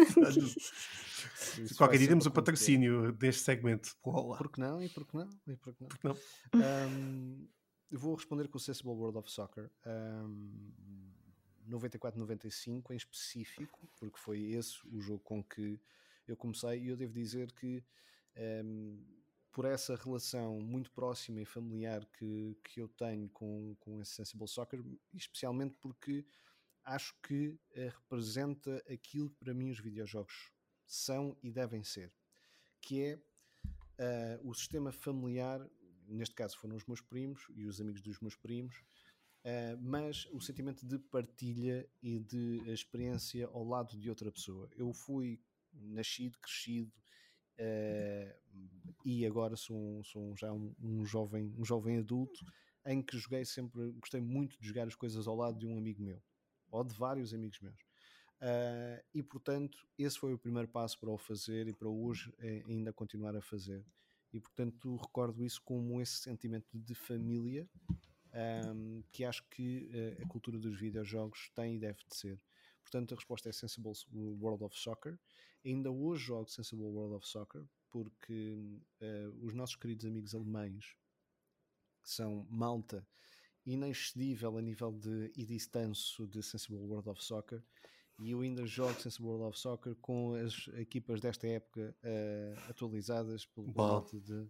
Isso qualquer dia temos o patrocínio deste segmento. Olá. Por que não? E por que não? E por que não? Por que não? Um, eu vou responder com o Sensible World of Soccer. Um, noventa e quatro noventa e cinco em específico, porque foi esse o jogo com que eu comecei, e eu devo dizer que um, por essa relação muito próxima e familiar que, que eu tenho com, com esse Sensible Soccer, especialmente porque acho que uh, representa aquilo que para mim os videojogos são e devem ser, que é uh, o sistema familiar. Neste caso foram os meus primos e os amigos dos meus primos, Uh, mas o sentimento de partilha e de experiência ao lado de outra pessoa. Eu fui nascido, crescido uh, e agora sou, um, sou um, já um, um, jovem, um jovem adulto em que joguei sempre, gostei muito de jogar as coisas ao lado de um amigo meu, ou de vários amigos meus. Uh, e portanto esse foi o primeiro passo para o fazer e para hoje ainda continuar a fazer. E portanto recordo isso como esse sentimento de família, Um, que acho que uh, a cultura dos videojogos tem e deve de ser. Portanto, a resposta é Sensible World of Soccer. Ainda hoje jogo Sensible World of Soccer porque uh, os nossos queridos amigos alemães, que são malta inexcedível a nível de e distância de Sensible World of Soccer, e eu ainda jogo Sensible World of Soccer com as equipas desta época uh, atualizadas pelo malta de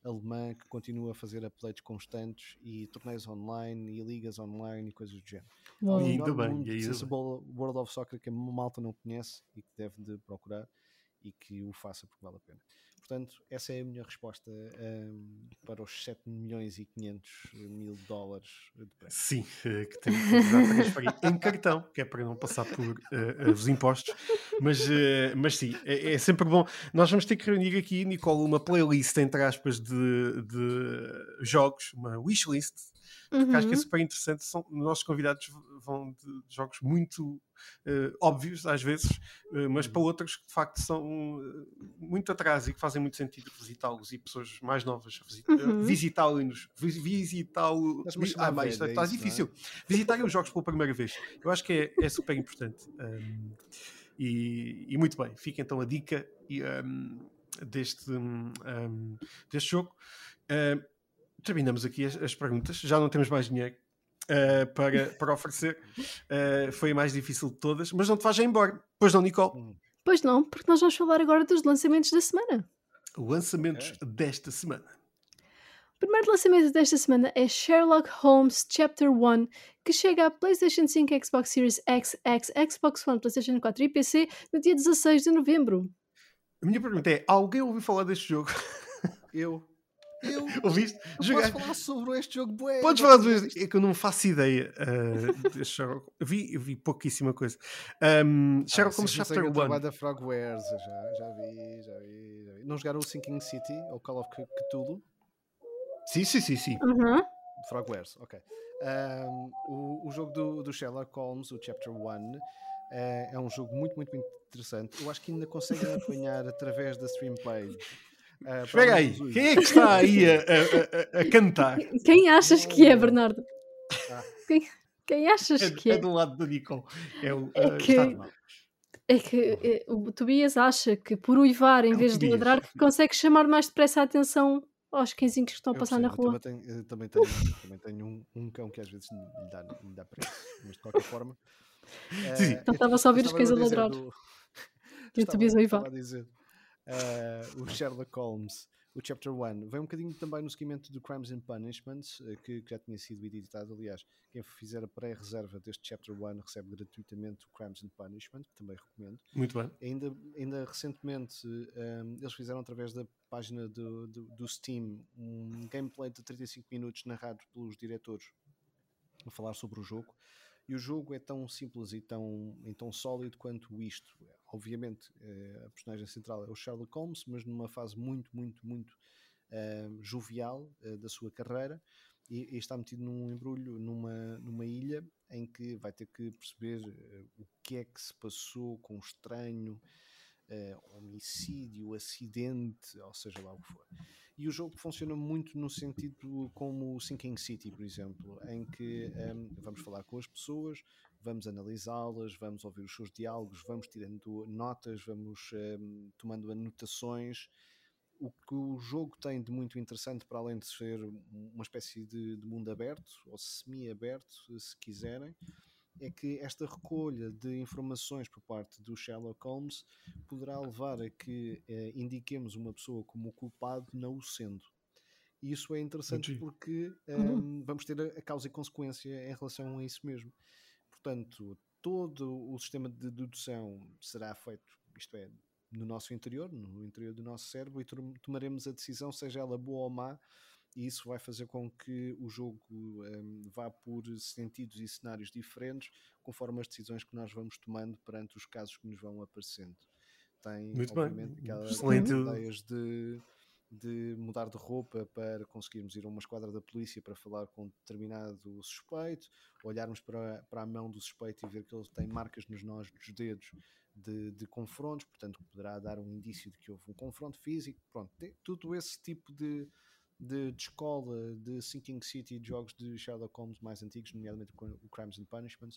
alemã que continua a fazer updates constantes e torneios online e ligas online e coisas do género. Uau. Há um E ainda enorme bem, mundo e de ainda Sensible World of Soccer que a malta não conhece e que deve de procurar e que o faça porque vale a pena. Portanto, essa é a minha resposta um, para os sete milhões e quinhentos mil dólares de prémio. Sim, eh, que temos que precisar transferir em cartão, que é para não passar por eh, os impostos. Mas, eh, mas sim, é, é sempre bom. Nós vamos ter que reunir aqui, Nicole, uma playlist, entre aspas, de, de jogos, uma wishlist, porque acho que é Uhum. super interessante. São, nossos convidados vão de jogos muito eh, óbvios, às vezes, eh, mas para outros que de facto são eh, muito atrás e que fazem muito sentido visitá-los e pessoas mais novas a visi- Uhum. visitá-los, vis- visitá-lo. Estás-me a vi- chamar Ah, mais, velho, é está isso, não é? difícil. Visitarem os jogos pela primeira vez. Eu acho que é, é super importante. Um, e, e muito bem, fica então a dica e, um, deste, um, deste jogo. Um, terminamos aqui as, as perguntas. Já não temos mais dinheiro uh, para, para oferecer. Uh, foi a mais difícil de todas, mas não te vais embora. Pois não, Nicole? Hum, Pois não, porque nós vamos falar agora dos lançamentos da semana. Lançamentos ok. desta semana. O primeiro lançamento desta semana é Sherlock Holmes Chapter um, que chega à PlayStation cinco, Xbox Series X, X, Xbox One, PlayStation quatro e P C no dia dezasseis de novembro. A minha pergunta é: alguém ouviu falar deste jogo? Eu, eu, Ouviste? eu Jogar- posso falar sobre este jogo, bué, Podes já falar tiveste duas. isto? É que eu não faço ideia uh, deste jogo. Eu vi, eu vi pouquíssima coisa. Um, Ah, Sherlock sim, Holmes sim, Chapter sei que é um. trabalho da Frogwares, já, já vi, já vi, já vi. Não jogaram o Sinking City ou Call of C- Cthulhu? Sim, sim, sim, sim. Uhum. Frogwares, ok. Um, o, o jogo do, do Sherlock Holmes, o Chapter um, é, é um jogo muito, muito, muito interessante. Eu acho que ainda conseguem apanhar através da stream page. Uh, para Espera além aí, dos quem é que está aí a, extras. a- a- a cantar? Quem achas que é, Nada. Bernardo? Ah, Quem, quem achas É, que é é? do lado da Nicole. É o, É uh, está que, armado. é que é, o Tobias acha que por uivar em É o vez de Tobias. ladrar que consegue chamar mais depressa a atenção aos cãezinhos que estão a eu passar na percebo, eu rua. também tenho, eu também tenho, também tenho um, um cão que às vezes lhe dá, lhe dá para isso. Mas de qualquer forma, Sim, sim. uh, Então eu estava só a eu ouvir os estava cães a a dizer ladrar. do. E o Estava, Tobias a uivar. estava a dizer uh, o Sherlock Holmes, o Chapter um, vem um bocadinho também no seguimento do Crimes and Punishments, uh, que, que já tinha sido editado. Aliás, quem fizer a pré-reserva deste Chapter um recebe gratuitamente o Crimes and Punishment, que também recomendo. Muito bem. Ainda, ainda recentemente um, eles fizeram através da página do, do, do Steam um gameplay de trinta e cinco minutos narrado pelos diretores a falar sobre o jogo. E o jogo é tão simples e tão, e tão sólido quanto isto. Obviamente, a personagem central é o Sherlock Holmes, mas numa fase muito, muito, muito uh, jovial uh, da sua carreira, e, e está metido num embrulho numa, numa ilha em que vai ter que perceber uh, o que é que se passou com o estranho, uh, homicídio, acidente, ou seja lá o que for. E o jogo funciona muito no sentido como o Sinking City, por exemplo, em que um, vamos falar com as pessoas, vamos analisá-las, vamos ouvir os seus diálogos, vamos tirando notas, vamos um, tomando anotações. O que o jogo tem de muito interessante, para além de ser uma espécie de, de mundo aberto, ou semi-aberto, se quiserem, é que esta recolha de informações por parte do Sherlock Holmes poderá levar a que eh, indiquemos uma pessoa como culpado não o sendo. E isso é interessante Muito porque Uhum. um, vamos ter a, a causa e consequência em relação a isso mesmo. Portanto, todo o sistema de dedução será feito, isto é, no nosso interior, no interior do nosso cérebro, e tomaremos a decisão, seja ela boa ou má, e isso vai fazer com que o jogo um, vá por sentidos e cenários diferentes conforme as decisões que nós vamos tomando perante os casos que nos vão aparecendo. Tem, Muito obviamente, bem. aquela, Excelente. aquelas ideias de, de mudar de roupa para conseguirmos ir a uma esquadra da polícia para falar com determinado suspeito, olharmos para, para a mão do suspeito e ver que ele tem marcas nos nós dos dedos de, de confrontos, portanto poderá dar um indício de que houve um confronto físico. Pronto, tudo esse tipo de De, de escola de Sinking City, de jogos de Sherlock Holmes mais antigos, nomeadamente o Crimes and Punishments,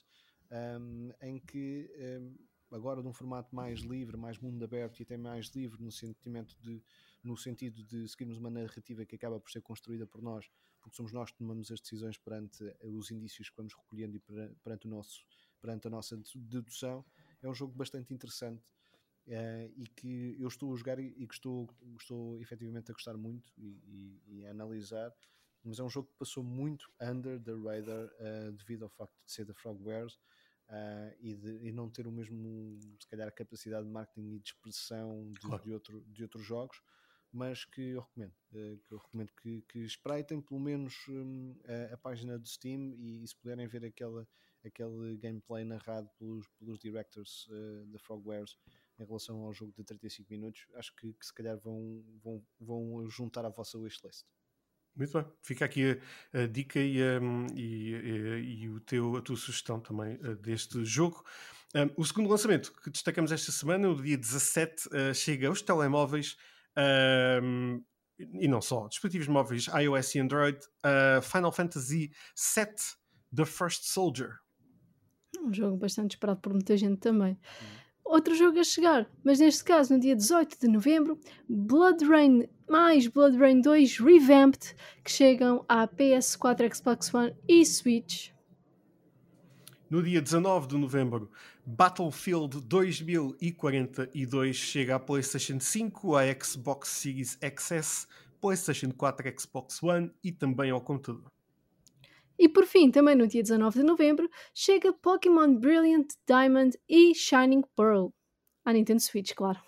um, em que um, agora num formato mais livre, mais mundo aberto e até mais livre no sentimento de, no sentido de seguirmos uma narrativa que acaba por ser construída por nós, porque somos nós que tomamos as decisões perante os indícios que vamos recolhendo e perante, o nosso, perante a nossa dedução. É um jogo bastante interessante uh, e que eu estou a jogar e, e que estou, estou efetivamente a gostar muito e, e, e a analisar, mas é um jogo que passou muito under the radar uh, devido ao facto de ser da Frogwares uh, e, de, e não ter o mesmo, se calhar, a capacidade de marketing e de expressão de, Claro. de, outro, de outros jogos, mas que eu recomendo, uh, que eu recomendo que, que espreitem pelo menos um, a, a página do Steam e, e se puderem ver aquela, aquele gameplay narrado pelos, pelos directors uh, da Frogwares em relação ao jogo de trinta e cinco minutos, acho que, que se calhar vão, vão, vão juntar à vossa wishlist. Muito bem, fica aqui a, a dica e, um, e, e, e o teu, a tua sugestão também uh, deste jogo. Um, o segundo lançamento que destacamos esta semana, no dia dezassete, uh, chega aos telemóveis um, e não só, dispositivos móveis iOS e Android, uh, Final Fantasy sete The First Soldier. Um jogo bastante esperado por muita gente também. Hum. Outro jogo a chegar, mas neste caso no dia dezoito de novembro, Blood Rain mais Blood Rain dois Revamped, que chegam à P S quatro, Xbox One e Switch. No dia dezanove de novembro, Battlefield dois mil e quarenta e dois chega à PlayStation cinco, à Xbox Series X S, PlayStation quatro, Xbox One e também ao computador. E por fim, também no dia dezanove de novembro, chega Pokémon Brilliant Diamond e Shining Pearl. À Nintendo Switch, claro.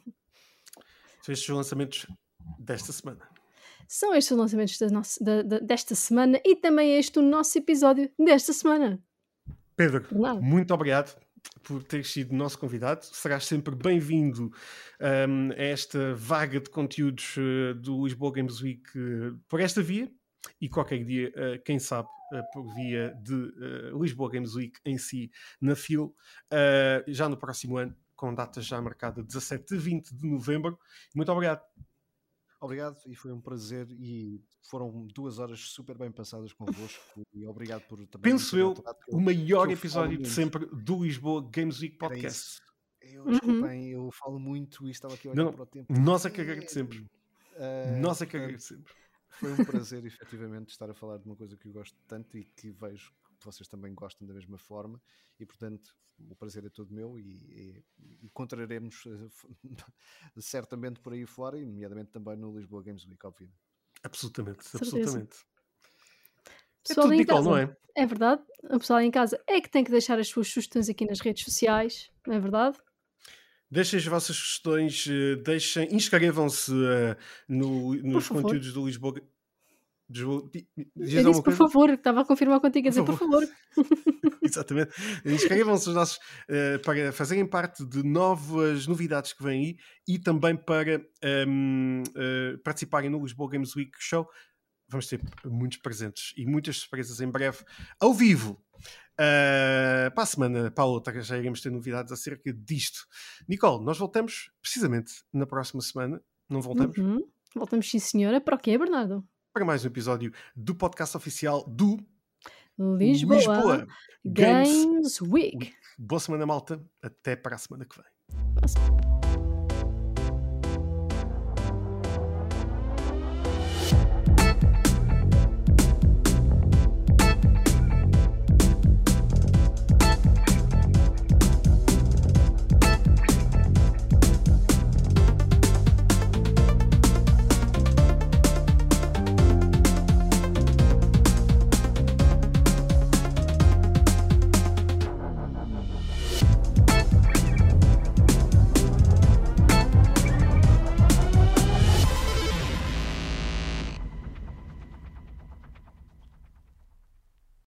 São estes os lançamentos desta semana. São estes os lançamentos da nossa, da, da, desta semana e também é este o nosso episódio desta semana. Pedro, muito obrigado por teres sido nosso convidado. Serás sempre bem-vindo um, a esta vaga de conteúdos uh, do Lisboa Games Week uh, por esta via e qualquer dia, uh, quem sabe, uh, por via de uh, Lisboa Games Week em si, na F I L, uh, já no próximo ano, com data já marcada dezassete e vinte de novembro. Muito obrigado. Obrigado e foi um prazer e foram duas horas super bem passadas convosco e obrigado por também... Penso eu, o maior episódio de sempre do Lisboa Games Week Podcast. Eu, desculpem, eu falo muito e estava aqui a olhar não, para o tempo. Nós é que agradecemos. Uh, nós é que agradecemos. Foi um prazer, efetivamente, estar a falar de uma coisa que eu gosto tanto e que vejo que vocês também gostam da mesma forma e, portanto, o prazer é todo meu e, e, e encontraremos certamente por aí fora e, nomeadamente, também no Lisboa Games Week, obviamente. Absolutamente, absolutamente. Pessoal é tudo em casa, não é? É verdade. O pessoal em casa é que tem que deixar as suas sugestões aqui nas redes sociais, não é verdade? Deixem as vossas sugestões, deixem, inscrevam-se uh, no, nos conteúdos do Lisboa. Eu disse por favor, estava a confirmar contigo a dizer por favor. Por favor. Exatamente. Inscrevam-se os nossos uh, para fazerem parte de novas novidades que vêm aí e também para um, uh, participarem no Lisboa Games Week Show. Vamos ter muitos presentes e muitas surpresas em breve, ao vivo. Uh, para a semana, para a outra, já iremos ter novidades acerca disto. Nicole, nós voltamos precisamente na próxima semana. Não voltamos? Uhum. Voltamos, sim, senhora. Para o quê, Bernardo? Para mais um episódio do podcast oficial do Lisboa, Lisboa Games, Games Week. Week. Boa semana, malta. Até para a semana que vem.